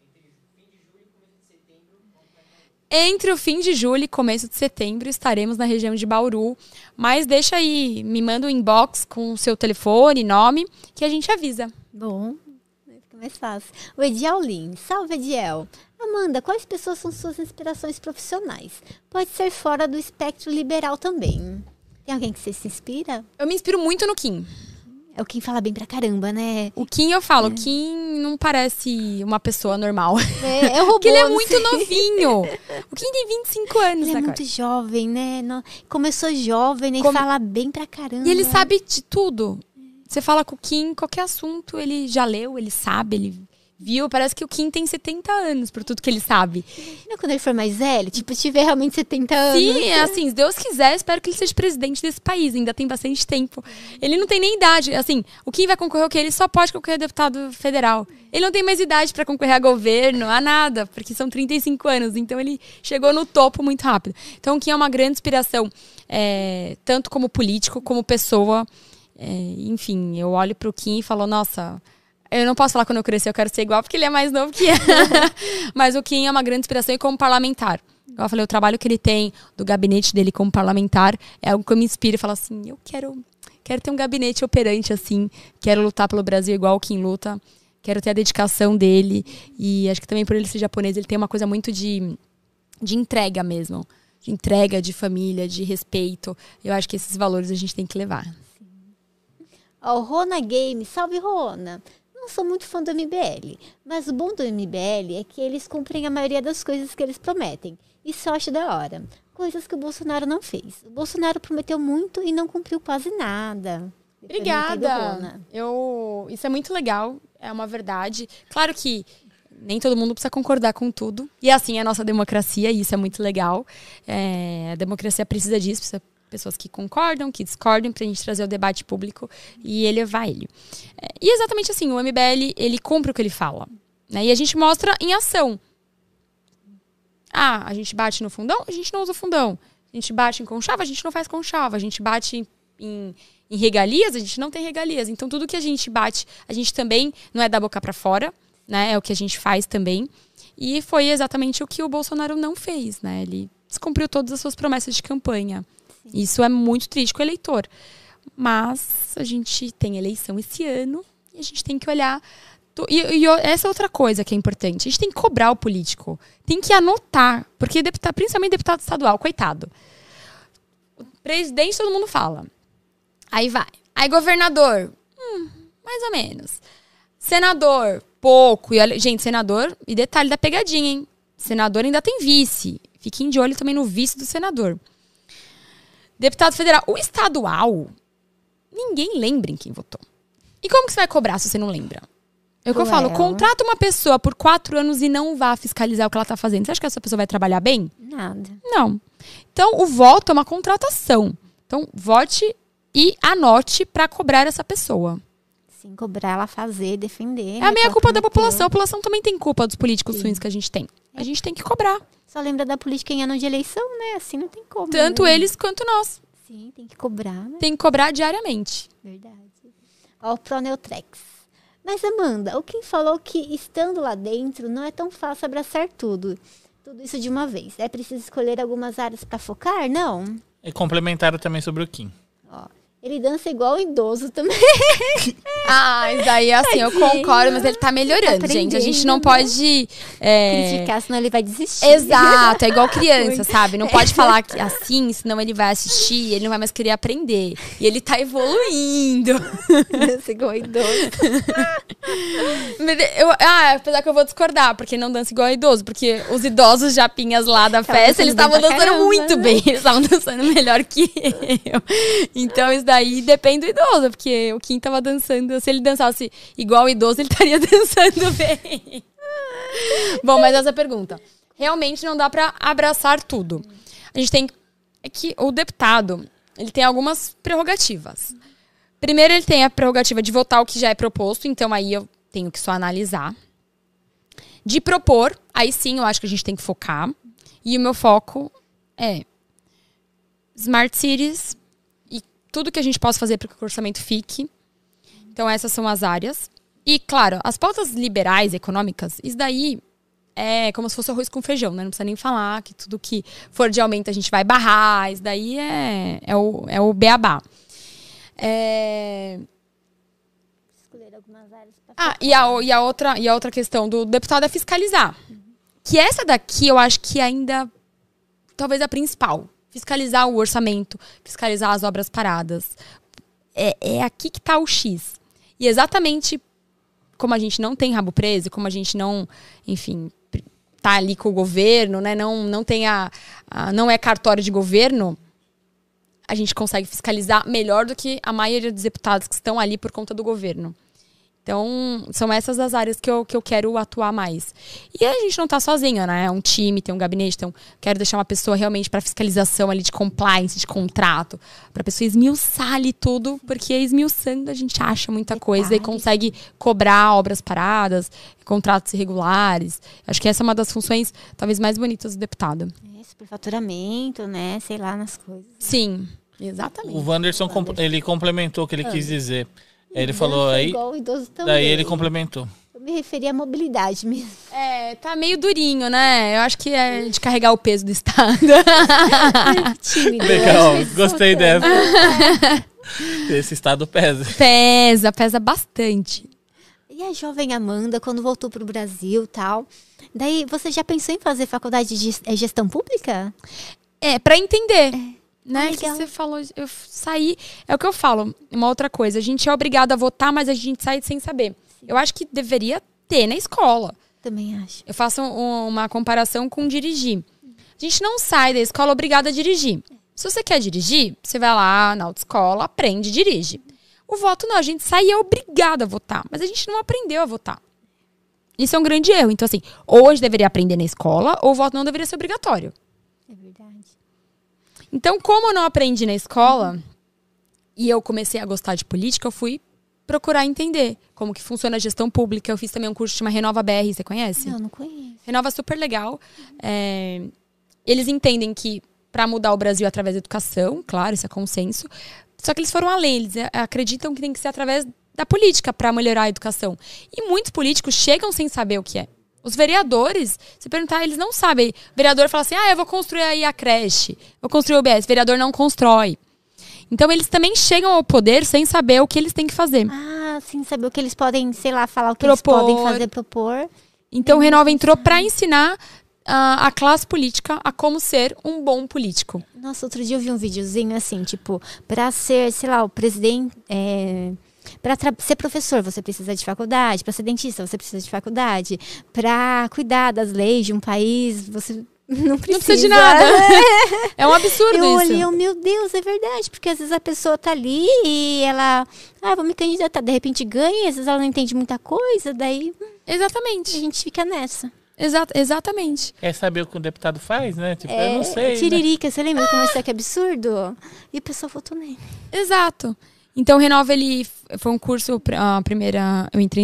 Entre o fim de julho e começo de setembro estaremos na região de Bauru. Mas deixa aí, me manda um inbox com o seu telefone, nome, que a gente avisa. Bom, fica mais fácil. O Ediel Lins. Salve, Ediel. Amanda, quais pessoas são suas inspirações profissionais? Pode ser fora do espectro liberal também. Tem alguém que você se inspira? Eu me inspiro muito no Kim. É o Kim fala bem pra caramba, né? O Kim, eu falo, o Kim não parece uma pessoa normal. É o robô. Porque ele é muito novinho. O Kim tem 25 anos, ele é muito jovem, né? Começou jovem, né? E fala bem pra caramba. E ele sabe de tudo. Você fala com o Kim, qualquer assunto, ele já leu, ele sabe, ele viu. Parece que o Kim tem 70 anos por tudo que ele sabe. Imagina quando ele for mais velho, tipo, tiver realmente 70 anos. Sim, assim, se Deus quiser, espero que ele seja presidente desse país. Ainda tem bastante tempo. Ele não tem nem idade. Assim, o Kim vai concorrer o quê? Ele só pode concorrer a deputado federal. Ele não tem mais idade pra concorrer a governo, a nada, porque são 35 anos. Então ele chegou no topo muito rápido. Então o Kim é uma grande inspiração, tanto como político, como pessoa. Enfim, eu olho pro Kim e falo, nossa... Eu não posso falar quando eu crescer, eu quero ser igual, porque ele é mais novo que eu. Mas o Kim é uma grande inspiração e como parlamentar. Como eu falei, o trabalho que ele tem do gabinete dele como parlamentar é algo que eu me inspiro e falo assim, eu quero ter um gabinete operante assim, quero lutar pelo Brasil igual o Kim luta, quero ter a dedicação dele. E acho que também por ele ser japonês, ele tem uma coisa muito de entrega mesmo. De entrega, de família, de respeito. Eu acho que esses valores a gente tem que levar. O Rona Game, salve Rona! Não sou muito fã do MBL, mas o bom do MBL é que eles cumprem a maioria das coisas que eles prometem. Isso eu acho da hora. Coisas que o Bolsonaro não fez. O Bolsonaro prometeu muito e não cumpriu quase nada. Obrigada! Isso é muito legal, é uma verdade. Claro que nem todo mundo precisa concordar com tudo. E assim é a nossa democracia, e isso é muito legal. A democracia precisa disso, precisa pessoas que concordam, que discordam, pra gente trazer o debate público e elevar ele. E exatamente assim, o MBL, ele cumpre o que ele fala, né? E a gente mostra em ação. A gente bate no fundão, a gente não usa o fundão. A gente bate em conchava, a gente não faz conchava. A gente bate em regalias, a gente não tem regalias. Então, tudo que a gente bate, a gente também não é da boca pra fora, né? É o que a gente faz também. E foi exatamente o que o Bolsonaro não fez, né? Ele descumpriu todas as suas promessas de campanha. Isso é muito triste com o eleitor. Mas a gente tem eleição esse ano e a gente tem que olhar... E essa é outra coisa que é importante. A gente tem que cobrar o político. Tem que anotar. Porque principalmente deputado estadual, coitado. O presidente todo mundo fala. Aí vai. Aí governador, mais ou menos. Senador, pouco. E olha, gente, senador... E detalhe da pegadinha, hein? Senador ainda tem vice. Fiquem de olho também no vice do senador. Deputado federal. O estadual, ninguém lembra em quem votou. E como que você vai cobrar se você não lembra? É o que eu falo, contrata uma pessoa por 4 anos e não vá fiscalizar o que ela tá fazendo. Você acha que essa pessoa vai trabalhar bem? Nada. Não. Então, o voto é uma contratação. Então, vote e anote para cobrar essa pessoa. Sim, cobrar ela fazer, defender. É a meia culpa da população. A população também tem culpa dos políticos ruins que a gente tem. A gente tem que cobrar. Só lembra da política em ano de eleição, né? Assim não tem como. Tanto eles quanto nós. Sim, tem que cobrar, né? Tem que cobrar diariamente. Verdade. Ó, o Proneutrex. Mas, Amanda, o Kim falou que estando lá dentro não é tão fácil abraçar tudo. Tudo isso de uma vez. É preciso escolher algumas áreas para focar? Não. E complementaram também sobre o Kim. Ó, ele dança igual idoso também. Isso daí, assim, eu concordo, mas ele tá melhorando, gente. A gente não pode... criticar, senão ele vai desistir. Exato, é igual criança, sabe? Não pode falar que assim, senão ele vai assistir, ele não vai mais querer aprender. E ele tá evoluindo. Dança igual idoso. Apesar que eu vou discordar, porque não dança igual idoso. Porque os idosos japinhas lá da festa, eles estavam dançando muito bem. Eles estavam dançando melhor que eu. Então, isso daí depende do idoso, porque o Kim tava dançando. Se ele dançasse igual o idoso, ele estaria dançando bem. Bom, mas essa pergunta. Realmente não dá pra abraçar tudo. A gente tem... É que o deputado, ele tem algumas prerrogativas. Primeiro, ele tem a prerrogativa de votar o que já é proposto. Então, aí eu tenho que só analisar. De propor, aí sim, eu acho que a gente tem que focar. E o meu foco é Smart Cities e tudo que a gente possa fazer para que o orçamento fique. Então, essas são as áreas. E, claro, as pautas liberais, econômicas, isso daí é como se fosse arroz com feijão, né? Não precisa nem falar que tudo que for de aumento a gente vai barrar. Isso daí é o beabá. Escolher algumas áreas pra e a outra questão do deputado é fiscalizar. Que essa daqui eu acho que ainda talvez a principal. Fiscalizar o orçamento, fiscalizar as obras paradas. É aqui que tá o X. E exatamente como a gente não tem rabo preso, como a gente não, enfim, tá ali com o governo, né? Não tem não é cartório de governo, a gente consegue fiscalizar melhor do que a maioria dos deputados que estão ali por conta do governo. Então, são essas as áreas que eu quero atuar mais. E a gente não tá sozinha, né? É um time, tem um gabinete, então quero deixar uma pessoa realmente para fiscalização ali de compliance, de contrato, para a pessoa esmiuçar ali tudo, porque esmiuçando a gente acha muita coisa e consegue cobrar obras paradas, contratos irregulares. Acho que essa é uma das funções talvez mais bonitas do deputado. Superfaturamento, né? Sei lá, nas coisas. Sim, exatamente. O Wanderson, ele complementou o que ele quis dizer. Ele falou aí, igual o idoso também. daí ele complementou. Eu me referi à mobilidade mesmo. Tá meio durinho, né? Eu acho que é de carregar o peso do Estado. Tímido. Legal, gostei dessa. Esse Estado pesa. Pesa bastante. E a jovem Amanda, quando voltou pro Brasil e tal, daí você já pensou em fazer faculdade de gestão pública? Pra entender. Né? Legal. Que você falou, eu saí. É o que eu falo, uma outra coisa. A gente é obrigado a votar, mas a gente sai sem saber. Eu acho que deveria ter na escola. Também acho. Eu faço uma comparação com dirigir. A gente não sai da escola obrigado a dirigir. Se você quer dirigir, você vai lá na autoescola, aprende e dirige. O voto não, a gente sai e é obrigado a votar. Mas a gente não aprendeu a votar. Isso é um grande erro. Então, assim, ou a gente deveria aprender na escola, ou o voto não deveria ser obrigatório. É verdade. Então, como eu não aprendi na escola e eu comecei a gostar de política, eu fui procurar entender como que funciona a gestão pública. Eu fiz também um curso que chama Renova BR, você conhece? Não conheço. Renova é super legal. Eles entendem que para mudar o Brasil é através da educação, claro, isso é consenso. Só que eles foram além, eles acreditam que tem que ser através da política para melhorar a educação. E muitos políticos chegam sem saber o que é. Os vereadores, se perguntar, eles não sabem. O vereador fala assim, eu vou construir aí a creche, vou construir o UBS. O vereador não constrói. Então, eles também chegam ao poder sem saber o que eles têm que fazer. Sem saber o que eles podem, sei lá, falar o que eles podem fazer, propor. Então, o Renova entrou para ensinar a classe política a como ser um bom político. Nossa, outro dia eu vi um videozinho assim, tipo, para ser, sei lá, o presidente... Para ser professor, você precisa de faculdade. Para ser dentista, você precisa de faculdade. Para cuidar das leis de um país, você não precisa de nada. É um absurdo eu isso. Olhei, meu Deus, é verdade. Porque às vezes a pessoa tá ali e ela... vou me candidatar. De repente ganha, às vezes ela não entende muita coisa. Daí Exatamente. A gente fica nessa. Exatamente. Quer saber o que o deputado faz, né? Tipo, eu não sei. Tiririca, né? Você lembra como isso é que absurdo? E o pessoal votou nele. Exato. Então, o Renova, ele foi um curso, a primeira, eu entrei em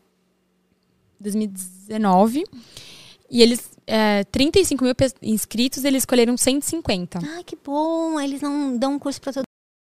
2019, e eles, 35 mil inscritos, eles escolheram 150. Ah, que bom, eles não dão um curso para todo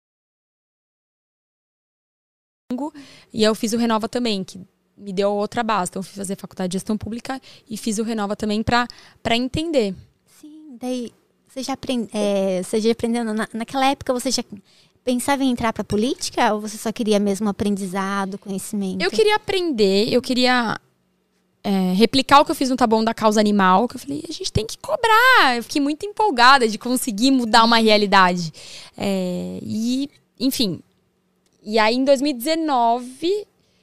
mundo. E eu fiz o Renova também, que me deu outra base. Então, eu fui fazer faculdade de gestão pública e fiz o Renova também para entender. Sim, daí você já aprendendo, naquela época você já pensava em entrar para política ou você só queria mesmo aprendizado, conhecimento? Eu queria aprender, eu queria replicar o que eu fiz no Tá Bom da Causa Animal, que eu falei, a gente tem que cobrar. Eu fiquei muito empolgada de conseguir mudar uma realidade. E, enfim. E aí, em 2019,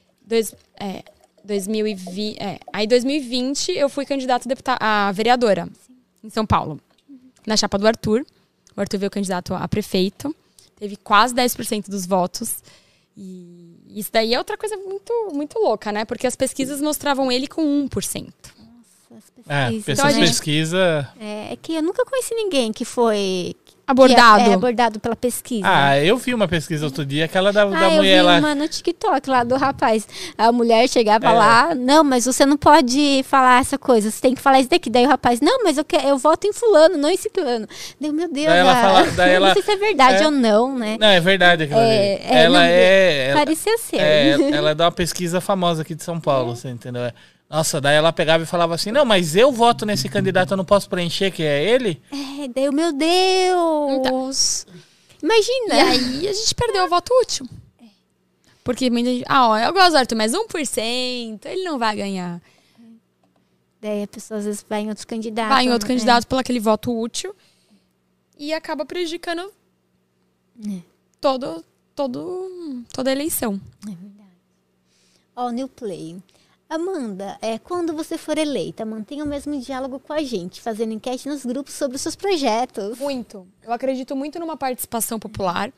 2020, eu fui candidata a vereadora em São Paulo, na chapa do Arthur. O Arthur veio candidato a prefeito. Teve quase 10% dos votos. E isso daí é outra coisa muito, muito louca, né? Porque as pesquisas mostravam ele com 1%. Nossa, pesquisa... É que eu nunca conheci ninguém que foi... Abordado. Abordado pela pesquisa. Ah, eu vi uma pesquisa outro dia, aquela da mulher eu vi lá. uma no TikTok lá do rapaz. A mulher chegava lá, não, mas você não pode falar essa coisa, você tem que falar isso daqui. Daí o rapaz, não, mas eu voto em fulano, não em ciclano. Daí, meu Deus, não sei se é verdade ou não, né? Não, é verdade aquilo ali. Parecia ser. Ela é de uma pesquisa famosa aqui de São Paulo, você entendeu? Nossa, daí ela pegava e falava assim, não, mas eu voto nesse candidato, eu não posso preencher que é ele? Daí, meu Deus! Então, imagina! E aí a gente perdeu o voto útil. Porque muita gente, eu gosto do Arthur, mas 1%, ele não vai ganhar. Daí a pessoa às vezes vai em outros candidatos. Vai em outro candidato pelo aquele voto útil e acaba prejudicando toda a eleição. É verdade. New Play. Amanda, quando você for eleita, mantenha o mesmo diálogo com a gente, fazendo enquete nos grupos sobre os seus projetos. Muito. Eu acredito muito numa participação popular.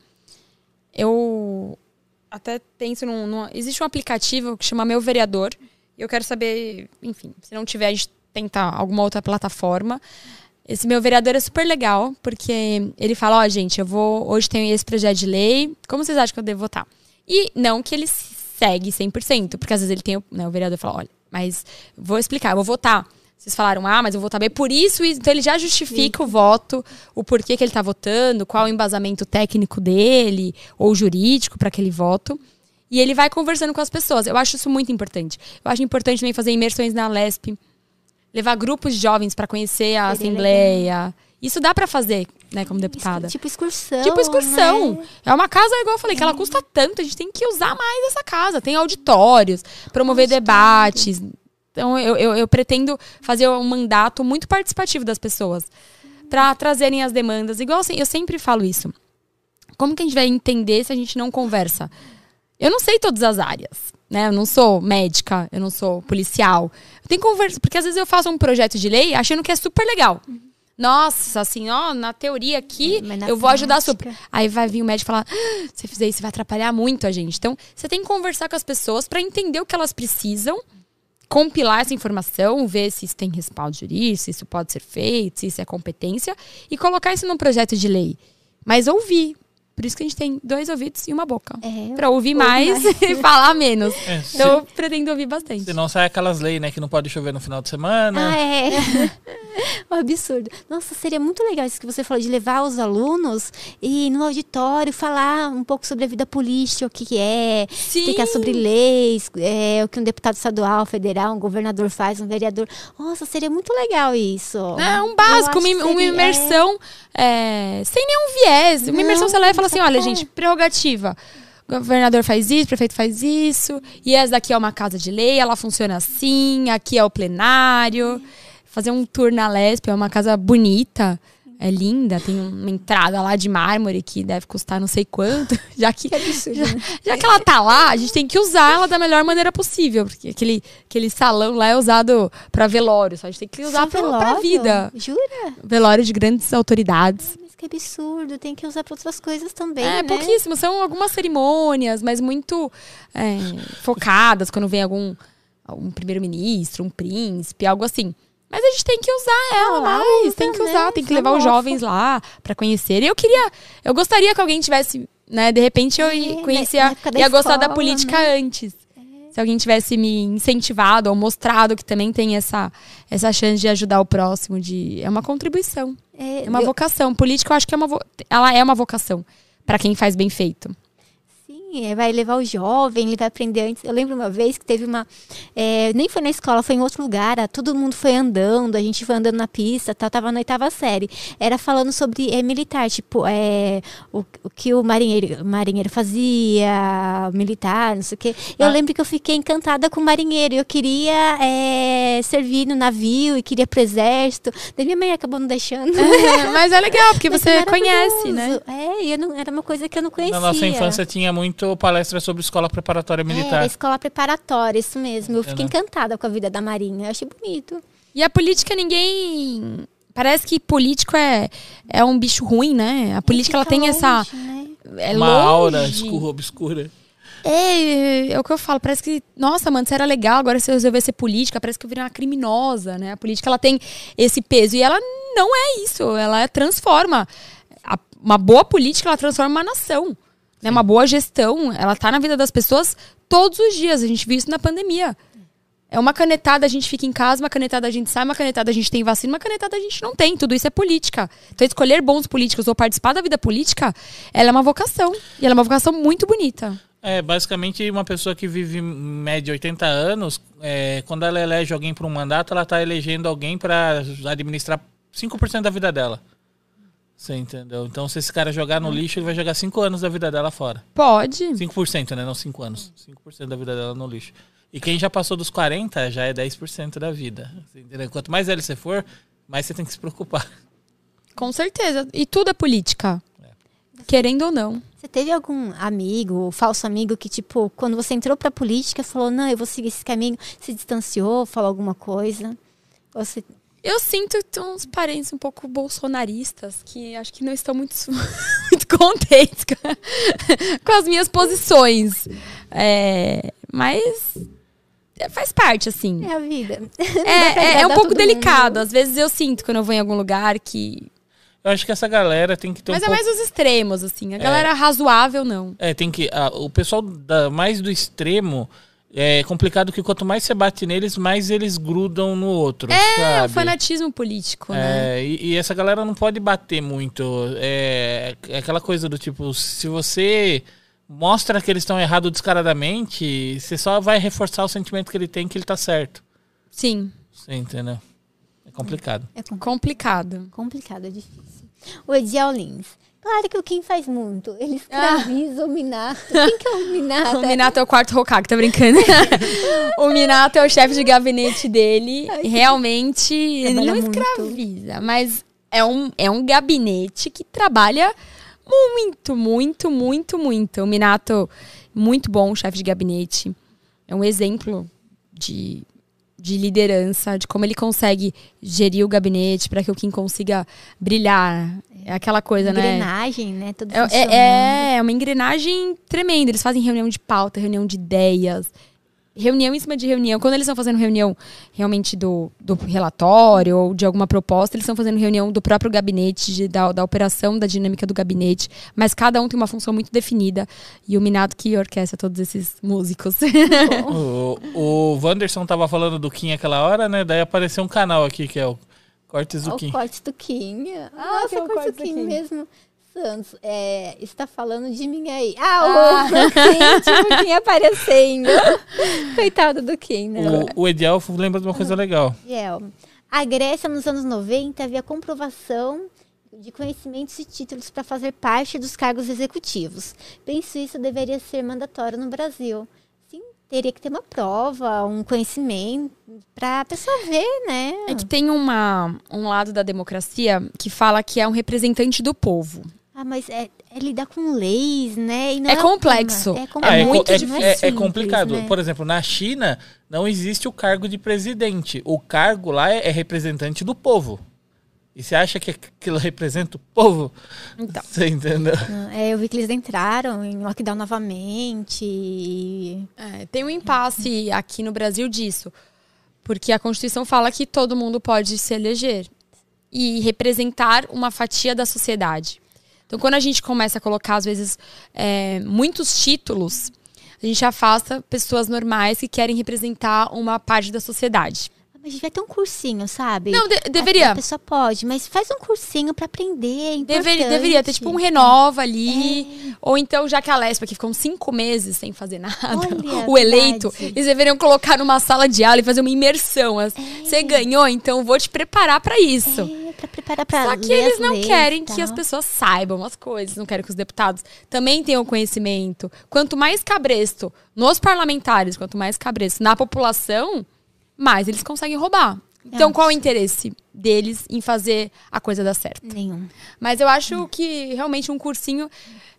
Eu até penso existe um aplicativo que chama Meu Vereador. E eu quero saber, enfim, se não tiver, a gente tenta alguma outra plataforma. Esse Meu Vereador é super legal, porque ele fala, gente, hoje tenho esse projeto de lei, como vocês acham que eu devo votar? E não que ele segue 100%, porque às vezes ele tem, o vereador fala, olha, mas vou explicar, eu vou votar. Vocês falaram, mas eu vou votar bem por isso, então ele já justifica o voto, o porquê que ele tá votando, qual o embasamento técnico dele, ou jurídico para aquele voto. E ele vai conversando com as pessoas. Eu acho isso muito importante. Eu acho importante também fazer imersões na Lesp, levar grupos de jovens para conhecer a Assembleia. Legal. Isso dá para fazer, né, como deputada. Tipo excursão. Né? É uma casa, igual eu falei, que ela custa tanto. A gente tem que usar mais essa casa. Tem auditórios, promover debates. Então, eu pretendo fazer um mandato muito participativo das pessoas. Para trazerem as demandas. Igual assim, eu sempre falo isso. Como que a gente vai entender se a gente não conversa? Eu não sei todas as áreas, né? Eu não sou médica, eu não sou policial. Eu tenho que conversar, porque às vezes eu faço um projeto de lei achando que é super legal. Nossa, assim, na teoria aqui, eu vou ajudar super. Aí vai vir o médico e falar, se você fizer isso, vai atrapalhar muito a gente. Então, você tem que conversar com as pessoas para entender o que elas precisam, compilar essa informação, ver se isso tem respaldo jurídico, se isso pode ser feito, se isso é competência, e colocar isso num projeto de lei. Mas ouvir. Por isso que a gente tem 2 ouvidos e uma boca. Pra ouvir mais e falar menos. Então eu pretendo ouvir bastante. Senão sai aquelas leis, né? Que não pode chover no final de semana. Um absurdo. Nossa, seria muito legal isso que você falou, de levar os alunos e no auditório falar um pouco sobre a vida política, o que é, Sim. o que é sobre leis, o que um deputado estadual, federal, um governador faz, um vereador. Nossa, seria muito legal isso. É um básico, uma imersão sem nenhum viés. Uma imersão você leva e fala assim, olha, gente, prerrogativa. O governador faz isso, o prefeito faz isso. E essa daqui é uma casa de lei, ela funciona assim. Aqui é o plenário. Fazer um tour na Lesp, é uma casa bonita. É linda, tem uma entrada lá de mármore que deve custar não sei quanto. Já que ela tá lá, a gente tem que usar ela da melhor maneira possível. Porque aquele salão lá é usado pra velório. Só a gente tem que usar pra vida. Jura? Velório de grandes autoridades. Que absurdo, tem que usar para outras coisas também, né? Pouquíssimo, são algumas cerimônias, mas muito focadas, quando vem algum primeiro-ministro, um príncipe, algo assim. Mas a gente tem que usar ela mais, tem que usar, tem que levar os jovens lá para conhecer. E eu gostaria que alguém tivesse né? De repente eu ia gostar da política, né? Antes. Se alguém tivesse me incentivado ou mostrado que também tem essa chance de ajudar o próximo, é uma contribuição. É uma vocação. Política, eu acho que ela é uma vocação para quem faz bem feito. Sim, vai levar o jovem, ele vai aprender antes. Eu lembro uma vez que teve nem foi na escola, foi em outro lugar. Todo mundo foi andando, a gente foi andando na pista, tava na 8ª série. Era falando sobre militar, tipo, o que o marinheiro fazia, militar, não sei o quê. Eu lembro que eu fiquei encantada com o marinheiro. Eu queria servir no navio e queria pro exército. Daí minha mãe acabou não deixando. Mas é legal, porque você conhece, né? Era uma coisa que eu não conhecia. Na nossa infância tinha muito palestra sobre escola preparatória militar. Escola preparatória, isso mesmo. Eu fiquei encantada com a vida da Marinha. Eu achei bonito. E a política, ninguém... Parece que político é um bicho ruim, né? A política, ela tem essa... Né? Uma aura obscura. É o que eu falo. Parece que... Nossa, mano, você era legal, agora você resolveu ser política. Parece que eu virei uma criminosa, né? A política, ela tem esse peso. E ela não é isso. Ela transforma. Uma boa política, ela transforma uma nação. Né? Uma boa gestão, ela tá na vida das pessoas todos os dias. A gente viu isso na pandemia. É uma canetada, a gente fica em casa, uma canetada a gente sai, uma canetada a gente tem vacina, uma canetada a gente não tem. Tudo isso é política. Então, escolher bons políticos ou participar da vida política, ela é uma vocação. E ela é uma vocação muito bonita. Basicamente, uma pessoa que vive em média 80 anos, quando ela elege alguém para um mandato, ela tá elegendo alguém para administrar 5% da vida dela. Você entendeu? Então, se esse cara jogar no lixo, ele vai jogar 5 anos da vida dela fora. Pode. 5%, né? Não 5 anos. 5% da vida dela no lixo. E quem já passou dos 40, já é 10% da vida. Você entendeu? Quanto mais velho você for, mais você tem que se preocupar. Com certeza. E tudo é política. Querendo ou não. Você teve algum amigo, falso amigo, que, tipo, quando você entrou pra política, falou, não, eu vou seguir esse caminho, se distanciou, falou alguma coisa? Você... Eu sinto que tem uns parentes um pouco bolsonaristas que acho que não estão muito, muito contentes com as minhas posições. Mas faz parte, assim. É a vida. É um pouco delicado. Às vezes eu sinto quando eu vou em algum lugar que... Eu acho que essa galera tem que ter Mas mais os extremos, assim. A galera razoável, não. Tem que... o pessoal mais do extremo... É complicado que quanto mais você bate neles, mais eles grudam no outro, sabe? O fanatismo político, né? E essa galera não pode bater muito. É aquela coisa do tipo, se você mostra que eles estão errados descaradamente, você só vai reforçar o sentimento que ele tem que ele tá certo. Sim. Você entendeu? É complicado. Complicado. Complicado, é difícil. O Ediel Lins. Claro que o Kim faz muito. Ele escraviza o Minato. Quem que é o Minato? O Minato é o quarto Hokage, tá brincando? O Minato é o chefe de gabinete dele. Realmente, ele não escraviza. Mas é um gabinete que trabalha muito, muito, muito, muito. O Minato, muito bom chefe de gabinete. É um exemplo de liderança, de como ele consegue gerir o gabinete para que o Kim consiga brilhar. É aquela coisa, engrenagem, né? Tudo é uma engrenagem tremenda. Eles fazem reunião de pauta, reunião de ideias, reunião em cima de reunião. Quando eles estão fazendo reunião realmente do relatório ou de alguma proposta, eles estão fazendo reunião do próprio gabinete, da operação, da dinâmica do gabinete. Mas cada um tem uma função muito definida. E o Minato que orquestra todos esses músicos. O Wanderson tava falando do Kim aquela hora, né? Daí apareceu um canal aqui que é o Cortes do Kim. O Cortes do Kim. Nossa, é o Cortes do Kim mesmo. Santos, está falando de mim aí. O Kim aparecendo. Coitado do Kim, né? O Ediel lembra de uma coisa legal. A Grécia, nos anos 90, havia comprovação de conhecimentos e títulos para fazer parte dos cargos executivos. Penso isso deveria ser mandatório no Brasil. Sim, teria que ter uma prova, um conhecimento para a pessoa ver, né? É que tem um lado da democracia que fala que é um representante do povo. Mas é lidar com leis, né? E não é complexo. É muito difícil. É complicado. Né? Por exemplo, na China não existe o cargo de presidente. O cargo lá é representante do povo. E você acha que aquilo representa o povo? Então. Você entendeu? Eu vi que eles entraram em lockdown novamente. Tem um impasse aqui no Brasil disso. Porque a Constituição fala que todo mundo pode se eleger e representar uma fatia da sociedade. Então, quando a gente começa a colocar, às vezes, muitos títulos, a gente afasta pessoas normais que querem representar uma parte da sociedade. Mas vai ter um cursinho, sabe? Não, deveria. A pessoa pode, mas faz um cursinho pra aprender, é importante. Deveria ter, tipo, um renova ali. Ou então, já que a Lespa, que ficou 5 meses sem fazer nada, Olha, o eleito, verdade. eles deveriam colocar numa sala de aula e fazer uma imersão. Você ganhou, então vou te preparar pra isso. Pra preparar pra Só que ler eles as não leis querem e que tal. as pessoas saibam as coisas, não querem que os deputados também tenham conhecimento. Quanto mais cabresto nos parlamentares, quanto mais cabresto na população, mais eles conseguem roubar. Então, qual é o interesse deles em fazer a coisa dar certo? Nenhum. Mas eu acho que realmente um cursinho,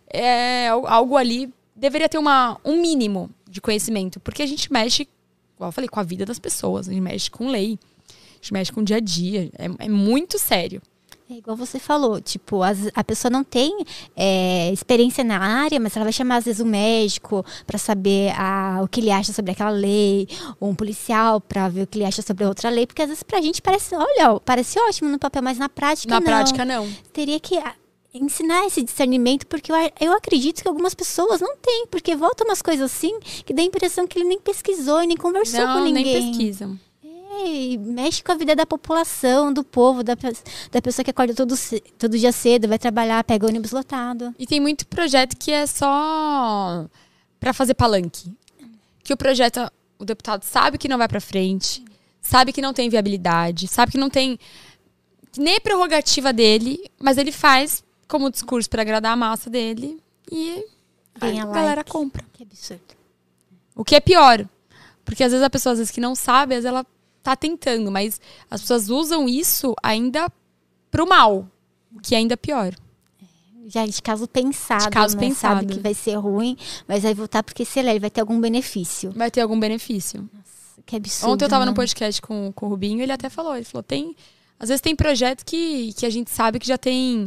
algo ali, deveria ter um mínimo de conhecimento. Porque a gente mexe, como eu falei, com a vida das pessoas. A gente mexe com lei. A gente mexe com o dia a dia. É muito sério. É igual você falou, tipo, a pessoa não tem experiência na área, mas ela vai chamar às vezes um médico para saber o que ele acha sobre aquela lei, ou um policial para ver o que ele acha sobre outra lei, porque às vezes pra gente parece ótimo no papel, mas na prática não. Na prática, não. Teria que ensinar esse discernimento, porque eu acredito que algumas pessoas não têm, porque voltam umas coisas assim que dá a impressão que ele nem pesquisou e nem conversou com ninguém. Nem pesquisam. E mexe com a vida da população, do povo, da pessoa que acorda todo dia cedo, vai trabalhar, pega ônibus lotado. E tem muito projeto que é só pra fazer palanque. Que o deputado sabe que não vai pra frente, sabe que não tem viabilidade, sabe que não tem nem a prerrogativa dele, mas ele faz como discurso pra agradar a massa dele e a galera compra. Que absurdo. O que é pior, porque às vezes a pessoa que não sabe, às vezes ela tá tentando, mas as pessoas usam isso ainda pro mal, o que é ainda pior. Já de caso pensado, sabe que vai ser ruim, mas vai voltar porque, sei lá, ele vai ter algum benefício. Vai ter algum benefício. Nossa, que absurdo. Ontem eu tava no podcast com o Rubinho, ele até falou, às vezes tem projeto que a gente sabe que já tem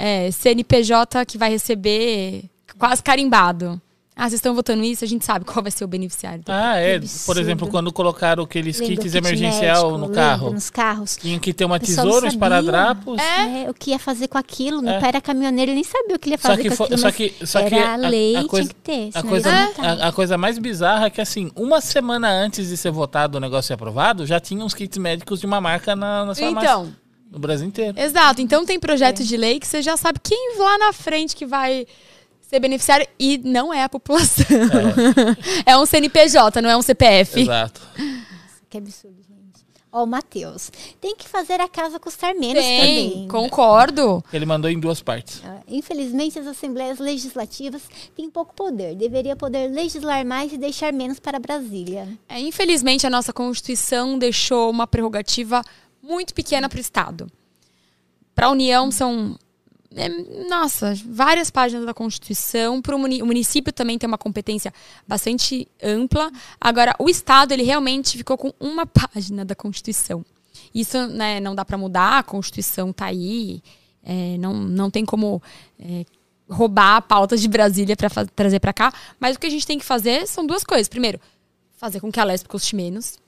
CNPJ que vai receber quase carimbado. Vocês estão votando isso, a gente sabe qual vai ser o beneficiário. Por exemplo, quando colocaram aqueles kits emergencial no carro. Nos carros. Tinha que ter uma tesoura, uns paradrapos. O que ia fazer com aquilo. Meu pai era caminhoneiro, ele nem sabia o que ele ia fazer com aquilo. Só que era a lei, tinha que ter. A coisa mais bizarra é que, assim, uma semana antes de ser votado o negócio ser aprovado, já tinha uns kits médicos de uma marca nas farmácias. Então, no Brasil inteiro. Exato. Então tem projetos de lei que você já sabe quem lá na frente que vai ser beneficiário e não é a população. É um CNPJ, não é um CPF. Exato. Nossa, que absurdo, gente. Ó, o Matheus. Tem que fazer a casa custar menos também. Concordo. Ele mandou em 2 partes. Infelizmente, as assembleias legislativas têm pouco poder. Deveria poder legislar mais e deixar menos para Brasília. Infelizmente, a nossa Constituição deixou uma prerrogativa muito pequena para o Estado. Para a União, são várias páginas da Constituição. Para o município também tem uma competência bastante ampla. Agora, o Estado, ele realmente ficou com uma página da Constituição. Isso, né, não dá para mudar, a Constituição está aí. Não tem como roubar pautas de Brasília para trazer para cá. Mas o que a gente tem que fazer são 2 coisas. Primeiro, fazer com que a Lesp custe menos.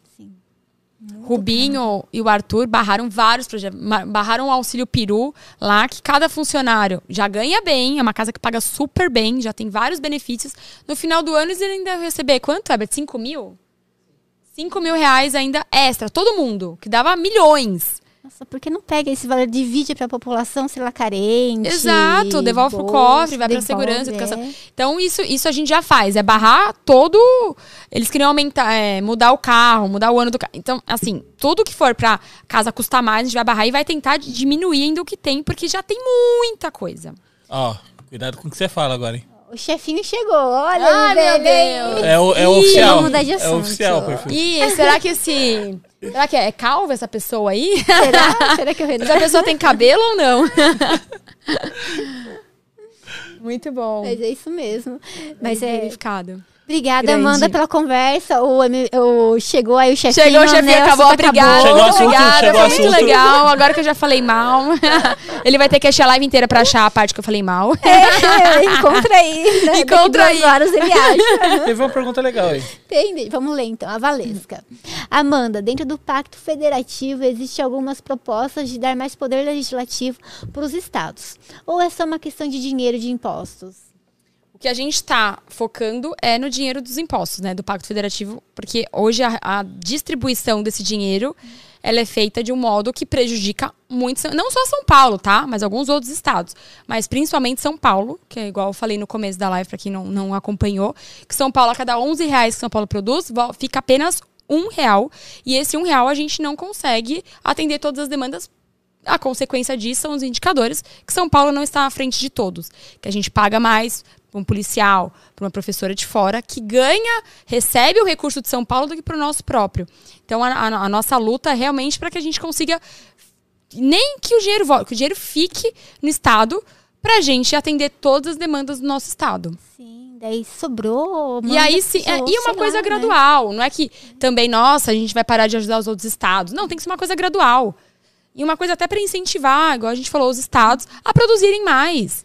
Rubinho e o Arthur barraram vários projetos, barraram o auxílio peru lá, que cada funcionário já ganha bem, é uma casa que paga super bem, já tem vários benefícios. No final do ano eles ainda vão receber quanto, Herbert? 5 mil? 5 mil reais ainda extra, todo mundo, que dava milhões. Nossa, por que não pega esse valor, divide para a população, sei lá, carente? Exato, devolve pro cofre, vai pra segurança, educação. Então, isso a gente já faz, é barrar todo... Eles queriam aumentar, mudar o carro, mudar o ano do carro. Então, assim, tudo que for pra casa custar mais, a gente vai barrar e vai tentar diminuir ainda o que tem, porque já tem muita coisa. Cuidado com o que você fala agora, hein? O chefinho chegou, olha, meu Deus! É oficial. Vamos mudar de assunto. É oficial, perfeito. Será que será que é calva essa pessoa aí? Será que eu Essa pessoa tem cabelo ou não? Muito bom. Mas é isso mesmo. Mas verificado. Obrigada, grande. Amanda, pela conversa. Chegou aí o chefinho. Chegou o chefinho, acabou. Obrigada. Chegou o assunto, Obrigada, chegou o foi muito assunto. legal. Agora que eu já falei mal. Ele vai ter que achar a live inteira pra achar a parte que eu falei mal. Encontra aí. Né? Encontra Daqui 2 horas ele acha. Teve uma pergunta legal aí. Entendi. Vamos ler então, a Valesca. Amanda, dentro do Pacto Federativo existem algumas propostas de dar mais poder legislativo para os estados. Ou é só uma questão de dinheiro de impostos? O que a gente está focando é no dinheiro dos impostos, né, do Pacto Federativo, porque hoje a distribuição desse dinheiro ela é feita de um modo que prejudica muito, não só São Paulo, tá? Mas alguns outros estados. Mas principalmente São Paulo, que é igual eu falei no começo da live, para quem não acompanhou, que São Paulo, a cada R$11 que São Paulo produz, fica apenas R$1. E esse R$1 a gente não consegue atender todas as demandas. A consequência disso são os indicadores que São Paulo não está à frente de todos. Que a gente paga mais para um policial, para uma professora de fora, que recebe o recurso de São Paulo do que para o nosso próprio. Então, a nossa luta é realmente para que a gente consiga, nem que o dinheiro volte, que o dinheiro fique no Estado, para a gente atender todas as demandas do nosso Estado. Sim, daí sobrou. E aí, sim, e uma coisa gradual. Né? Não é que também, nossa, a gente vai parar de ajudar os outros estados. Não, tem que ser uma coisa gradual. E uma coisa até para incentivar, igual a gente falou, os estados a produzirem mais.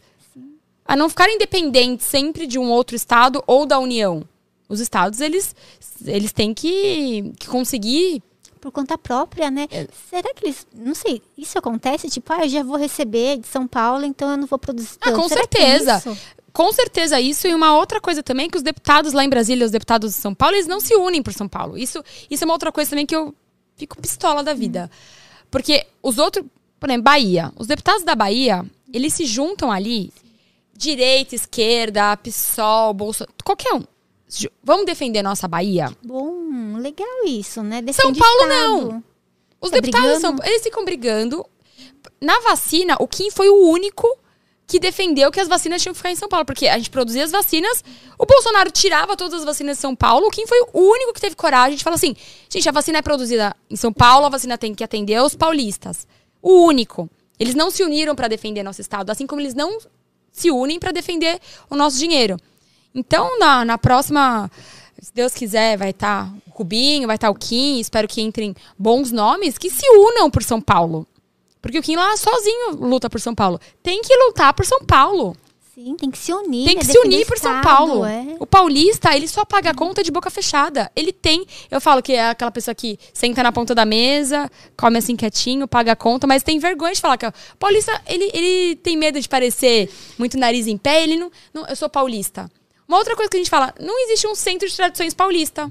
A não ficarem dependentes sempre de um outro estado ou da União. Os estados, eles têm que conseguir... Por conta própria, né? Será que eles... Não sei, isso acontece? Tipo, eu já vou receber de São Paulo, então eu não vou produzir tanto. Com Será certeza. Que é isso? Com certeza isso. E uma outra coisa também, que os deputados lá em Brasília, os deputados de São Paulo, eles não se unem por São Paulo. Isso é uma outra coisa também que eu fico pistola da vida. Porque os outros... Por exemplo, Bahia. Os deputados da Bahia, eles se juntam ali... Direita, esquerda, PSOL, Bolsonaro, qualquer um. Vamos defender nossa Bahia? Bom, legal isso, né? São Paulo não. Os deputados eles ficam brigando. Na vacina, o Kim foi o único que defendeu que as vacinas tinham que ficar em São Paulo. Porque a gente produzia as vacinas, o Bolsonaro tirava todas as vacinas de São Paulo, o Kim foi o único que teve coragem de falar assim, gente, a vacina é produzida em São Paulo, a vacina tem que atender os paulistas. O único. Eles não se uniram para defender nosso estado, assim como eles não se unem para defender o nosso dinheiro. Então, na próxima, se Deus quiser, vai estar o Rubinho, vai estar o Kim, espero que entrem bons nomes, que se unam por São Paulo. Porque o Kim lá sozinho luta por São Paulo. Tem que lutar por São Paulo. Sim, tem que se unir. Tem que se unir por São Paulo. O paulista, ele só paga a conta de boca fechada. Ele tem... Eu falo que é aquela pessoa que senta na ponta da mesa, come assim quietinho, paga a conta, mas tem vergonha de falar que o paulista, ele tem medo de parecer muito nariz em pé, ele não... Eu sou paulista. Uma outra coisa que a gente fala, não existe um centro de tradições paulista.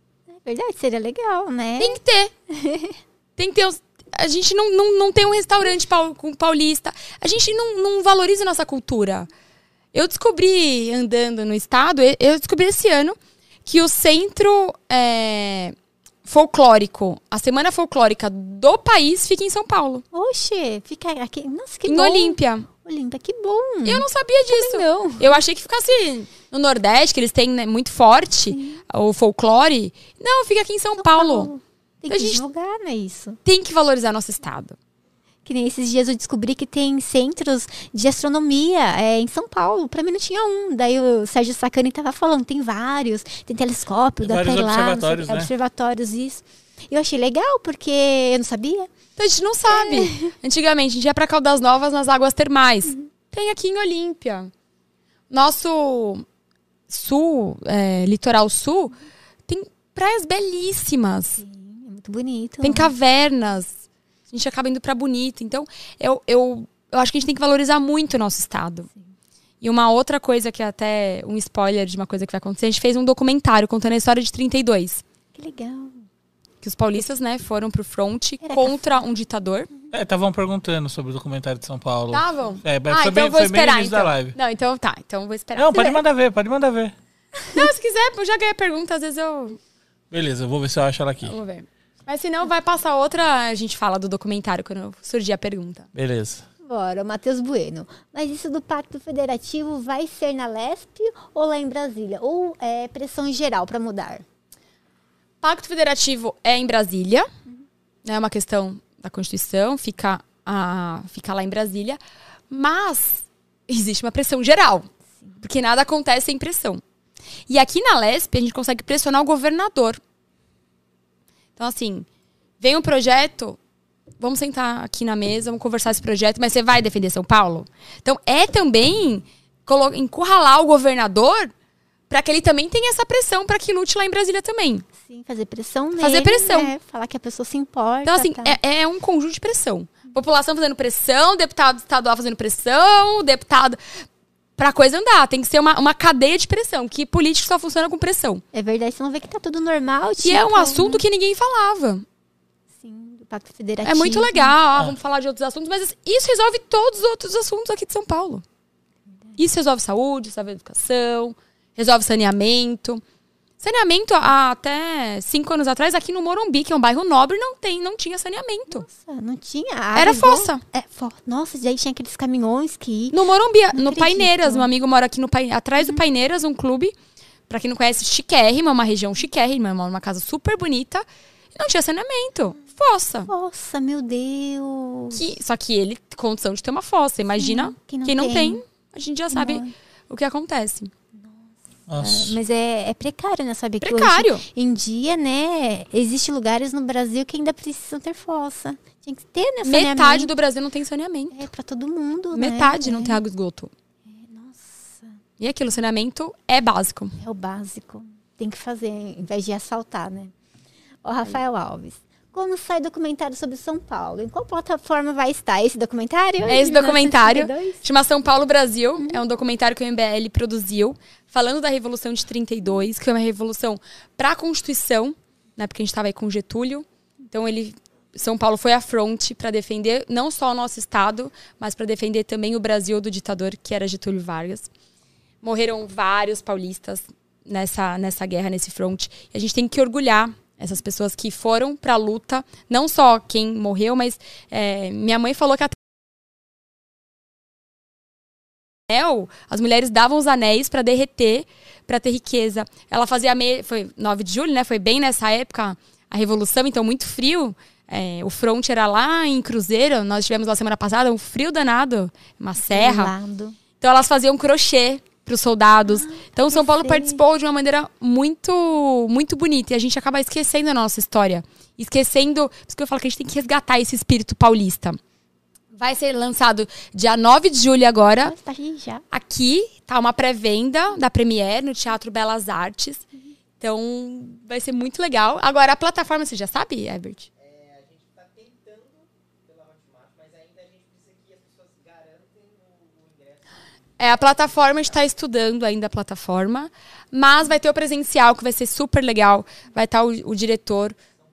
É verdade, seria legal, né? Tem que ter. Tem que ter... A gente não tem um restaurante com paulista. A gente não valoriza a nossa cultura. Eu descobri, andando no estado, eu descobri esse ano que o centro folclórico, a semana folclórica do país fica em São Paulo. Oxe, fica aqui. Nossa, que em bom. Olímpia. Olímpia, que bom. Eu não sabia disso. Não. Eu achei que ficasse no Nordeste, que eles têm, né, muito forte o folclore. Não, fica aqui em São Paulo. Tem que divulgar, né, isso? Tem que valorizar nosso estado. Que nem esses dias eu descobri que tem centros de astronomia em São Paulo. Pra mim não tinha um. Daí o Sérgio Sacani tava falando, tem vários. Tem telescópio, dá pra ir lá. Observatórios, né? Observatórios, isso. Eu achei legal, porque eu não sabia. Então a gente não sabe. Antigamente, a gente ia pra Caldas Novas nas águas termais. Tem aqui em Olímpia. Nosso sul, litoral sul, tem praias belíssimas. Sim, é muito bonito. Tem cavernas. A gente acaba indo pra bonito. Então, eu acho que a gente tem que valorizar muito o nosso estado. Sim. E uma outra coisa que é até um spoiler de uma coisa que vai acontecer, a gente fez um documentário contando a história de 32. Que legal. Que os paulistas, né, foram pro front contra um ditador. Estavam perguntando sobre o documentário de São Paulo. Estavam? Foi bem no início da live. Não, então tá. Então vou esperar. Não, pode mandar ver. Não, se quiser, eu já ganhei a pergunta, às vezes eu... Beleza, eu vou ver se eu acho ela aqui. Vamos ver. Mas se não, vai passar outra, a gente fala do documentário quando surgir a pergunta. Beleza. Bora, Matheus Bueno. Mas isso do Pacto Federativo vai ser na Lesp ou lá em Brasília? Ou é pressão geral para mudar? Pacto Federativo é em Brasília. É uma questão da Constituição, fica lá em Brasília. Mas existe uma pressão geral. Porque nada acontece sem pressão. E aqui na Lesp, a gente consegue pressionar o governador. Então, assim, vem um projeto, vamos sentar aqui na mesa, vamos conversar esse projeto, mas você vai defender São Paulo? Então, é também encurralar o governador para que ele também tenha essa pressão para que lute lá em Brasília também. Sim, fazer pressão nele. Fazer pressão. Falar que a pessoa se importa. Então, assim, é um conjunto de pressão. População fazendo pressão, deputado estadual fazendo pressão, deputado... Pra coisa andar, tem que ser uma cadeia de pressão, que político só funciona com pressão. É verdade, você não vê que tá tudo normal. E é um assunto que ninguém falava. Sim, do Pacto Federativo. É muito legal, vamos falar de outros assuntos, mas isso resolve todos os outros assuntos aqui de São Paulo. Isso resolve saúde, resolve educação, resolve saneamento. Saneamento, até 5 anos atrás, aqui no Morumbi, que é um bairro nobre, não tinha saneamento. Nossa, não tinha. Era fossa. Nossa, daí tinha aqueles caminhões que... No Morumbi, no acredito. Paineiras, meu amigo mora aqui atrás do Paineiras, um clube, pra quem não conhece, chiquérrima, uma região chiquérrima, uma casa super bonita, e não tinha saneamento. Fossa. Nossa, meu Deus. Só que ele tem condição de ter uma fossa. Imagina quem não tem. A gente já sabe o que acontece. Nossa. Mas é precário, né? Saber que Precário. hoje em dia, né? Existem lugares no Brasil que ainda precisam ter fossa. Tinha que ter, né? Metade do Brasil não tem saneamento. É pra todo mundo, né? Metade não tem água e esgoto. Nossa, E aquilo, saneamento é básico. é o básico. Tem que fazer, em vez de assaltar, né? Ó, Rafael Alves. Como sai documentário sobre São Paulo? Em qual plataforma vai estar esse documentário? É esse documentário. 1932? Chama São Paulo Brasil. É um documentário que o MBL produziu, falando da Revolução de 32, que foi uma revolução para a Constituição, né? Porque a gente estava aí com Getúlio. Então, São Paulo foi à fronte para defender não só o nosso estado, mas para defender também o Brasil do ditador, que era Getúlio Vargas. Morreram vários paulistas nessa guerra, nesse fronte. E a gente tem que orgulhar essas pessoas que foram para a luta, não só quem morreu, mas minha mãe falou que até as mulheres davam os anéis para derreter, para ter riqueza. Ela fazia foi 9 de julho, né? Foi bem nessa época a Revolução, então muito frio. O fronte era lá em Cruzeiro, nós tivemos lá semana passada um frio danado, uma serra. Então elas faziam crochê para os soldados. Então São Paulo participou de uma maneira muito, muito bonita. E a gente acaba esquecendo a nossa história. Esquecendo... Por isso que eu falo que a gente tem que resgatar esse espírito paulista. Vai ser lançado dia 9 de julho agora. Nossa, tá aí já. Aqui tá uma pré-venda da Premiere no Teatro Belas Artes. Então vai ser muito legal. Agora a plataforma, você já sabe, Herbert? A gente está tentando pela Hotmart, mas ainda a gente precisa que as pessoas garantem o ingresso. A plataforma, a gente está estudando ainda a plataforma, mas vai ter o presencial, que vai ser super legal. Vai estar o diretor.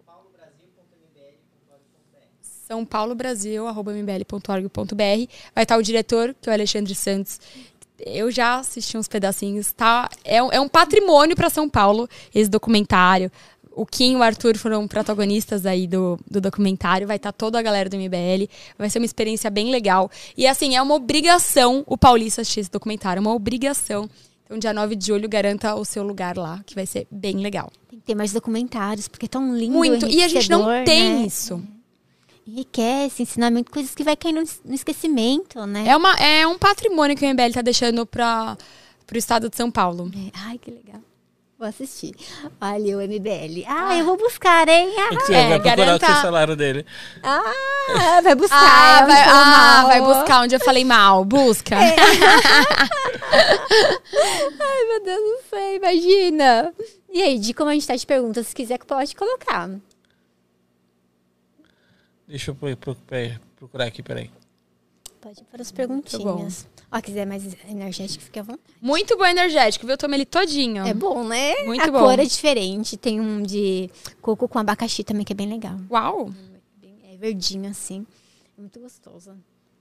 SãoPauloBrasil.mbl.org.br. Vai estar o diretor, que é o Alexandre Santos. Eu já assisti uns pedacinhos, tá? É um patrimônio para São Paulo, esse documentário. O Kim e o Arthur foram protagonistas aí do documentário. Vai estar toda a galera do MBL. Vai ser uma experiência bem legal. E assim, é uma obrigação o paulista assistir esse documentário. É uma obrigação. Então, dia 9 de julho, garanta o seu lugar lá, que vai ser bem legal. Tem que ter mais documentários, porque é tão lindo. Muito. E a gente não tem, né, isso. Enriquece, ensinamento, coisas que vai cair no esquecimento, né? É um patrimônio que o MBL tá deixando pro estado de São Paulo. Ai, que legal. Vou assistir. Olha o MBL. Eu vou buscar, hein? Vai procurar o que é o salário dele. Vai buscar. Vai buscar onde eu falei mal. Busca. Ai, meu Deus, não sei. Imagina. E aí, de como a gente tá de perguntas, se quiser, pode colocar. Deixa eu procurar aqui, peraí. Pode ir para as perguntinhas. Quiser mais energético, fique à vontade. Muito bom energético, viu? Eu tomei ele todinho. É bom, né? Muito bom. A cor é diferente. Tem um de coco com abacaxi também, que é bem legal. Uau! É verdinho, assim. É muito gostoso.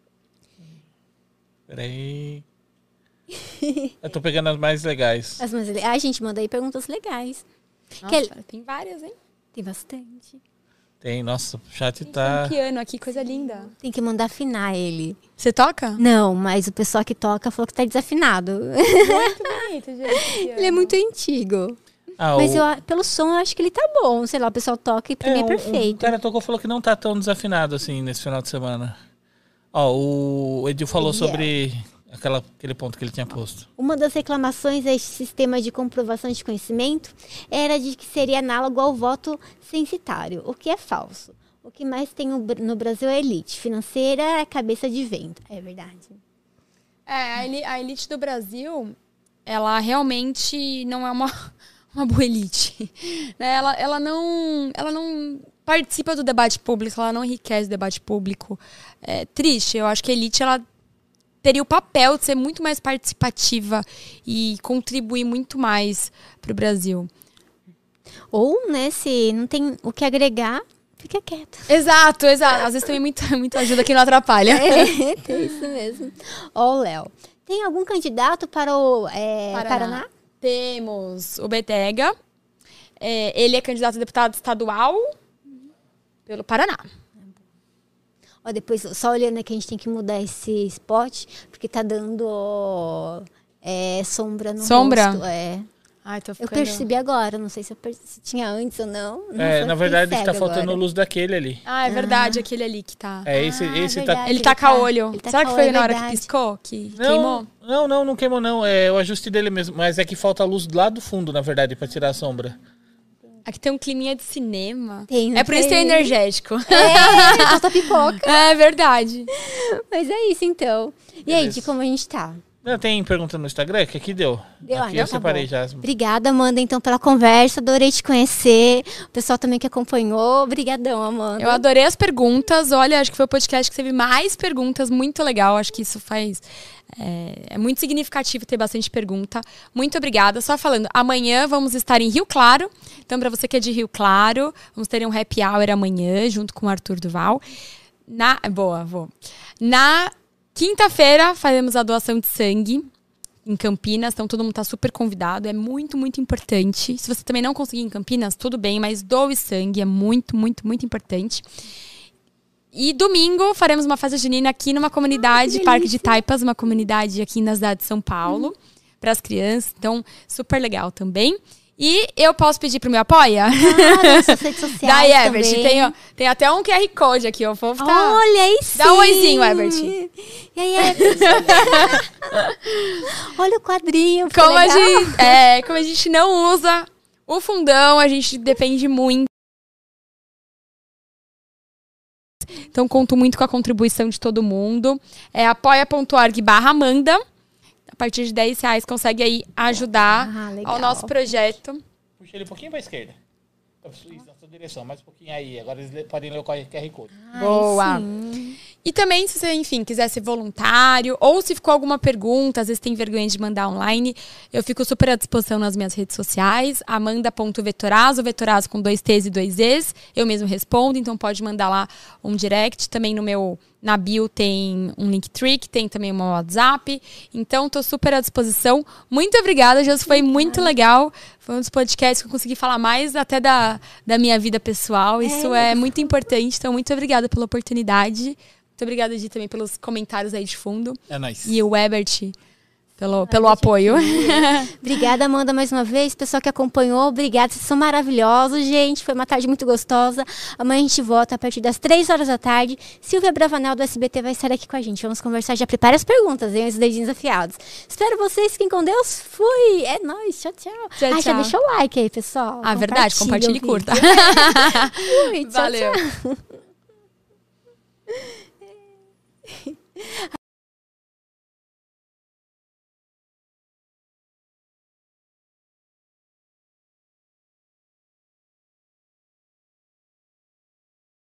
Peraí. Eu tô pegando as mais legais. As mais legais. Gente, manda aí perguntas legais. Nossa, tem várias, hein? Tem bastante. Tem, nossa, o chat tá... Tem um piano aqui, coisa linda. Tem que mandar afinar ele. Você toca? Não, mas o pessoal que toca falou que tá desafinado. Muito bonito, gente. Ele é muito antigo. Mas pelo som, eu acho que ele tá bom. Sei lá, o pessoal toca e pra mim é perfeito. O cara tocou falou que não tá tão desafinado assim nesse final de semana. O Edil falou sobre aquele ponto que ele tinha posto. Uma das reclamações a esse sistema de comprovação de conhecimento era de que seria análogo ao voto censitário, o que é falso. O que mais tem no Brasil é elite. Financeira é cabeça de venda. É verdade. A elite do Brasil, ela realmente não é uma boa elite. Né? Ela não participa do debate público, ela não enriquece o debate público. É triste. Eu acho que a elite, ela teria o papel de ser muito mais participativa e contribuir muito mais para o Brasil. Ou, né, se não tem o que agregar, fica quieto. Exato. Às vezes também muita ajuda que não atrapalha. Tem isso mesmo. Ó, Léo, tem algum candidato para o Paraná? Temos o Betega. Ele é candidato a deputado estadual pelo Paraná. Ó, depois, só olhando aqui, a gente tem que mudar esse spot, porque tá dando sombra no rosto. Ai, tô Eu ficando... percebi agora, não sei se tinha antes ou não. Na verdade, está faltando luz daquele ali. Ah, é verdade, aquele ali que tá... Esse tá... Ele tá caolho. Será que foi na hora que verdade. piscou? Que queimou? Não queimou não. É o ajuste dele mesmo. Mas é que falta luz lá do fundo, na verdade, pra tirar a sombra. Aqui tem um climinha de cinema. Tem, por isso que é energético. Falta pipoca. É verdade. Mas é isso, então. E aí, Beleza. de como a gente tá? Não, tem pergunta no Instagram? Que aqui deu. Aqui eu separei já. Obrigada, Amanda, então, pela conversa. Adorei te conhecer. O pessoal também que acompanhou. Obrigadão, Amanda. Eu adorei as perguntas. Olha, acho que foi o podcast que teve mais perguntas. Muito legal. Acho que isso faz... É muito significativo ter bastante pergunta. Muito obrigada. Só falando, amanhã vamos estar em Rio Claro. Então, para você que é de Rio Claro, vamos ter um happy hour amanhã, junto com o Arthur Duval. Vou. Na quinta-feira, faremos a doação de sangue em Campinas. Então, todo mundo está super convidado. É muito, muito importante. Se você também não conseguir em Campinas, tudo bem, mas doe sangue. É muito, muito, muito importante. E domingo faremos uma festa junina aqui numa comunidade, Parque de Taipas, uma comunidade aqui na cidade de São Paulo, para as crianças. Então, super legal também. E eu posso pedir pro meu apoia? Nas suas redes sociais Da Ebert. também. Tem até um QR Code aqui, ó. Vou Olha aí sim. Dá um oizinho, Ebert. E aí, Ebert? Olha o quadrinho. Como a gente não usa o fundão, a gente depende muito. Então, conto muito com a contribuição de todo mundo. É apoia.org/Amanda. A partir de R$10 consegue aí ajudar ao nosso projeto. Puxa ele um pouquinho pra esquerda. Isso, na sua direção, mais um pouquinho aí. Agora eles podem ler o QR Code. Boa! Sim. E também, se você, enfim, quiser ser voluntário, ou se ficou alguma pergunta, às vezes tem vergonha de mandar online, eu fico super à disposição nas minhas redes sociais, amanda.vetorazo, Vetorazo com 2 T's e 2 Z's. Eu mesmo respondo, então pode mandar lá um direct. Também na bio tem um Linktree, tem também o meu WhatsApp. Então, tô super à disposição. Muito obrigada, Josi, foi muito legal. Foi um dos podcasts que eu consegui falar mais até da minha vida pessoal. Isso é muito importante, então muito obrigada pela oportunidade. Muito obrigada, Gi, também pelos comentários aí de fundo. É nóis. E o Ebert pelo apoio. Obrigada, Amanda, mais uma vez. Pessoal que acompanhou, obrigada. Vocês são maravilhosos, gente. Foi uma tarde muito gostosa. Amanhã a gente volta a partir das 3h da tarde. Silvia Bravanel, do SBT, vai estar aqui com a gente. Vamos conversar. Já prepare as perguntas, hein? Os dedinhos afiados. Espero vocês. Fiquem com Deus. Fui. É nóis. Tchau, tchau. Tchau. Já deixa o like aí, pessoal. Verdade. Compartilhe e curta. Fui. Tchau, Valeu. tchau.